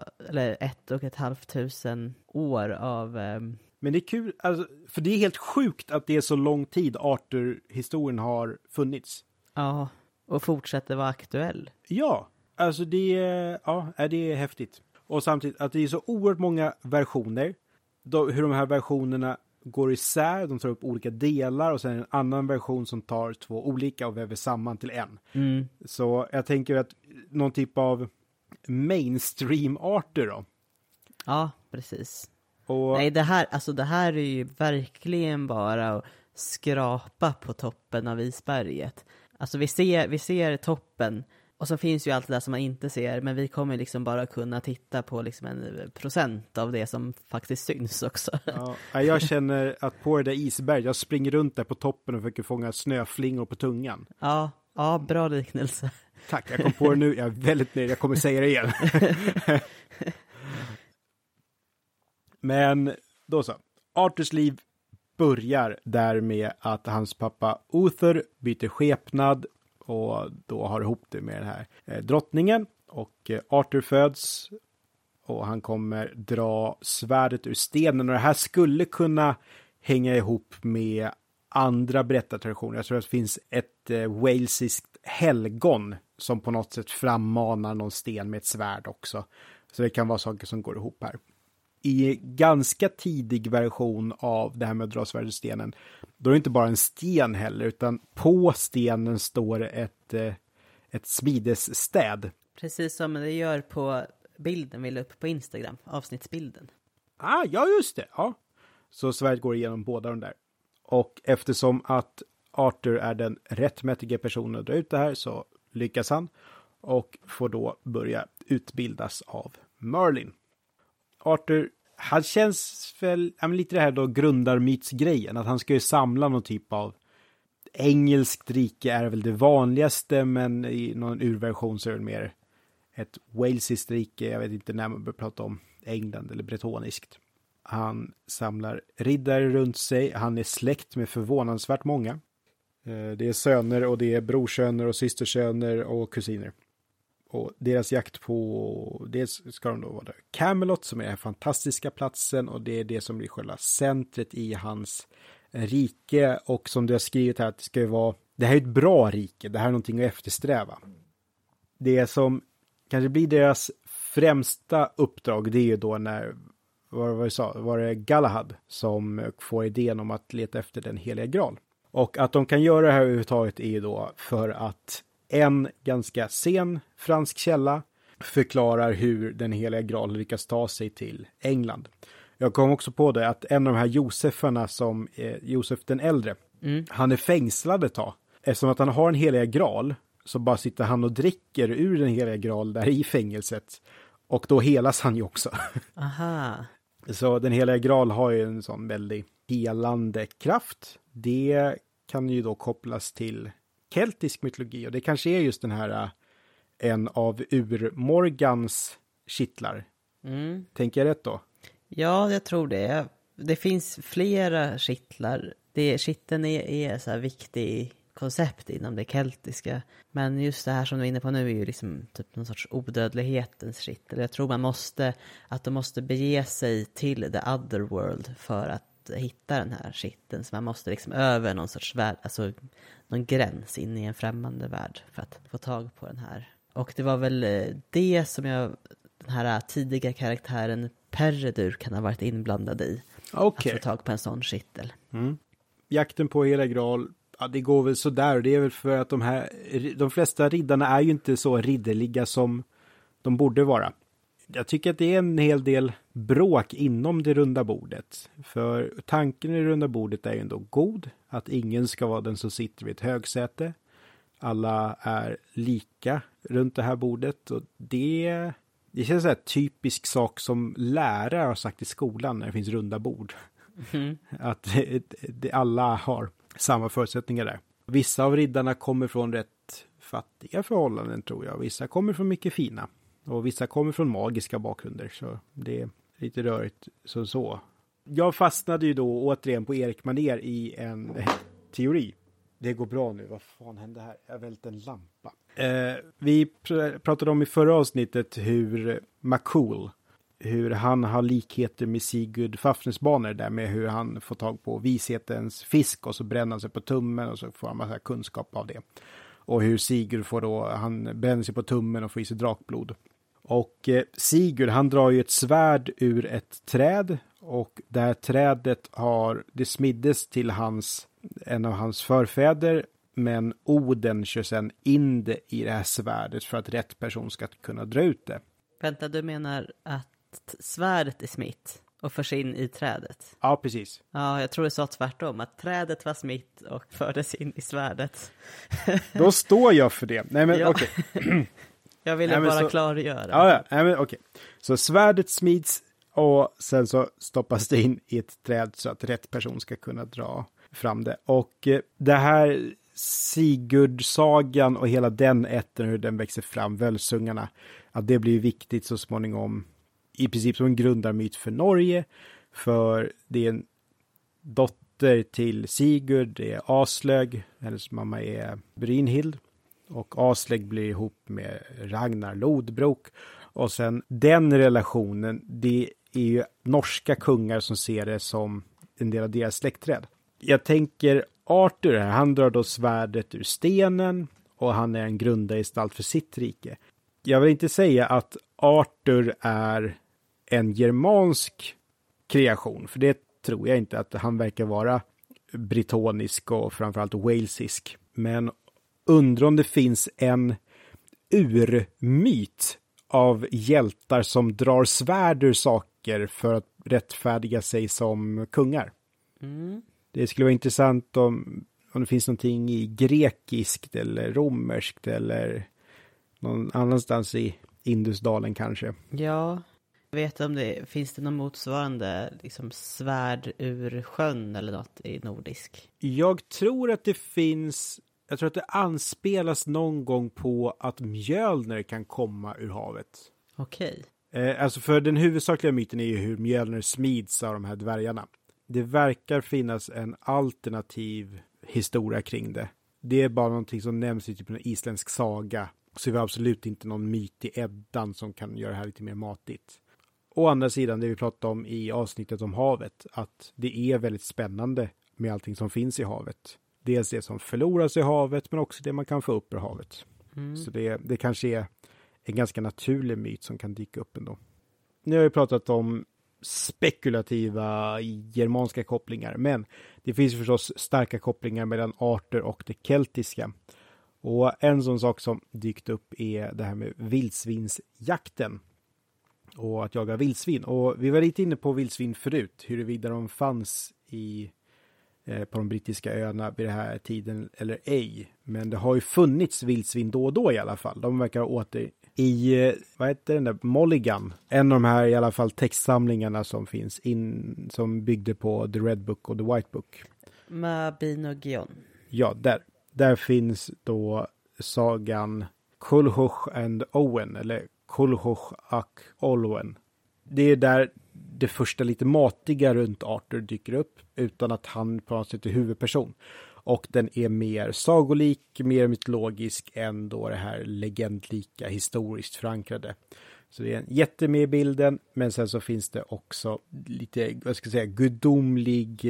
1,5 år av... Men det är kul, alltså, för det är helt sjukt att det är så lång tid Arthur-historien har funnits. Ja, och fortsätter vara aktuell. Ja, alltså det är häftigt. Och samtidigt att det är så oerhört många versioner. Hur de här versionerna går isär, de tar upp olika delar och sen en annan version som tar 2 olika och väver samman till en. Så jag tänker att någon typ av mainstream-arter då. Ja, precis. Och Nej, det här är ju verkligen bara att skrapa på toppen av isberget. Alltså vi ser toppen och så finns ju allt det där som man inte ser, men vi kommer liksom bara kunna titta på liksom 1% av det som faktiskt syns också. Ja, jag känner att på det där isberget, jag springer runt där på toppen och försöker fånga snöflingor på tungan. Ja, bra liknelse. Tack, jag kom på det nu, jag är väldigt nöjd, jag kommer säga det igen. Men då så, Arthurs liv börjar där med att hans pappa Uther byter skepnad och då har ihop det med den här drottningen, och Arthur föds och han kommer dra svärdet ur stenen, och det här skulle kunna hänga ihop med andra berättartraditioner. Jag tror att det finns ett walesiskt helgon som på något sätt frammanar någon sten med ett svärd också. Så det kan vara saker som går ihop här. I ganska tidig version av det här med att dra svärd ur stenen, då är det inte bara en sten heller, utan på stenen står ett smidesstäd. Precis som det gör på bilden vi la upp på Instagram, avsnittsbilden. Ja, just det. Ja. Så svärd går igenom båda de där. Och eftersom att Arthur är den rättmätiga personen att dra ut det här, så lyckas han och får då börja utbildas av Merlin. Arthur, han känns väl lite det här då grundarmytsgrejen, att han ska ju samla någon typ av engelskt rike är väl det vanligaste, men i någon urversion så är det mer ett walesiskt rike. Jag vet inte när man börjar prata om England eller bretoniskt. Han samlar riddare runt sig. Han är släkt med förvånansvärt många. Det är söner och det är brorsöner och systersöner och kusiner. Och deras jakt på, dels ska de då vara där Camelot, som är den fantastiska platsen, och det är det som blir själva centret i hans rike. Och som det har skrivit här, att det ska ju vara, det här är ett bra rike, det här är någonting att eftersträva. Det som kanske blir deras främsta uppdrag, det är ju då när, var det Galahad som får idén om att leta efter den heliga graal. Och att de kan göra det här överhuvudtaget är ju då för att en ganska sen fransk källa förklarar hur den heliga graal lyckas ta sig till England. Jag kom också på det att en av de här Joseferna, som Josef den äldre, han är fängslad ett tag. Eftersom att han har en heliga graal, så bara sitter han och dricker ur den heliga graal där i fängelset. Och då helas han ju också. Aha. Så den heliga graal har ju en sån väldigt helande kraft. Det kan ju då kopplas till keltisk mytologi, och det kanske är just den här en av Morgans kittlar. Tänker jag rätt då? Ja, jag tror det. Det finns flera kittlar. Kitteln är så här viktig koncept inom det keltiska. Men just det här som du är inne på nu är ju liksom typ någon sorts odödlighetens kittel. Jag tror att de måste bege sig till the otherworld för att hitta den här kitteln. Så man måste liksom över någon sorts värld, alltså någon gräns in i en främmande värld för att få tag på den här. Och det var väl det som den här tidiga karaktären Peredur kan ha varit inblandad i. Okay. Att få tag på en sån kittel. Jakten på hela graal, ja, det går väl sådär, och det är väl för att de flesta riddarna är ju inte så ridderliga som de borde vara. Jag tycker att det är en hel del bråk inom det runda bordet. För tanken i det runda bordet är ju ändå god. Att ingen ska vara den som sitter vid ett högsäte. Alla är lika runt det här bordet. Och det känns som en typisk sak som lärare har sagt i skolan när det finns runda bord. Att alla har samma förutsättningar där. Vissa av riddarna kommer från rätt fattiga förhållanden, tror jag. Vissa kommer från mycket fina. Och vissa kommer från magiska bakgrunder, så det är lite rörigt så. Jag fastnade ju då återigen på Erik Manér i en teori. Det går bra nu, vad fan hände här? Jag välte en lampa. Vi pratade om i förra avsnittet hur McCool, hur han har likheter med Sigurd Fafnersbaner där, med hur han får tag på vishetens fisk och så bränner han sig på tummen och så får han massa kunskap av det. Och hur Sigurd han bränner sig på tummen och får i sig drakblod. Och Sigurd, han drar ju ett svärd ur ett träd Och det här trädet det smiddes till en av hans förfäder, men Oden kör sen in det i det här svärdet för att rätt person ska kunna dra ut det. Vänta, du menar att svärdet är smitt och förs in i trädet? Ja, precis. Ja, jag tror det sa tvärtom, att trädet var smitt och fördes in i svärdet. Då står jag för det. Nej, men Ja. okej. Jag ville bara klargöra. Ja, nej, men okej. Så svärdet smids och sen så stoppas det in i ett träd så att rätt person ska kunna dra fram det. Och det här Sigurd-sagan och hela den ätten, hur den växer fram, Völsungarna, att det blir viktigt så småningom, i princip som en grundarmyt för Norge, för det är en dotter till Sigurd, det är Aslög, hennes mamma är Brynhild, och Aslög blir ihop med Ragnar Lodbrok, och sen den relationen, det är ju norska kungar som ser det som en del av deras släktträd. Jag tänker Arthur här, han drar då svärdet ur stenen och han är en grundargestalt för sitt rike. Jag vill inte säga att Arthur är en germansk kreation, för det tror jag inte, att han verkar vara brittonisk och framförallt walesisk. Men undrar om det finns en urmyt av hjältar som drar svärd ur saker för att rättfärdiga sig som kungar. Mm. Det skulle vara intressant om det finns någonting i grekiskt eller romerskt eller någon annanstans i Indusdalen kanske. Ja, jag vet om finns det någon motsvarande liksom svärd ur sjön eller något i nordisk? Jag tror att det finns, jag tror att det anspelas någon gång på att Mjölner kan komma ur havet. Okej. Alltså för den huvudsakliga myten är ju hur Mjölner smids av de här dvärgarna. Det verkar finnas en alternativ historia kring det. Det är bara någonting som nämns i typ en isländsk saga. Så vi har absolut inte någon myt i Eddan som kan göra det här lite mer matigt. Å andra sidan, det vi pratade om i avsnittet om havet, att det är väldigt spännande med allting som finns i havet. Dels det som förloras i havet, men också det man kan få upp ur havet. Mm. Så det kanske är en ganska naturlig myt som kan dyka upp ändå. Nu har vi pratat om spekulativa germanska kopplingar, men det finns förstås starka kopplingar mellan Arthur och det keltiska. Och en sån sak som dykt upp är det här med vildsvinsjakten och att jaga vildsvin. Och vi var lite inne på vildsvin förut, huruvida de fanns på de brittiska öarna vid den här tiden eller ej. Men det har ju funnits vildsvin då och då i alla fall. De verkar åter i, vad heter den där, Mulligan. En av de här i alla fall textsamlingarna som finns som byggde på The Red Book och The White Book. Mabinogion. Ja, där finns då sagan Culhwch and Owen, eller Culhwch och Olwen. Det är där det första lite matiga runt Arthur dyker upp, utan att han på något sätt är huvudperson. Och den är mer sagolik, mer mytologisk än då det här legendlika, historiskt förankrade. Så det är en jättemed i bilden, men sen så finns det också lite, vad ska jag säga, gudomlig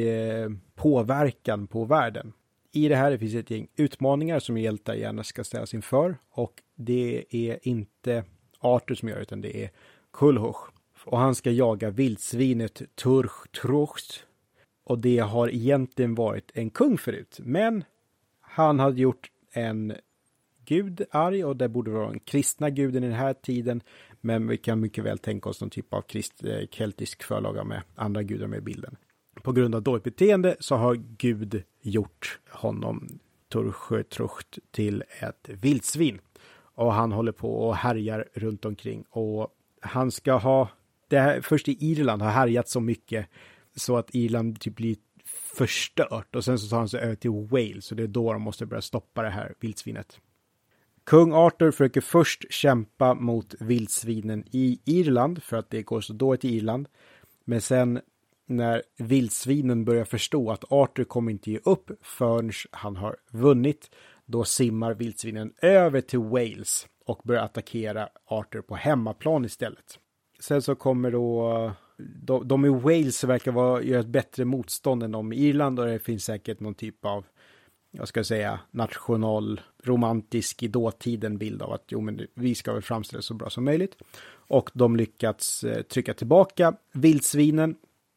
påverkan på världen. I det här finns ett gäng utmaningar som hjältar gärna ska ställas inför, och det är inte Arthur som gör det, utan det är Culhwch. Och han ska jaga vildsvinet Turchtrucht. Och det har egentligen varit en kung förut. Men han hade gjort en gud arg, och det borde vara en kristna guden i den här tiden. Men vi kan mycket väl tänka oss någon typ av keltisk förlaga med andra gudar med i bilden. På grund av dåligt beteende så har Gud gjort honom Turchtrucht till ett vildsvin. Och han håller på och härjar runt omkring. Och han ska ha, det här, först i Irland har härjat så mycket så att Irland typ blir förstört. Och sen så tar han sig över till Wales, så det är då de måste börja stoppa det här vildsvinet. Kung Arthur försöker först kämpa mot vildsvinen i Irland för att det går så dåligt i Irland. Men sen när vildsvinen börjar förstå att Arthur kommer inte ge upp förrän han har vunnit, då simmar vildsvinen över till Wales och börjar attackera Arthur på hemmaplan istället. Sen så kommer då de i Wales verkar göra ett bättre motstånd än de i Irland, och det finns säkert någon typ av, jag ska säga, nationalromantisk i dåtiden bild av att vi ska väl framställa det så bra som möjligt. Och de lyckats trycka tillbaka vildsvinen,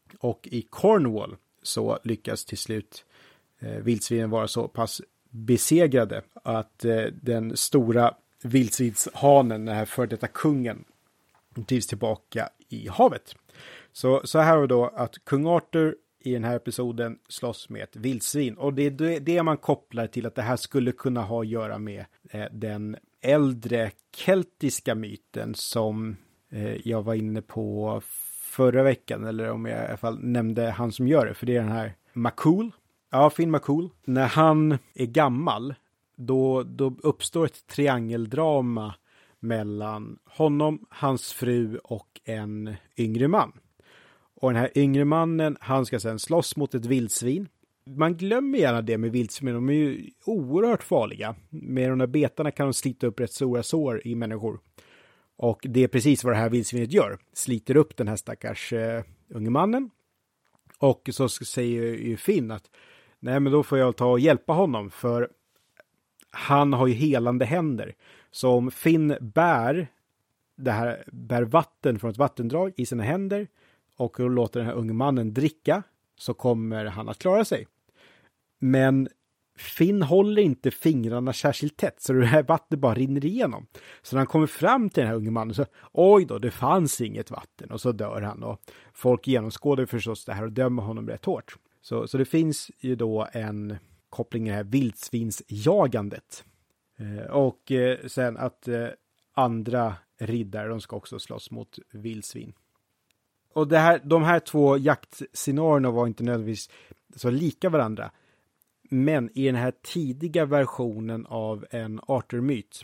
Och i Cornwall så lyckas till slut vildsvinen vara så pass besegrade att den stora vildsvinshanen, den här för detta kungen, drivs tillbaka i havet. Så här var då att kung Arthur i den här episoden slåss med ett vildsvin. Och det är det man kopplar till att det här skulle kunna ha att göra med den äldre keltiska myten som jag var inne på förra veckan. Eller om jag i alla fall nämnde han som gör det. För det är den här McCool. Ja, Finn McCool. När han är gammal då uppstår ett triangeldrama mellan honom, hans fru och en yngre man. Och den här yngre mannen, han ska sedan slåss mot ett vildsvin. Man glömmer gärna det med vildsvin, de är ju oerhört farliga. Med de där betarna kan de slita upp rätt stora sår i människor. Och det är precis vad det här vildsvinet gör. Sliter upp den här stackars unge mannen. Och så säger ju Finn att nej, men då får jag ta och hjälpa honom, för han har ju helande händer. Så om Finn bär vatten från ett vattendrag i sina händer och låter den här unge mannen dricka, så kommer han att klara sig. Men Finn håller inte fingrarna särskilt tätt, så det här vattnet bara rinner igenom. Så när han kommer fram till den här unge mannen så, oj då, det fanns inget vatten, och så dör han. Och folk genomskådar förstås det här och dömer honom rätt hårt. Så det finns ju då en koppling i det här vildsvinsjagandet. Och sen att andra riddare, de ska också slåss mot vildsvin. Och de här två jaktscenarierna var inte nödvändigtvis så lika varandra. Men i den här tidiga versionen av en Arthur-myt,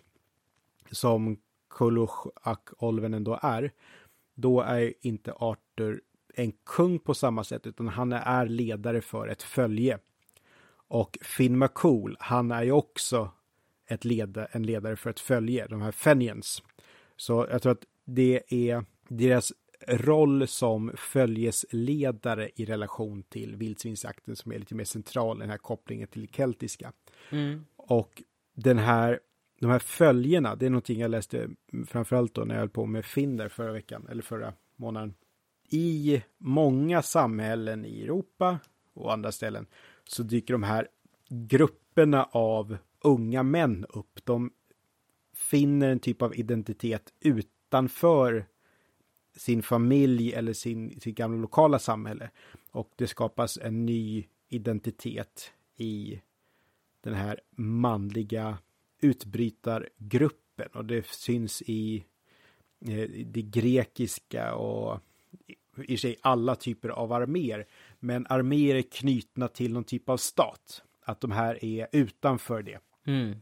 som Kuluch ak Olven ändå är, då är inte Arthur en kung på samma sätt, utan han är ledare för ett följe. Och Finn McCool, han är ju också en ledare för ett följe, de här Fenians. Så jag tror att det är deras roll som följesledare i relation till vildsvinsjakten som är lite mer central i den här kopplingen till keltiska. Mm. Och de här följena, det är någonting jag läste framförallt då när jag höll på med Finn där förra månaden. I många samhällen i Europa och andra ställen så dyker de här grupperna av unga män upp. De finner en typ av identitet utanför sin familj eller sitt gamla lokala samhälle. Och det skapas en ny identitet i den här manliga utbrytargruppen. Och det syns i det grekiska och i sig alla typer av arméer. Men arméer är knutna till någon typ av stat. Att de här är utanför det. Mm.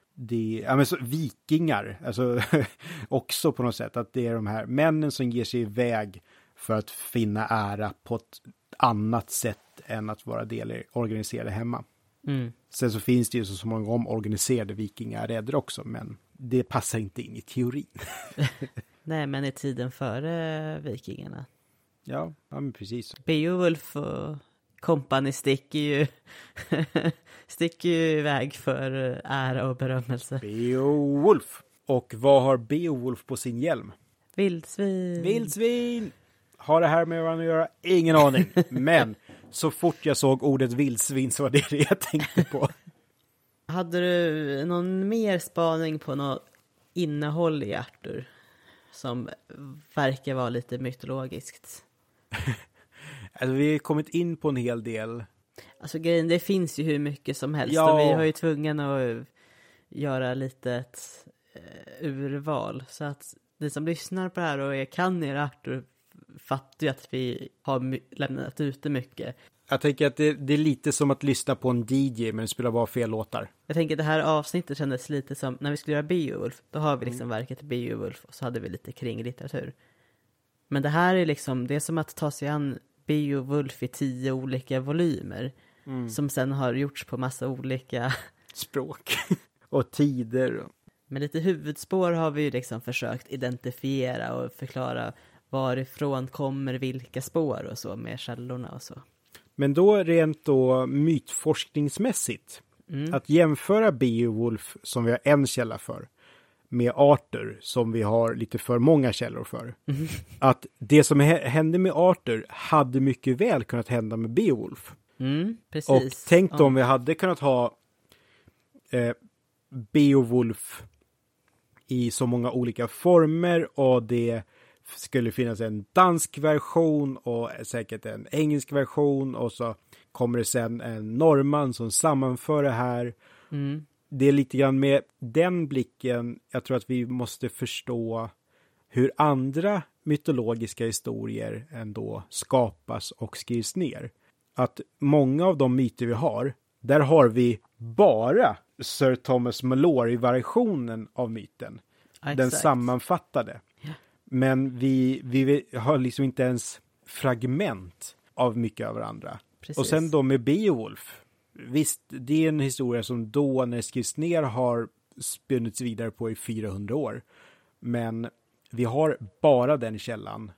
Vikingar, alltså också på något sätt, att det är de här männen som ger sig iväg för att finna ära på ett annat sätt än att vara organiserade hemma. Mm. Sen så finns det ju så många organiserade vikingaräder också, men det passar inte in i teorin. Nej, men i tiden före vikingarna. Ja, men precis. Beowulf och kompani sticker ju iväg för ära och berömmelse. Beowulf. Och vad har Beowulf på sin hjälm? Vildsvin! Har det här med varandra att göra? Ingen aning. Men så fort jag såg ordet vildsvin så var det jag tänkte på. Hade du någon mer spaning på något innehåll i Arthur som verkar vara lite mytologiskt? Alltså vi har kommit in på en hel del. Alltså grejen, det finns ju hur mycket som helst. Ja. Och vi har ju tvungen att göra lite ett urval. Så att ni som lyssnar på det här och kan er Arthur fattar ju att vi har lämnat ute mycket. Jag tänker att det är lite som att lyssna på en DJ men spelar bara fel låtar. Jag tänker att det här avsnittet kändes lite som när vi skulle göra Beowulf. Då har vi liksom verket Beowulf och så hade vi lite kring litteratur. Men det här är liksom, det är som att ta sig an Beowulf i 10 olika volymer. Som sen har gjorts på massa olika språk och tider. Men lite huvudspår har vi ju liksom försökt identifiera och förklara varifrån kommer vilka spår och så med källorna och så. Men då rent då mytforskningsmässigt att jämföra Beowulf som vi har en källa för med Arthur som vi har lite för många källor för. Att det som hände med Arthur hade mycket väl kunnat hända med Beowulf. Precis. Och tänk om vi hade kunnat ha Beowulf i så många olika former och det skulle finnas en dansk version och säkert en engelsk version och så kommer det sen en norrman som sammanför det här. Det är lite grann med den blicken jag tror att vi måste förstå hur andra mytologiska historier ändå skapas och skrivs ner. Att många av de myter vi har, där har vi bara Sir Thomas Malory-versionen av myten. Exakt. Den sammanfattade. Yeah. Men vi har liksom inte ens fragment av mycket av varandra. Precis. Och sen då med Beowulf. Visst, det är en historia som då när det skrivs ner har spunnits vidare på i 400 år. Men vi har bara den källan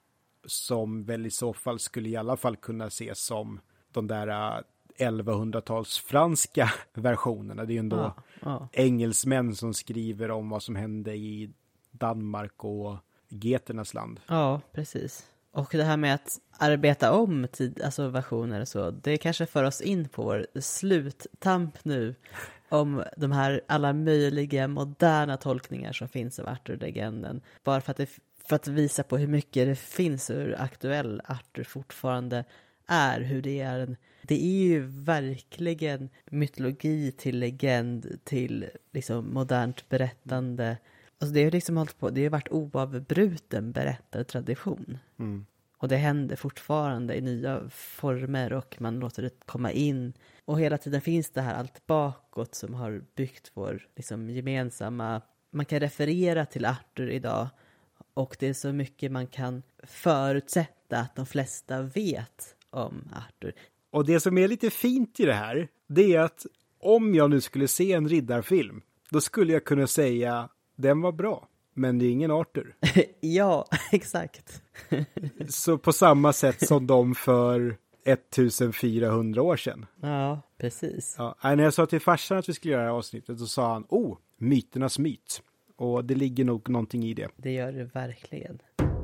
som väl i så fall skulle i alla fall kunna ses som de där 1100-tals franska versionerna. Det är ju ändå engelsmän som skriver om vad som hände i Danmark och geternas land. Ja, precis. Och det här med att arbeta om alltså versioner och så, det kanske för oss in på vår sluttamp nu om de här alla möjliga moderna tolkningar som finns av Arthur-legenden. Bara för att visa på hur mycket det finns och hur aktuell Arthur fortfarande är, hur det är ju verkligen mytologi till legend till liksom modernt berättande. Alltså det har liksom hållit på, det har varit oavbruten berättartradition. Och det händer fortfarande i nya former och man låter det komma in. Och hela tiden finns det här allt bakåt som har byggt vår liksom gemensamma, man kan referera till Arthur idag och det är så mycket man kan förutsätta att de flesta vet om Arthur. Och det som är lite fint i det här, det är att om jag nu skulle se en riddarfilm, då skulle jag kunna säga den var bra, men det är ingen Arthur. Ja, exakt. Så på samma sätt som de för 1400 år sedan. Ja, precis. Ja, när jag sa till farsan att vi skulle göra det här avsnittet så sa han, myternas myt. Och det ligger nog någonting i det. Det gör det verkligen.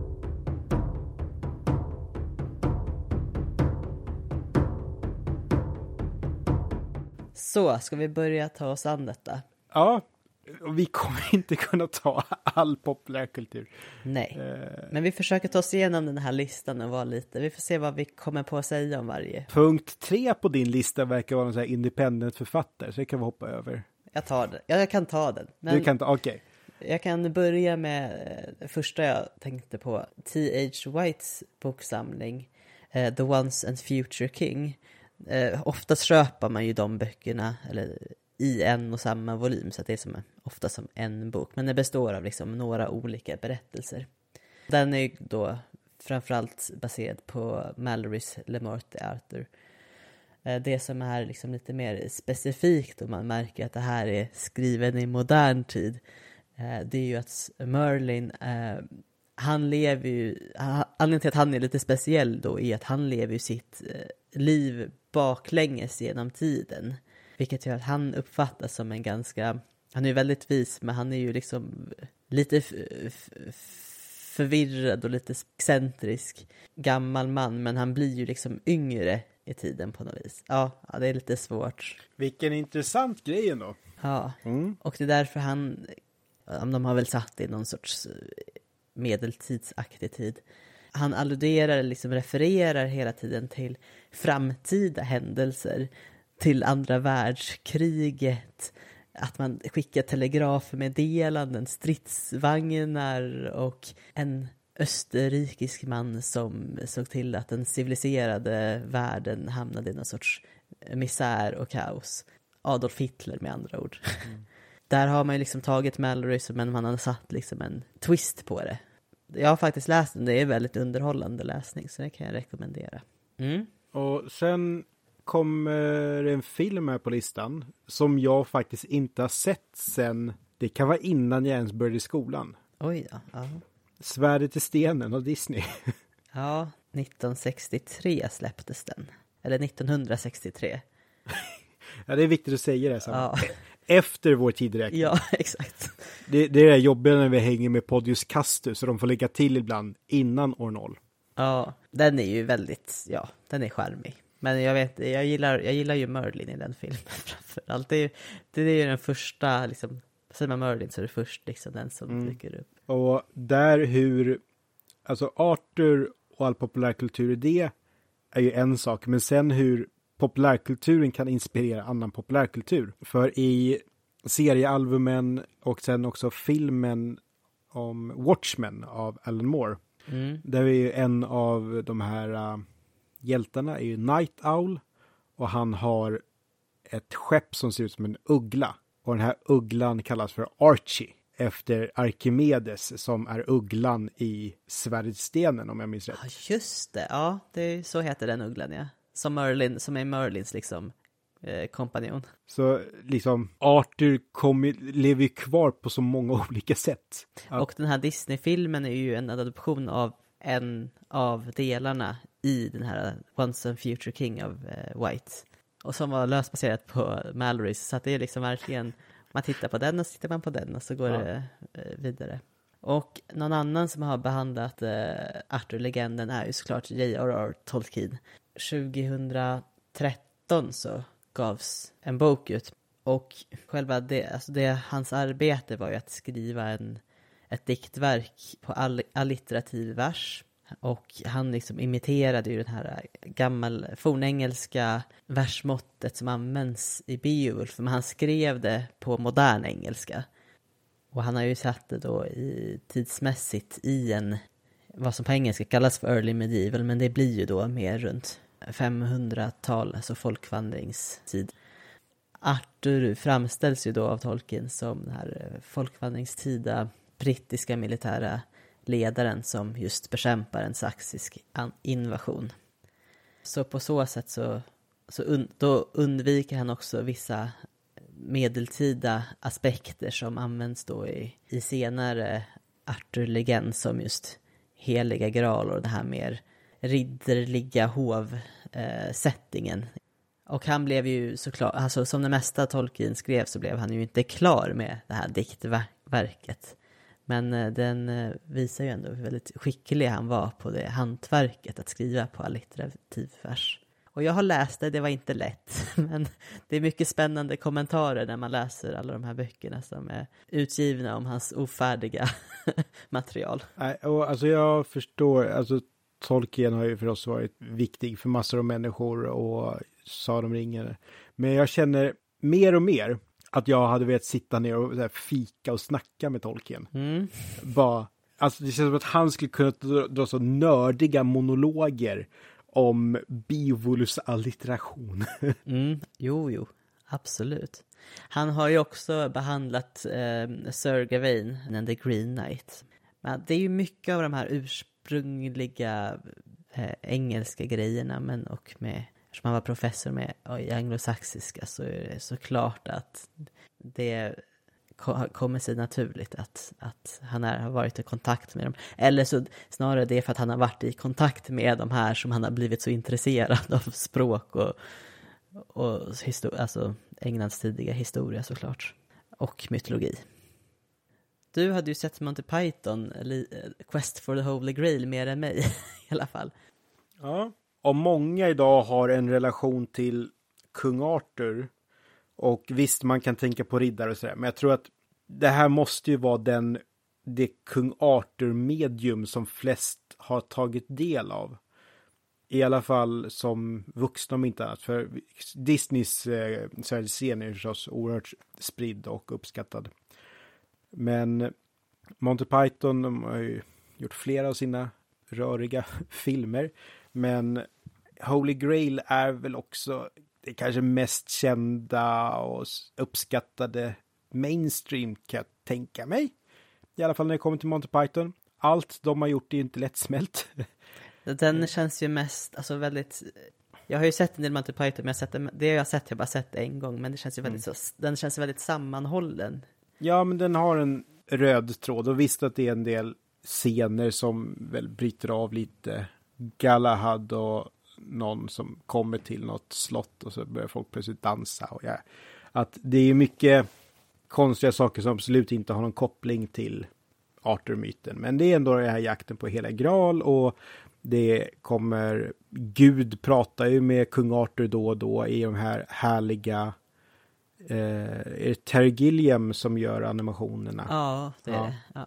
Så, ska vi börja ta oss an detta? Ja, och vi kommer inte kunna ta all populärkultur. Nej, men vi försöker ta oss igenom den här listan och vara lite. Vi får se vad vi kommer på att säga om varje. Punkt 3 på din lista verkar vara en sån här independent författare, så det kan vi hoppa över. Jag tar den. Jag kan ta den. Men du kan ta, okej. Jag kan börja med det första jag tänkte på. T.H. Whites boksamling The Once and Future King. Oftast köper man ju de böckerna eller i en och samma volym, så att det är ofta som en bok, men det består av liksom några olika berättelser. Den är ju då framförallt baserad på Malorys Le Morte Arthur. Det som är liksom lite mer specifikt och man märker att det här är skriven i modern tid, det är ju att Merlin han lever ju, anledningen till att han är lite speciell då är att han lever ju sitt liv baklänges genom tiden. Vilket gör att han uppfattas som en ganska, han är ju väldigt vis, men han är ju liksom lite förvirrad och lite excentrisk gammal man, men han blir ju liksom yngre i tiden på något vis. Ja, det är lite svårt. Vilken intressant grej ändå. Ja, och det är därför de har väl satt i någon sorts medeltidsaktig tid. Han alluderar, liksom refererar hela tiden till framtida händelser, till andra världskriget, att man skickar telegrafmeddelanden, stridsvagnar och en österrikisk man som såg till att den civiliserade världen hamnade i någon sorts misär och kaos. Adolf Hitler med andra ord. Där har man ju liksom tagit Malory, men man har satt liksom en twist på det. Jag har faktiskt läst den, det är väldigt underhållande läsning, så det kan jag rekommendera. Och sen kommer en film här på listan som jag faktiskt inte har sett sen, det kan vara innan jag ens började i skolan. Oj då, ja. Svärdet i stenen av Disney. Ja, 1963 släpptes den. Eller 1963. Ja, det är viktigt att säga det. Ja. efter vår tidräkning. Ja, exakt. Det är det jobbiga när vi hänger med Podius Castus, så de får lägga till ibland innan år 0. Ja, den är ju väldigt, ja, den är charmig. Men jag gillar ju Merlin i den filmen framförallt. Det är ju den första, liksom, säger man Merlin så är det först liksom den som dyker upp. Och där alltså Arthur och all populärkultur i det är ju en sak, men sen hur populärkulturen kan inspirera annan populärkultur. För i seriealbumen och sen också filmen om Watchmen av Alan Moore, där är ju en av de här hjältarna är ju Night Owl, och han har ett skepp som ser ut som en uggla, och den här ugglan kallas för Archie efter Archimedes som är ugglan i Svärdstenen, om jag minns rätt. Ja, just det. Ja, så heter den ugglan, ja. Som är Merlins liksom kompanjon. Så liksom Arthur lever ju kvar på så många olika sätt. Och den här Disney-filmen är ju en adoption av en av delarna i den här Once and Future King av White. Och som var löst baserat på Malorys. Så att det är liksom verkligen, man tittar på den och så tittar man på den och så går det vidare. Och någon annan som har behandlat Arthur-legenden är ju såklart J.R.R. Tolkien. 2013 så gavs en bok ut. Och själva hans arbete var ju att skriva ett diktverk på allitterativ vers. Och han liksom imiterade ju den här fornengelska versmåttet som används i Beowulf. Men han skrev det på modern engelska. Och han har ju satt det då tidsmässigt i vad som på engelska kallas för early medieval. Men det blir ju då mer runt 500-tal, alltså folkvandringstid. Arthur framställs ju då av Tolkien som den här folkvandringstida brittiska militära ledaren som just bekämpar en saxisk invasion. Så på så sätt då undviker han också vissa medeltida aspekter som används då i senare Arthur-legend, som just heliga graal och det här mer ridderliga hov-settingen. Och han blev ju såklart, alltså som det mesta Tolkien skrev så blev han ju inte klar med det här diktverket. Men den visar ju ändå hur väldigt skicklig han var på det hantverket att skriva på allitterativ vers. Och jag har läst det var inte lätt. Men det är mycket spännande kommentarer när man läser alla de här böckerna som är utgivna om hans ofärdiga material. Och alltså jag förstår, alltså Tolkien har ju för oss varit viktig för massor av människor och Sagan om ringen. Men jag känner mer och mer att jag hade velat sitta ner och så här, fika och snacka med Tolkien. Alltså det känns som att han skulle kunna dra så nördiga monologer om Beowulfs allitteration. Jo, absolut. Han har ju också behandlat Sir Gawain and the Green Knight. Men det är ju mycket av de här ursprungliga engelska grejerna, men och med, eftersom han var professor med i anglosaxiska, så är det såklart att det kommer sig naturligt att han har varit i kontakt med dem. Eller så snarare det för att han har varit i kontakt med de här som han har blivit så intresserad av språk och alltså Englands tidiga historia såklart. Och mytologi. Du hade ju sett Monty Python, Quest for the Holy Grail, mer än mig i alla fall. Ja, och många idag har en relation till kung Arthur. Och visst, man kan tänka på riddare och sådär. Men jag tror att det här måste ju vara det kung Arthur-medium som flest har tagit del av. I alla fall som vuxna, om inte annat. För Disneys scen är förstås oerhört spridd och uppskattad. Men Monty Python har ju gjort flera av sina röriga filmer. Men Holy Grail är väl också det kanske mest kända och uppskattade mainstream, kan jag tänka mig. I alla fall när det kommer till Monty Python. Allt de har gjort är inte lättsmält. Den känns ju mest, alltså väldigt... Jag har ju sett en del Monty Python, men jag har bara sett det en gång. Men det känns ju den känns väldigt sammanhållen. Ja, men den har en röd tråd. Och visst att det är en del scener som väl bryter av lite. Galahad och någon som kommer till något slott och så börjar folk plötsligt dansa. Och Att det är mycket konstiga saker som absolut inte har någon koppling till Arthur-myten. Men det är ändå den här jakten på hela Graal, och det kommer, Gud pratar ju med kung Arthur då och då i de här härliga, är det Terry Gilliam som gör animationerna? Ja, det är det. Ja.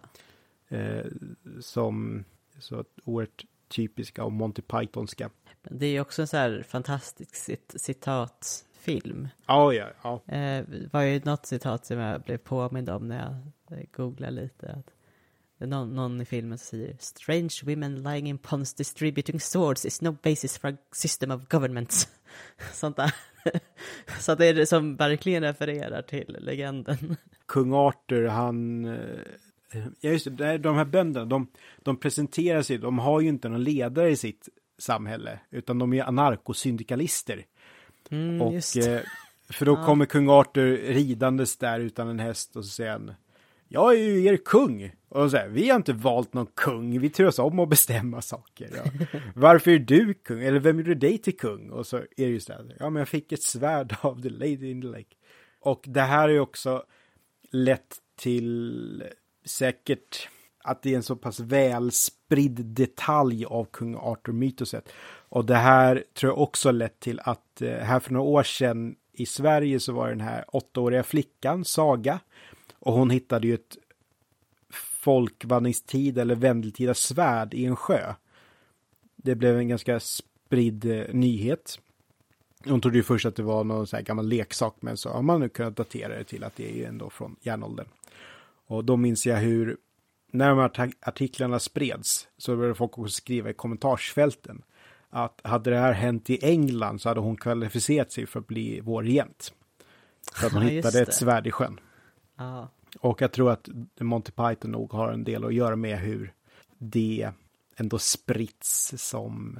Som så oerhört typiska och Monty Pythonska. Det är också en så här fantastisk citatfilm. Ja. Det var ju något citat som jag blev påmind om när jag googlade lite. Att det är någon i filmen som säger: "Strange women lying in ponds distributing swords is no basis for a system of government." Sånt där. Så det är det som verkligen refererar till legenden. Kung Arthur, han... Ja, just det, de här bönderna, de presenterar sig, de har ju inte någon ledare i sitt samhälle, utan de är anarkosyndikalister. Och för då kommer kung Arthur ridandes där utan en häst, och så säger han: "Jag är ju er kung." Och så här: "Vi har inte valt någon kung, vi tror oss om att bestämma saker." Ja. "Varför är du kung? Eller vem gjorde dig till kung?" Och så är det just det här: "Ja, men jag fick ett svärd av the lady in the lake." Och det här är ju också lett till säkert att det är en så pass välspridd detalj av kung Arthur-mytoset. Och det här tror jag också lett till att här för några år sedan i Sverige så var den här 8-åriga flickan, Saga, och hon hittade ju ett folkvandringstid eller vändeltida svärd i en sjö. Det blev en ganska spridd nyhet. Hon trodde ju först att det var någon så här gammal leksak, men så har man nu kunnat datera det till att det är ju ändå från järnåldern. Och då minns jag hur, när de här artiklarna spreds, så började folk också skriva i kommentarsfälten att hade det här hänt i England så hade hon kvalificerat sig för att bli vår regent. För att hon hittade ett svärd i sjön. Ja. Och jag tror att Monty Python nog har en del att göra med hur det ändå spritts som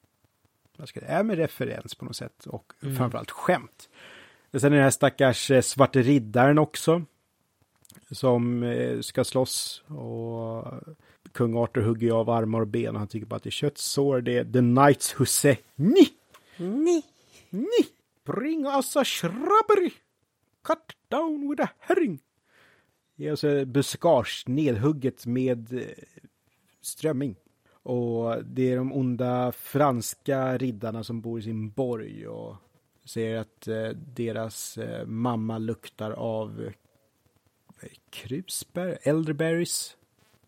med referens på något sätt. Och framförallt skämt. Sen är den här stackars svarte riddaren också, som ska slåss, och kung Arthur hugger av armar och ben och han tycker bara att det är köttsår. Det är the knights who say ni bring us a shrubbery cut down with a herring. Det är alltså buskage nedhugget med strömming. Och det är de onda franska riddarna som bor i sin borg och säger att deras mamma luktar av krusbär, elderberries,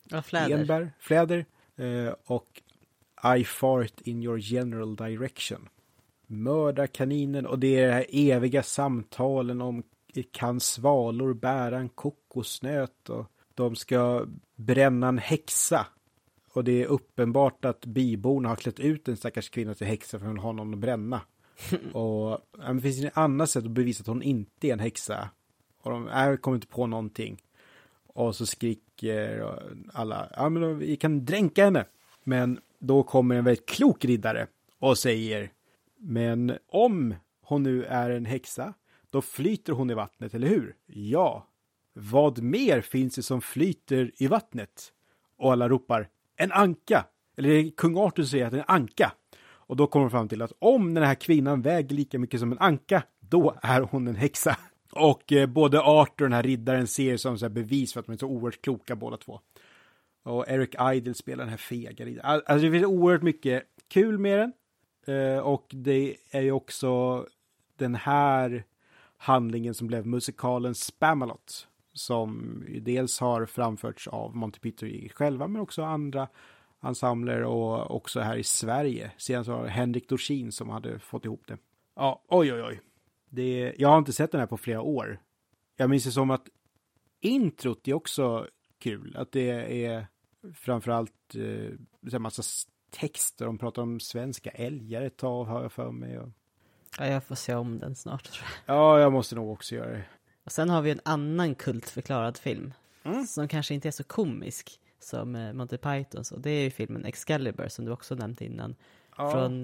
fläder, och I fart in your general direction. Mördarkaninen, och det är det här eviga samtalen om kan svalor bära en kokosnöt, och de ska bränna en häxa. Och det är uppenbart att byborna har klätt ut en stackars kvinna till häxa för att ha någon att bränna. Och det finns ett annat sätt att bevisa att hon inte är en häxa. Och de kommer inte på någonting. Och så skriker alla, ja men vi kan dränka henne. Men då kommer en väldigt klok riddare och säger, men om hon nu är en häxa, då flyter hon i vattnet, eller hur? Ja. Vad mer finns det som flyter i vattnet? Och alla ropar, en anka. Eller kung Arthur säger att det är en anka. Och då kommer de fram till att om den här kvinnan väger lika mycket som en anka, då är hon en häxa. Och både Arthur och den här riddaren ser som så här bevis för att de är så oerhört kloka båda två. Och Eric Idle spelar den här fega riddaren. Alltså det finns oerhört mycket kul med den. Och det är ju också den här handlingen som blev musikalen Spamalot. Som dels har framförts av Monty Python själva, men också andra ensembler och också här i Sverige. Sedan så var det Henrik Dorsin som hade fått ihop det. Ja, oj. Jag har inte sett den här på flera år. Jag minns det som att introt är också kul. Att det är framförallt en massa texter. De pratar om svenska älgar ett tag, har jag för mig. Ja, jag får se om den snart, tror jag. Ja, jag måste nog också göra det. Och sen har vi en annan kultförklarad film. Som kanske inte är så komisk som Monty Pythons. Och det är ju filmen Excalibur som du också nämnt innan. Ja. Från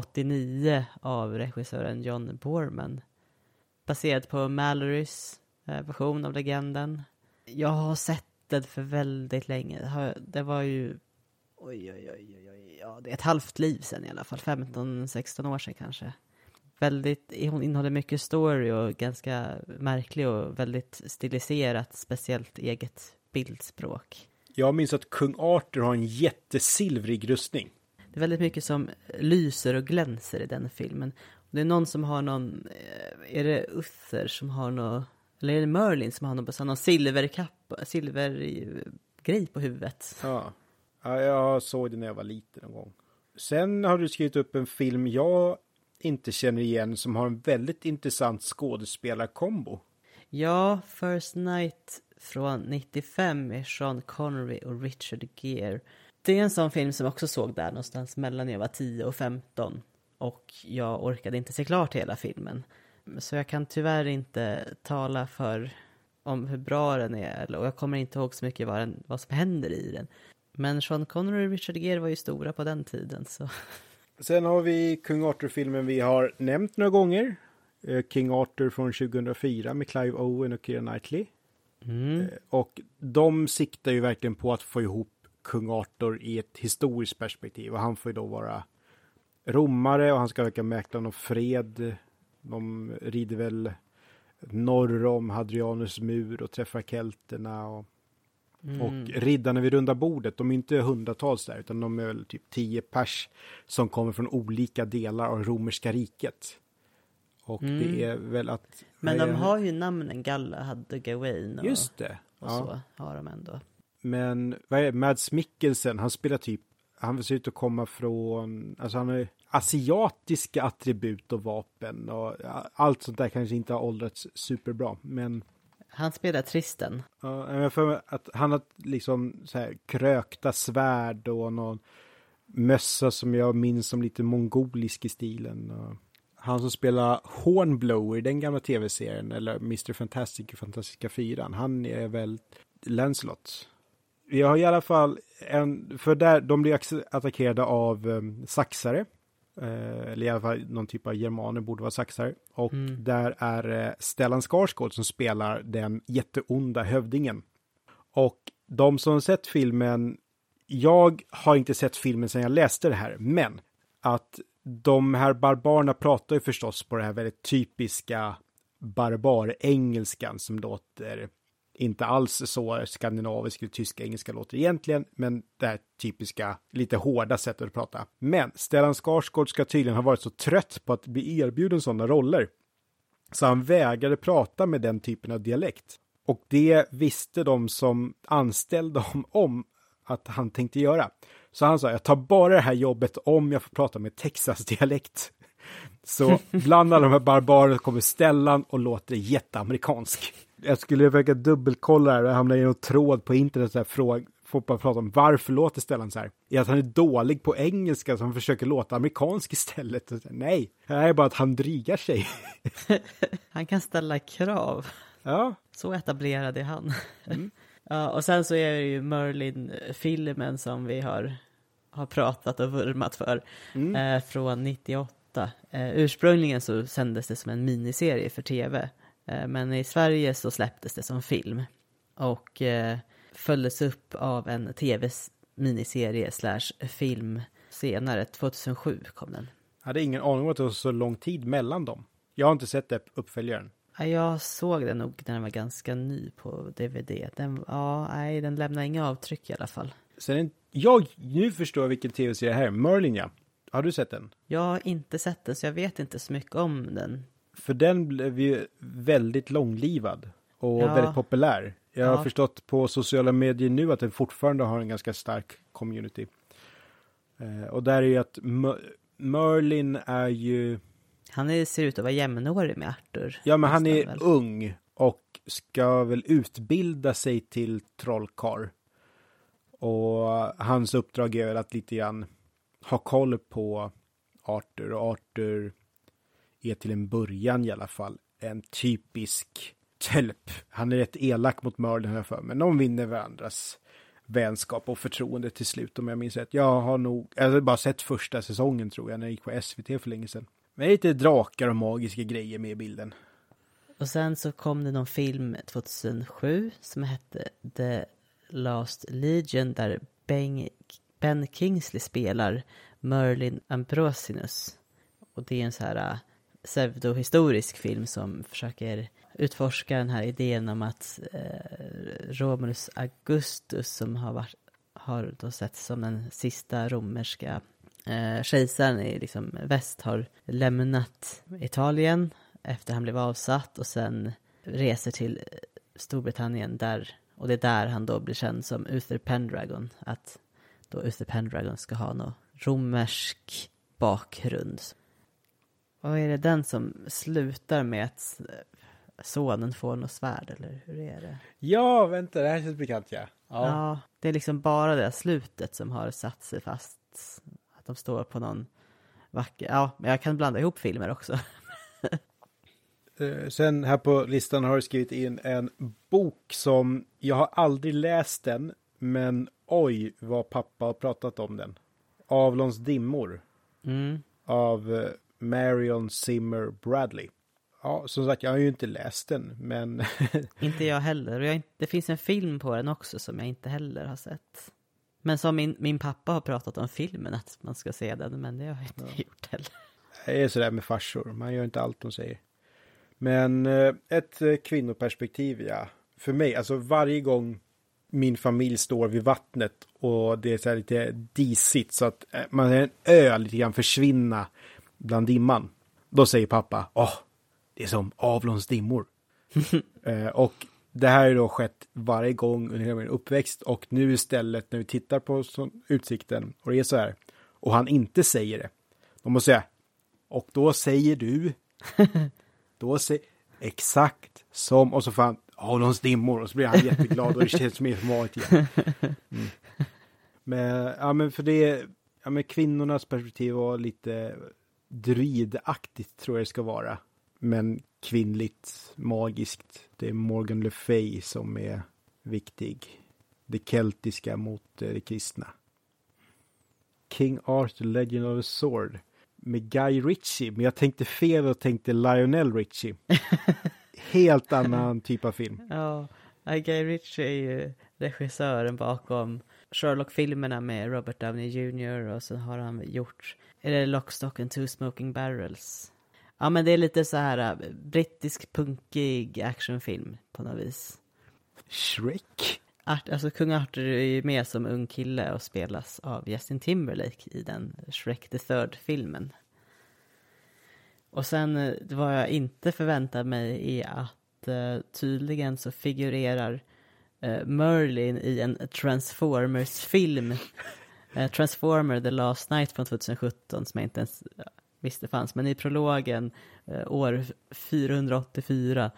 89 av regissören John Boorman. Baserad på Mallorys version av legenden. Jag har sett den för väldigt länge. Det var ju... Oj. Ja, det är ett halvt liv sedan i alla fall. 15-16 år sedan kanske. hon innehåller mycket story och ganska märklig och väldigt stiliserat, speciellt eget bildspråk. Jag minns att kung Arthur har en jättesilvrig rustning. Det är väldigt mycket som lyser och glänser i den filmen. Det är någon som har någon, är det Uther som har någon, eller är det Merlin som har någon silvergrej på huvudet? Ja, jag såg det när jag var liten någon gång. Sen har du skrivit upp en film jag inte känner igen som har en väldigt intressant skådespelarkombo. Ja, First Night från 95 med Sean Connery och Richard Gere. Det är en sån film som jag också såg där någonstans mellan när jag var 10 och 15. Och jag orkade inte se klart hela filmen. Så jag kan tyvärr inte tala om hur bra den är. Och jag kommer inte ihåg så mycket vad som händer i den. Men Sean Connery och Richard Gere var ju stora på den tiden. Så. Sen har vi Kung Arthur-filmen vi har nämnt några gånger. King Arthur från 2004 med Clive Owen och Keira Knightley. Och de siktar ju verkligen på att få ihop Kung Arthur i ett historiskt perspektiv. Och han får ju då vara romare och han ska verka mäkla någon fred. De rider väl norr om Hadrianus mur och träffar kelterna och riddarna vid runda bordet, de är inte hundratals där utan de är väl typ 10 pers som kommer från olika delar av romerska riket. Och det är väl att... Men de har ju namnen Galahad och Gawain och, just det. Och så har de ändå. Men vad är Mads Mikkelsen, han spelar typ, han ser ut att komma från, alltså han har asiatiska attribut och vapen och allt sånt där kanske inte har åldrats superbra, men han spelar Tristan. Ja, jag för att han har liksom så här krökta svärd och någon mössa som jag minns som lite mongolisk i stilen. Och han som spelar Hornblower i den gamla tv-serien, eller Mr. Fantastic i Fantastiska 4, han är väl Lancelot. Vi har i alla fall för där de blir attackerade av saxare. Eller i alla fall någon typ av germaner borde vara saxare. Och där är Stellan Skarsgård som spelar den jätteonda hövdingen. Och de som sett filmen, jag har inte sett filmen sedan jag läste det här, men att de här barbarerna pratar ju förstås på det här väldigt typiska barbar-engelskan som låter inte alls så skandinavisk eller tyska engelska låter egentligen, men det här typiska, lite hårda sättet att prata. Men Stellan Skarsgård ska tydligen ha varit så trött på att bli erbjuden sådana roller, så han vägrade prata med den typen av dialekt. Och det visste de som anställde honom om att han tänkte göra. Så han sa, jag tar bara det här jobbet om jag får prata med Texas-dialekt. Så bland alla de här barbarerna kommer Stellan och låter jätteamerikansk. Jag skulle försöka dubbelkolla här och hamna i någon tråd på internet så här, får bara prata om varför låter Stellan så här. Är att han är dålig på engelska så han försöker låta amerikansk istället. Och så, nej, det är bara att han drygar sig. Han kan ställa krav. Ja. Så etablerad är han. Ja, och sen så är det ju Merlin-filmen som vi har pratat och vurmat för från 98. Ursprungligen så sändes det som en miniserie för tv. Men i Sverige så släpptes det som film. Och följdes upp av en tv-miniserie / film senare. 2007 kom den. Jag hade ingen aning om att det var så lång tid mellan dem. Jag har inte sett det uppföljaren. Jag såg den nog när den var ganska ny på DVD. Den lämnar inga avtryck i alla fall. Sen nu förstår jag vilken tv-serie det här är. Merlin, ja. Har du sett den? Jag har inte sett den så jag vet inte så mycket om den. För den blev ju väldigt långlivad och väldigt populär. Jag har förstått på sociala medier nu att den fortfarande har en ganska stark community. Och där är ju att Merlin är ju... Han ser ut att vara jämnårig med Arthur. Ja, men han är ung och ska väl utbilda sig till trollkarl. Och hans uppdrag är väl att lite grann ha koll på Arthur. Och Arthur är till en början i alla fall en typisk tölp. Han är rätt elak mot Merlin här för, men de vinner varandras vänskap och förtroende till slut om jag minns rätt. Jag har bara sett första säsongen tror jag när jag gick på SVT för länge sedan. Men lite drakar och magiska grejer med i bilden. Och sen så kom det någon film 2007 som hette The Last Legion där Ben Kingsley spelar Merlin Ambrosius. Och det är en så här pseudohistorisk film som försöker utforska den här idén om att Romulus Augustus, som har då sett som den sista romerska kejsaren i liksom väst, har lämnat Italien efter han blev avsatt och sen reser till Storbritannien och det är där han då blir känd som Uther Pendragon, att då Uther Pendragon ska ha någon romersk bakgrund. Och är det den som slutar med att sonen får något svärd, eller hur är det? Ja, vänta, det här känns bekant, ja. Ja, det är liksom bara det slutet som har satt sig fast. Att de står på någon vacker... Ja, men jag kan blanda ihop filmer också. Sen här på listan har du skrivit in en bok som jag har aldrig läst den, men oj vad pappa har pratat om den. Avlons dimmor av Marion Zimmer Bradley. Ja, som sagt, jag har ju inte läst den, men... Inte jag heller. Det finns en film på den också som jag inte heller har sett. Men som min pappa har pratat om filmen, att man ska se den, men det har jag inte gjort heller. Det är sådär med farsor, man gör inte allt de säger. Men ett kvinnoperspektiv, ja. För mig, alltså varje gång min familj står vid vattnet och det är så här lite disigt så att man är en ö lite grann försvinna bland dimman. Då säger pappa, det är som Avlons dimmor. Och det här har då skett varje gång under min uppväxt, och nu istället när vi tittar på utsikten och det är så här och han inte säger det, då måste jag, och då säger du då säger exakt som, och så får han Avlons dimmor och så blir han jätteglad och det känns mer som vanligt igen. Men för det, med kvinnornas perspektiv var lite druidaktigt, tror jag det ska vara. Men kvinnligt, magiskt. Det är Morgan Le Fay som är viktig. Det keltiska mot det kristna. King Arthur, Legend of the Sword. Med Guy Ritchie. Men jag tänkte fel och tänkte Lionel Richie. Helt annan typ av film. Ja, Guy Ritchie är ju regissören bakom Sherlock-filmerna med Robert Downey Jr. Och så har han gjort, är det Lock, Stock and Two Smoking Barrels? Ja, men det är lite så här brittisk punkig actionfilm på något vis. Shrek? Alltså Kung Arthur är ju med som ung kille och spelas av Justin Timberlake i den Shrek the Third-filmen. Och sen vad jag inte förväntar mig är att tydligen så figurerar Merlin i en Transformers-film. Transformer The Last Night från 2017 som jag inte ens visste fanns. Men i prologen år 484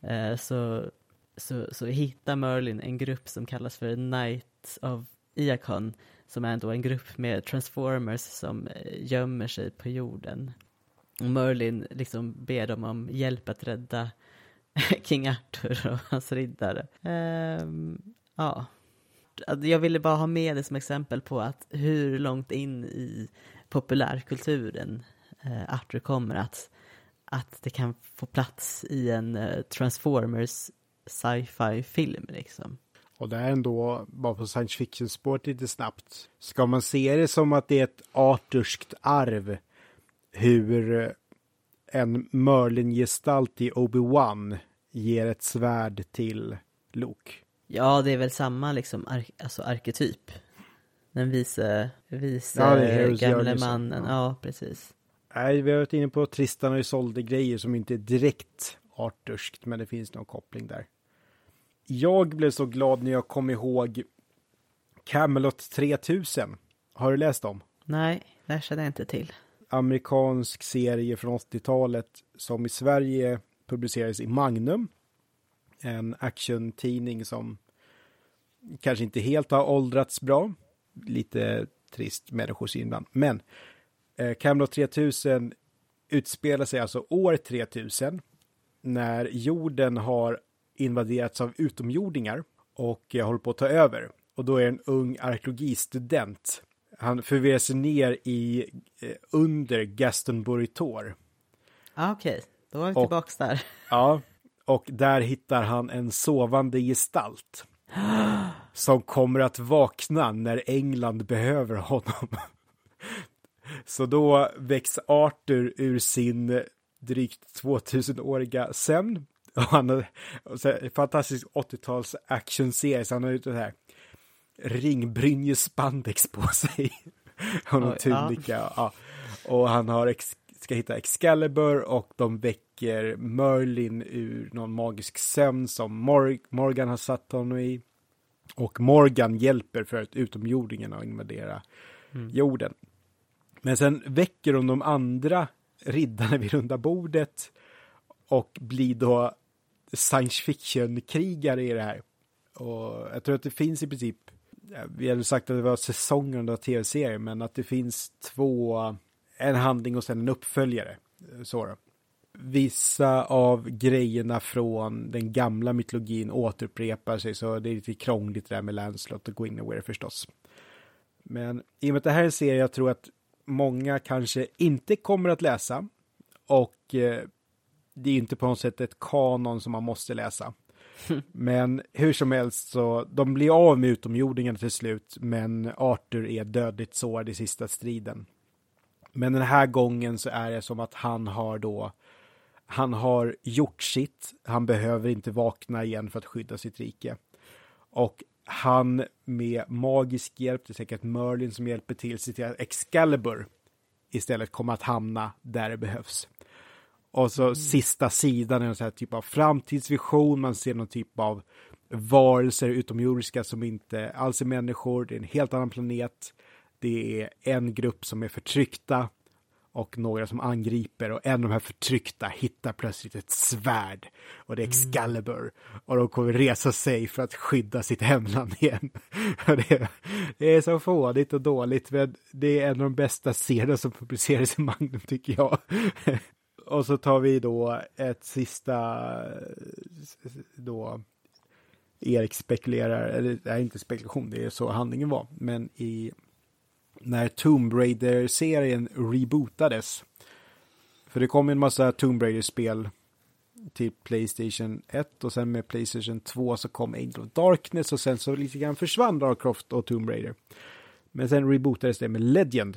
så hittar Merlin en grupp som kallas för Knights of Iacon, som är då en grupp med Transformers som gömmer sig på jorden. Och Merlin liksom ber dem om hjälp att rädda King Arthur och hans riddare. Ja. Jag ville bara ha med det som exempel på att hur långt in i populärkulturen Arthur kommer, att det kan få plats i en Transformers sci-fi film liksom. Och det är ändå, bara på science fiction-spåret lite snabbt. Ska man se det som att det är ett arturskt arv hur en Merlin-gestalt i Obi-Wan ger ett svärd till Luke? Ja, det är väl samma liksom arketyp. Den vise gamle mannen. Ja, precis. Nej, vi har varit inne på Tristan och Isolde-grejer som inte är direkt arturskt, men det finns någon koppling där. Jag blev så glad när jag kom ihåg Camelot 3000. Har du läst dem? Nej, det känner jag inte till. Amerikansk serie från 80-talet som i Sverige publicerades i Magnum. En actiontidning som kanske inte helt har åldrats bra. Lite trist människors inbland. Men Camelot 3000 utspelar sig alltså år 3000 när jorden har invaderats av utomjordingar och håller på att ta över. Och då är en ung arkeologistudent. Han förvirrar sig ner under Gastonbury Tor. Okej. Då var vi tillbaka där. Ja, och där hittar han en sovande gestalt som kommer att vakna när England behöver honom. Så då väcks Arthur ur sin drygt 2000-åriga sömn. Och han har en fantastisk 80-tals actionserie, så han har ju det här ringbrynje spandex på sig. Och någon tunika. Ja. Och han ska hitta Excalibur, och de väcker Merlin ur någon magisk sömn som Morgan har satt honom i. Och Morgan hjälper för att utomjordingarna att invadera jorden. Men sen väcker de andra riddarna vid runda bordet och blir då science fiction-krigare i det här. Och jag tror att det finns i princip, vi hade sagt att det var säsonger under tv-serier, men att det finns en handling och sen en uppföljare. Så då. Vissa av grejerna från den gamla mytologin återupprepar sig, så det är lite krångligt det där med Lancelot och Guinevere förstås. Men i och med att det här är en serie jag tror att många kanske inte kommer att läsa, och det är inte på något sätt ett kanon som man måste läsa. Men hur som helst, så de blir av med utomjordingarna till slut, men Arthur är dödligt sårad i sista striden. Men den här gången så är det som att han har gjort sitt. Han behöver inte vakna igen för att skydda sitt rike. Och han med magisk hjälp, det är säkert Merlin som hjälper till, ser till att Excalibur istället kommer att hamna där det behövs. Och så sista sidan är en sån här typ av framtidsvision. Man ser någon typ av varelser utomjordiska som inte alls är människor. Det är en helt annan planet. Det är en grupp som är förtryckta och några som angriper, och en av de här förtryckta hittar plötsligt ett svärd, och det är Excalibur, och de kommer resa sig för att skydda sitt hemland igen. Det är så fådigt och dåligt, men det är en av de bästa serier som publiceras i Magnum, tycker jag. Och så tar vi då ett sista Erik spekulerar, eller det är inte spekulation, det är så handlingen var, men när Tomb Raider-serien rebootades. För det kom en massa Tomb Raider-spel till PlayStation 1, och sen med PlayStation 2 så kom Angel of Darkness, och sen så lite grann försvann Lara Croft och Tomb Raider. Men sen rebootades det med Legend.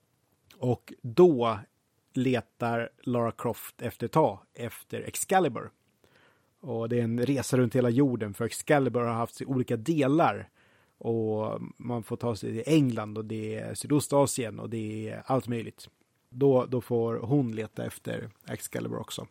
Och då letar Lara Croft efter Excalibur. Och det är en resa runt hela jorden, för Excalibur har haft olika delar. Och man får ta sig till England, och det är Sydostasien, och det är allt möjligt. Då får hon leta efter Excalibur också.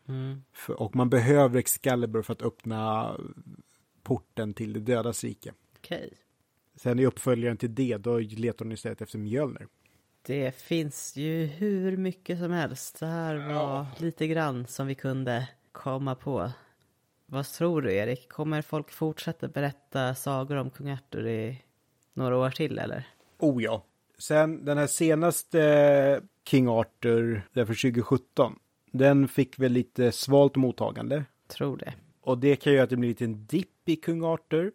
Och man behöver Excalibur för att öppna porten till det dödas rike. Okej. Sen i uppföljaren till det, då letar hon istället efter Mjölner. Det finns ju hur mycket som helst. Det här var lite grann som vi kunde komma på. Vad tror du, Erik? Kommer folk fortsätta berätta sagor om kung Arthur i några år till, eller? Oh ja. Sen den här senaste King Arthur, därför 2017, den fick väl lite svalt mottagande. Tror det. Och det kan ju att det blir lite en dipp i kung Arthur.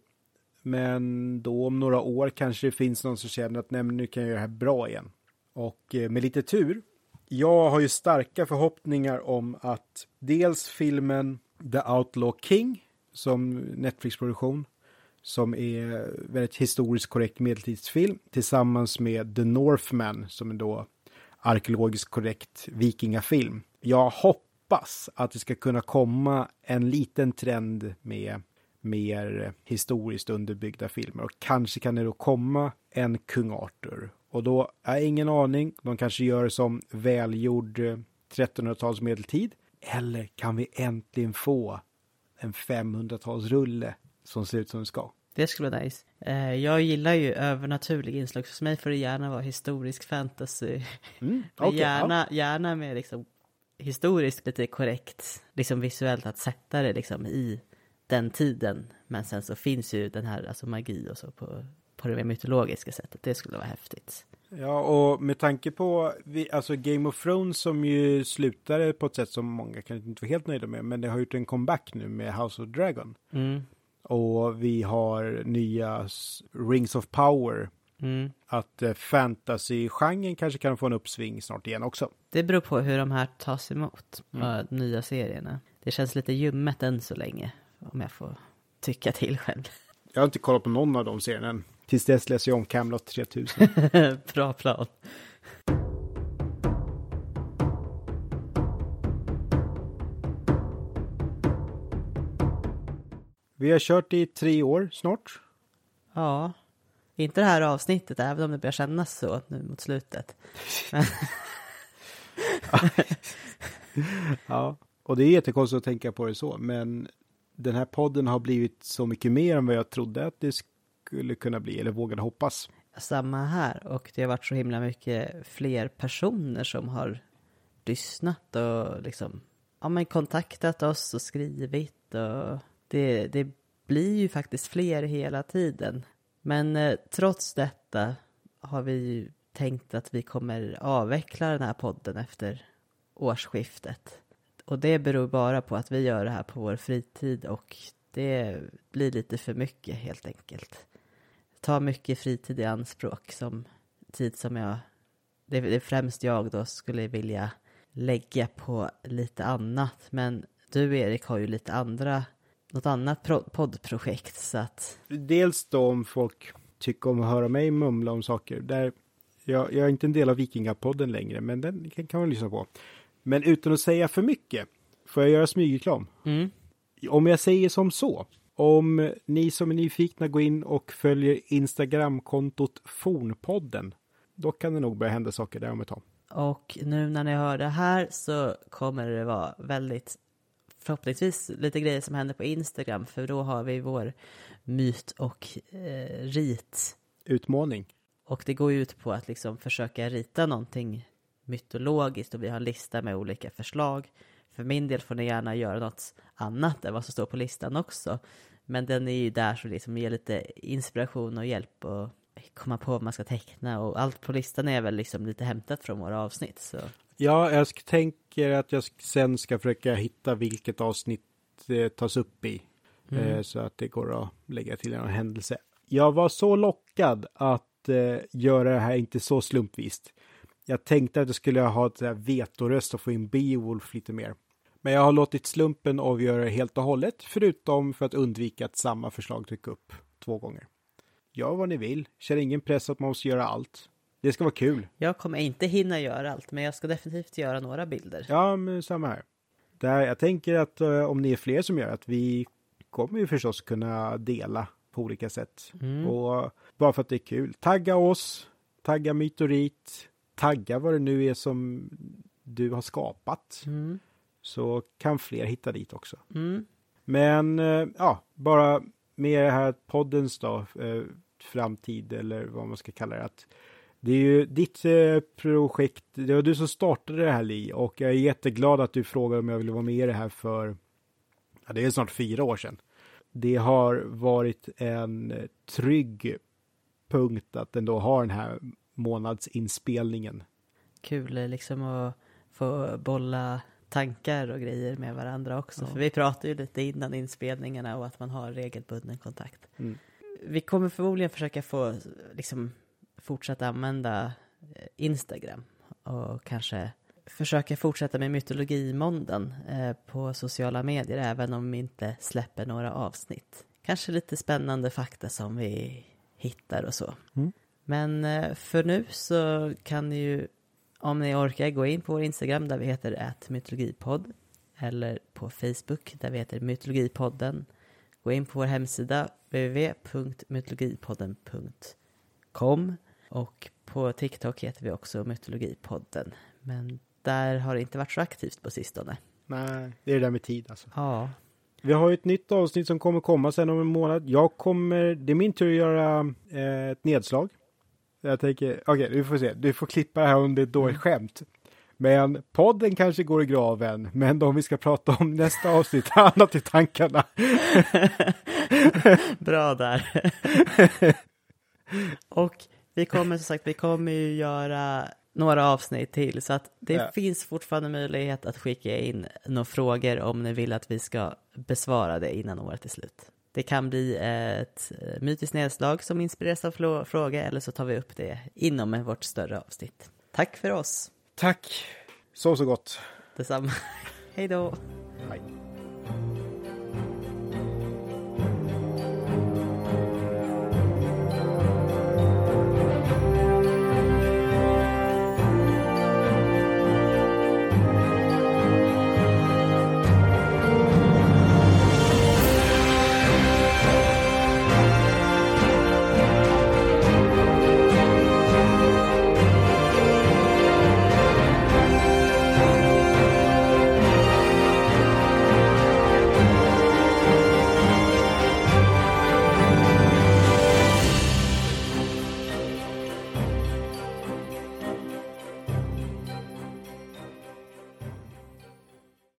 Men då om några år kanske det finns någon som känner att nej, men nu kan jag göra det här bra igen. Och med lite tur, jag har ju starka förhoppningar om att dels filmen The Outlaw King, som Netflix-produktion, som är väldigt historiskt korrekt medeltidsfilm, tillsammans med The Northman, som är då arkeologiskt korrekt vikingafilm. Jag hoppas att det ska kunna komma en liten trend med mer historiskt underbyggda filmer, och kanske kan det då komma en kung Arthur. Och då är ingen aning, de kanske gör som välgjord 1300-tals medeltid, eller kan vi äntligen få en 500-talsrulle som ser ut som den ska? Det skulle vara nice. Jag gillar ju övernaturliga inslag, så för mig får det gärna vara historisk fantasy. Okay, gärna med liksom historiskt lite korrekt, liksom visuellt, att sätta det liksom i den tiden. Men sen så finns ju den här alltså magi och så på det mer mytologiska sättet. Det skulle vara häftigt. Ja, och med tanke på alltså Game of Thrones, som ju slutade på ett sätt som många kanske inte var helt nöjda med, men det har gjort en comeback nu med House of Dragon. Och vi har nya Rings of Power. Att fantasy-genren kanske kan få en uppsving snart igen också. Det beror på hur de här tas emot, nya serierna. Det känns lite ljummet än så länge, om jag får tycka till själv. Jag har inte kollat på någon av de serierna än. Tills dess läser jag om Camelot 3000. Bra plan. Vi har kört i 3 år snart. Ja, inte det här avsnittet, även om det börjar kännas så nu mot slutet. Men... Ja, och det är jättekonstigt att tänka på det så, men den här podden har blivit så mycket mer än vad jag trodde att det skulle kunna bli, eller vågade hoppas. Samma här, och det har varit så himla mycket fler personer som har lyssnat och liksom, ja, men kontaktat oss och skrivit, och det blir ju faktiskt fler hela tiden. Men trots detta har vi ju tänkt att vi kommer avveckla den här podden efter årsskiftet. Och det beror bara på att vi gör det här på vår fritid, och det blir lite för mycket helt enkelt. Ta mycket fritid i anspråk, som tid som det är främst jag då skulle vilja lägga på lite annat. Men du, Erik, har ju något annat poddprojekt, så att... Dels då om folk tycker om att höra mig mumla om saker. Där jag är inte en del av Vikingapodden längre, men den kan man lyssna på. Men utan att säga för mycket, får jag göra smygreklam? Mm. Om jag säger som så, om ni som är nyfikna går in och följer Instagramkontot Fornpodden, då kan det nog börja hända saker där om ett tag. Och nu när ni hör det här så kommer det vara förhoppningsvis lite grejer som händer på Instagram, för då har vi vår myt och rit. Utmaning. Och det går ju ut på att liksom försöka rita någonting mytologiskt, och vi har en lista med olika förslag. För min del får ni gärna göra något annat än vad som står på listan också. Men den är ju där så liksom ger lite inspiration och hjälp och komma på vad man ska teckna. Och allt på listan är väl liksom lite hämtat från våra avsnitt. Så. Ja, jag tänker att jag sen ska försöka hitta vilket avsnitt tas upp i. Så att det går att lägga till en händelse. Jag var så lockad att göra det här inte så slumpvist. Jag tänkte att jag skulle ha ett vetoröst och få in Beowulf lite mer. Men jag har låtit slumpen avgöra det helt och hållet, förutom för att undvika att samma förslag trycker upp 2 gånger. Gör vad ni vill. Känner ingen press att man måste göra allt. Det ska vara kul. Jag kommer inte hinna göra allt, men jag ska definitivt göra några bilder. Ja, men samma här. Jag tänker att om ni är fler som gör att vi kommer ju förstås kunna dela på olika sätt. Och bara för att det är kul. Tagga oss, tagga Mytorit, tagga vad det nu är som du har skapat. Så kan fler hitta dit också. Men ja, bara med det här poddens då, framtid eller vad man ska kalla det. Att det är ju ditt projekt, det var du som startade det här, Li, och jag är jätteglad att du frågade om jag ville vara med i det här för, ja, det är snart 4 år sedan. Det har varit en trygg punkt att ändå ha den här månadsinspelningen. Kul liksom att få bolla tankar och grejer med varandra också. Ja. För vi pratade ju lite innan inspelningarna och att man har regelbunden kontakt. Vi kommer förmodligen försöka få liksom fortsätta använda Instagram och kanske försöka fortsätta med mytologimåndagen på sociala medier, även om vi inte släpper några avsnitt. Kanske lite spännande fakta som vi hittar och så. Men för nu så kan ni ju, om ni orkar, gå in på vår Instagram där vi heter @mytologipodd, eller på Facebook där vi heter mytologipodden. Gå in på vår hemsida www.mytologipodden.com, och på TikTok heter vi också mytologipodden. Men där har det inte varit så aktivt på sistone. Nej, det är det där med tid alltså. Ja. Vi har ju ett nytt avsnitt som kommer komma sen om en månad. Det är min tur att göra ett nedslag. Jag tänker, okej, du får se. Du får klippa det här om det är ett dåligt skämt. Men podden kanske går i graven. Men de vi ska prata om nästa avsnitt har annat i tankarna. Bra där. Och vi kommer ju göra några avsnitt till. Så att det finns fortfarande möjlighet att skicka in några frågor om ni vill att vi ska besvara det innan året är slut. Det kan bli ett mytiskt nedslag som inspireras av frågor, eller så tar vi upp det inom vårt större avsnitt. Tack för oss. Tack. Så gott. Detsamma. Hej då. Hej.